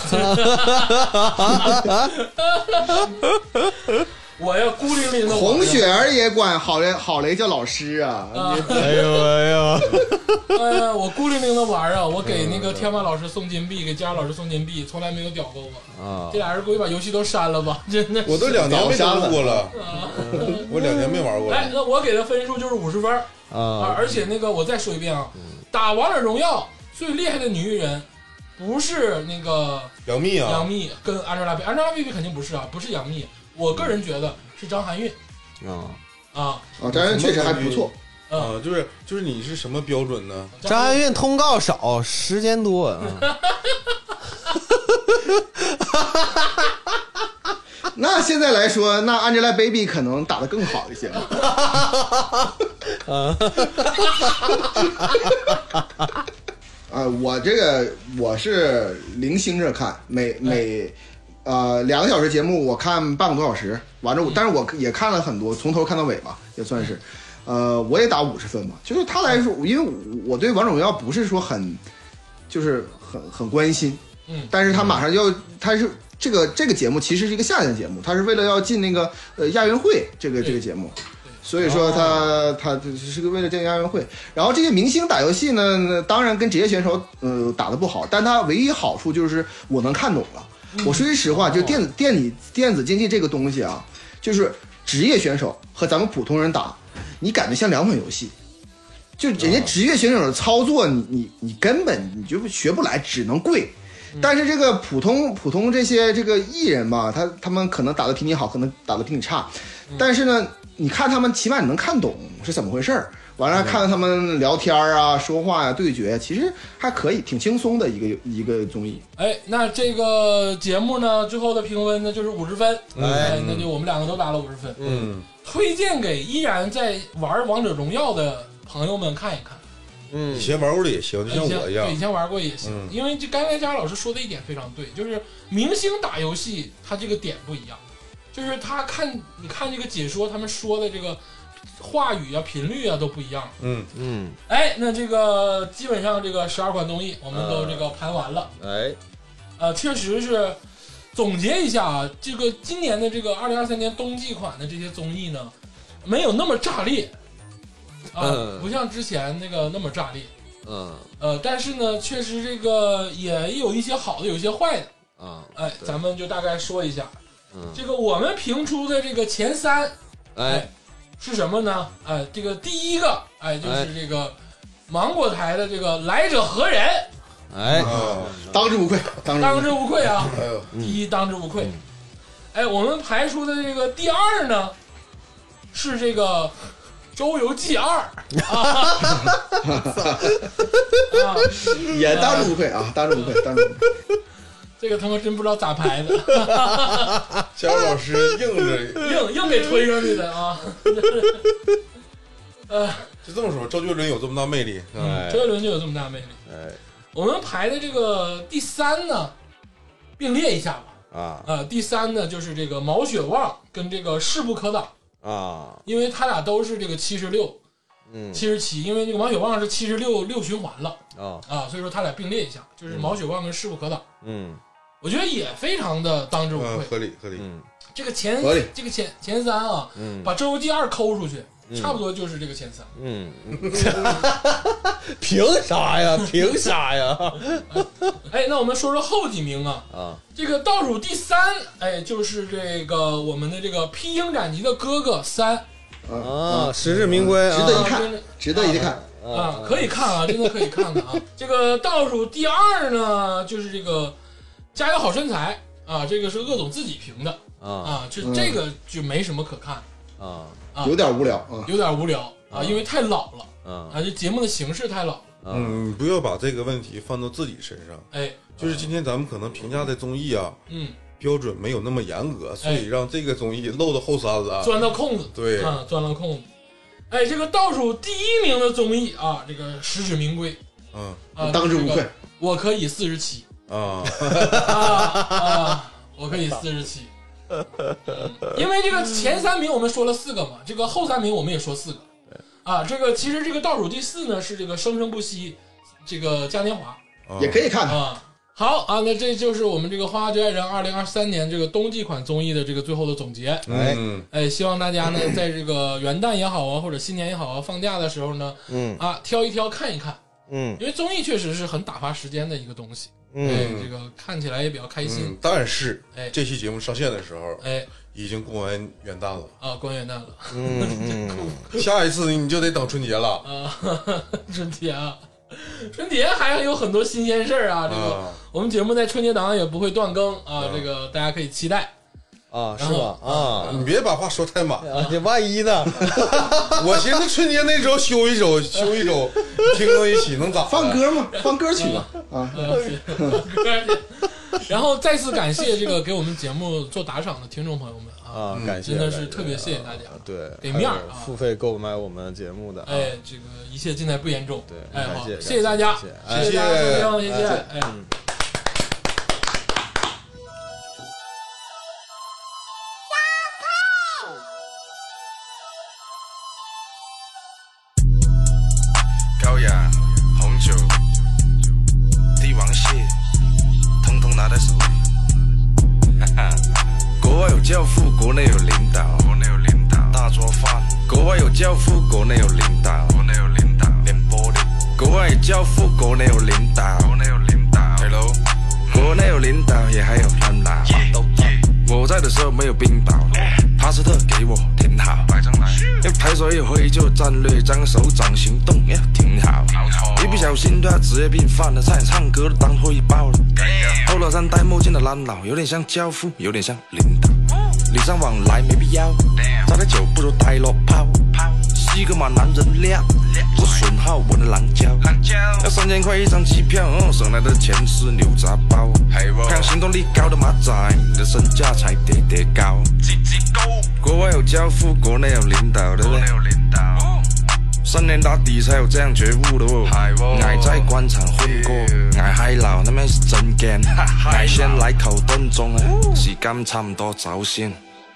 我要孤零零的红雪儿也管郝雷叫老师啊！ 哎呦， 哎呀，我孤零零的玩啊！我给那个天霸老师送金币，给佳老师送金币，从来没有屌过我啊！这俩人估计把游戏都删了吧？真的， 我都2年没登录过了，我2年没玩过了。 哎，那我给的分数就是50分啊！而且那个我再说一遍啊，打王者荣耀最厉害的女艺人不是那个杨幂啊， 杨幂跟Angelababy肯定不是啊，不是杨幂。我个人觉得是张含韵张含韵确实还不错啊，就是你是什么标准呢？ 张含韵通告少，时间多啊。 那现在来说，那 Angelababy 可能打得更好一些。我是零星着看，每2个小时节目我看半个多小时，完了，但是我也看了很多，从头看到尾吧，也算是，我也打50分吧。就是他来说，因为我对王者荣耀不是说很关心，但是他马上他是这个节目其实是一个夏天节目，他是为了要进那个亚运会这个节目。所以说他是个为了进亚运会，然后这些明星打游戏呢，当然跟职业选手打得不好，但他唯一好处就是我能看懂了。我说句实话，就电子竞技这个东西啊，就是职业选手和咱们普通人打，你感觉像2款游戏。就人家职业选手的操作，你根本你就学不来，只能跪。但是这个普通这些这个艺人吧，他们可能打得比你好，可能打得比你差，但是呢，你看他们起码你能看懂是怎么回事儿。完了看看他们聊天啊、说话呀、对决，其实还可以，挺轻松的一个综艺。 哎，那这个节目呢，最后的评分呢就是50分，哎，那就我们2个都打了50分。推荐给依然在玩王者荣耀的朋友们看一看。 以前玩过的也行，就像我一样。 对，以前玩过也行，因为这刚才佳老师说的一点非常对，就是明星打游戏，他这个点不一样，就是你看这个解说，他们说的这个话语啊、频率啊都不一样。哎，那这个基本上这个12款综艺我们都这个盘完了。确实是总结一下啊，这个今年的这个2023年冬季款的这些综艺呢，没有那么炸裂啊，不像之前那个那么炸裂。但是呢，确实这个也有一些好的，有一些坏的啊。哎，咱们就大概说一下。这个我们评出的这个前3，是什么呢？哎，这个第一个，哎，就是这个芒果台的这个来者何人？ 哎， 当之无愧， 当之无愧啊！第一，当之无愧。哎，我们排出的这个第2呢，是这个《周游记2》 也当之无愧啊，当之无愧。 这个他妈真不知道咋排的， 姜老师硬给推上去的啊！ 就这么说，周杰伦有这么大魅力， 周杰伦就有这么大魅力。我们排的这个第3呢，并列一下吧。第3呢就是这个毛血旺跟这个势不可挡啊，因为他俩都是这个76、77，因为这个毛血旺是76循环了所以说他俩并列一下，就是毛血旺跟势不可挡。我觉得也非常的当之无愧， 合理。 这个前3啊，把《周游记2》抠出去，差不多就是这个前3。 凭啥呀？ 哎，那我们说说后几名啊。这个倒数第3，哎，就是这个我们的这个披荆斩棘的哥哥3。 实至名归， 值得一看啊，可以看啊，真的可以看啊。这个倒数第2呢，就是这个加油好身材啊，这个是鄂总自己评的这个就没什么可看有点无聊啊，因为太老了这节目的形式太老了。 不要把这个问题放到自己身上。 哎， 就是今天咱们可能评价的综艺啊，标准没有那么严格，所以让这个综艺漏到后三了， 钻到空子， 对啊，钻到空子。哎，这个倒数第1名的综艺啊，这个实至名归， 当之无愧。 我可以47 啊我可以47。因为这个前3名我们说了4个嘛，这个后3名我们也说4个啊。这个其实这个倒数第4呢是这个生生不息，这个嘉年华也可以看啊。好啊，那这就是我们这个《花花最爱人》2023年这个冬季款综艺的这个最后的总结。希望大家呢在这个元旦也好啊，或者新年也好啊，放假的时候呢，挑一挑看一看，因为综艺确实是很打发时间的一个东西。这个看起来也比较开心。 但是，这期节目上线的时候，已经过完元旦了啊，过元旦了。 下一次你就得等春节了啊，春节啊。春节还有很多新鲜事儿啊！这个我们节目在春节档也不会断更啊，这个大家可以期待啊，是吧？啊， 你别把话说太满啊，这万一呢？ 我寻思春节那周休一周，听到一起能咋？ 放歌嘛，放歌曲嘛啊！ 然后再次感谢这个给我们节目做打赏的听众朋友们啊，感谢， 真的是特别谢谢大家， 对， 给面儿啊， 付费购买我们节目的， 这个一切尽在不言中， 对， 好，谢谢大家，谢谢大家收听，谢谢， 高雅红酒帝王蟹通通拿在手里，哈哈，国外有教父，国内有领导，大桌饭，国外有教父，国内有领导，连玻璃，国外有教父，国内有领导，Hello， 国内有领导也还有烂佬，我在的时候没有冰岛，帕斯特给我挺好，排水会就战略，将手掌行动挺好，一不小心对他职业病犯了，差点唱歌都当灰爆了。后脑山戴墨镜的烂佬，有点像教父，有点像领导，礼尚往来没必要，招待酒不如带落炮，西格玛男人料，我损耗我的狼胶，要3000块一张机票，省来的钱是牛杂包，看行动力高的马仔，你的身价才叠高。国外有教父，国内有领导，对不对？3年打底才有这样觉悟的哦。俺在官场混过，俺嗨佬那边是真干，俺先来口炖盅时間差唔多走先。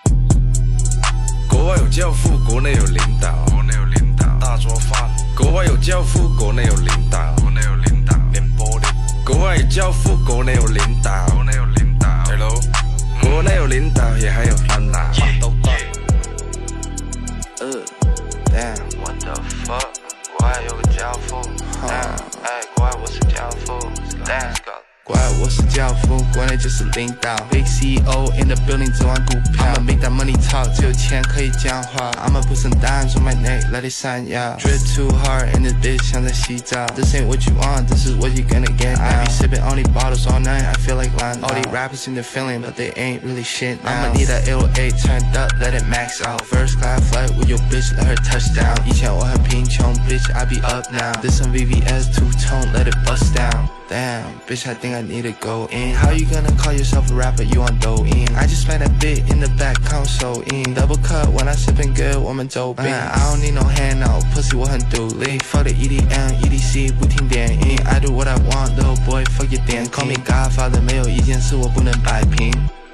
國外有教父，國內有領導，大桌飯。國外有教父，國內有領導，連玻璃。國外有教父，國內有領導，Hello， 國內有領導也還有爛佬。Damn, what the fuck? 國外有個教父 Damn, 國外我是教父 Damn, 國外我是教父，國內就是領導 Big CEO in the building 只玩股票 I'ma make that money talk 只有錢可以講話 I'ma put some dimes on my neck let it shine yeah Drip too hard in this bitch 像在洗澡 This ain't what you want, this is what you gonna get now I be sipping on these bottles all night I feel like lying All these rappers in the feeling but they ain't really shit now I'ma need that 808 turned up let it max out First class flight with your bitch let her touch down 以前我很貧窮 bitch I be up now This some VVS two-tone let it bust down Damn, bitch, I think I need to go in How you gonna call yourself a rapper, you on Douyin I just spent a bit in the back console in Double cut when I sippin' good, 我们走冰 I don't need no handout, pussy 我很独立 Fuck the EDM, EDC 不听电音 I do what I want, little boy, fuck your 电 Call me Godfather, 没有意见是我不能摆平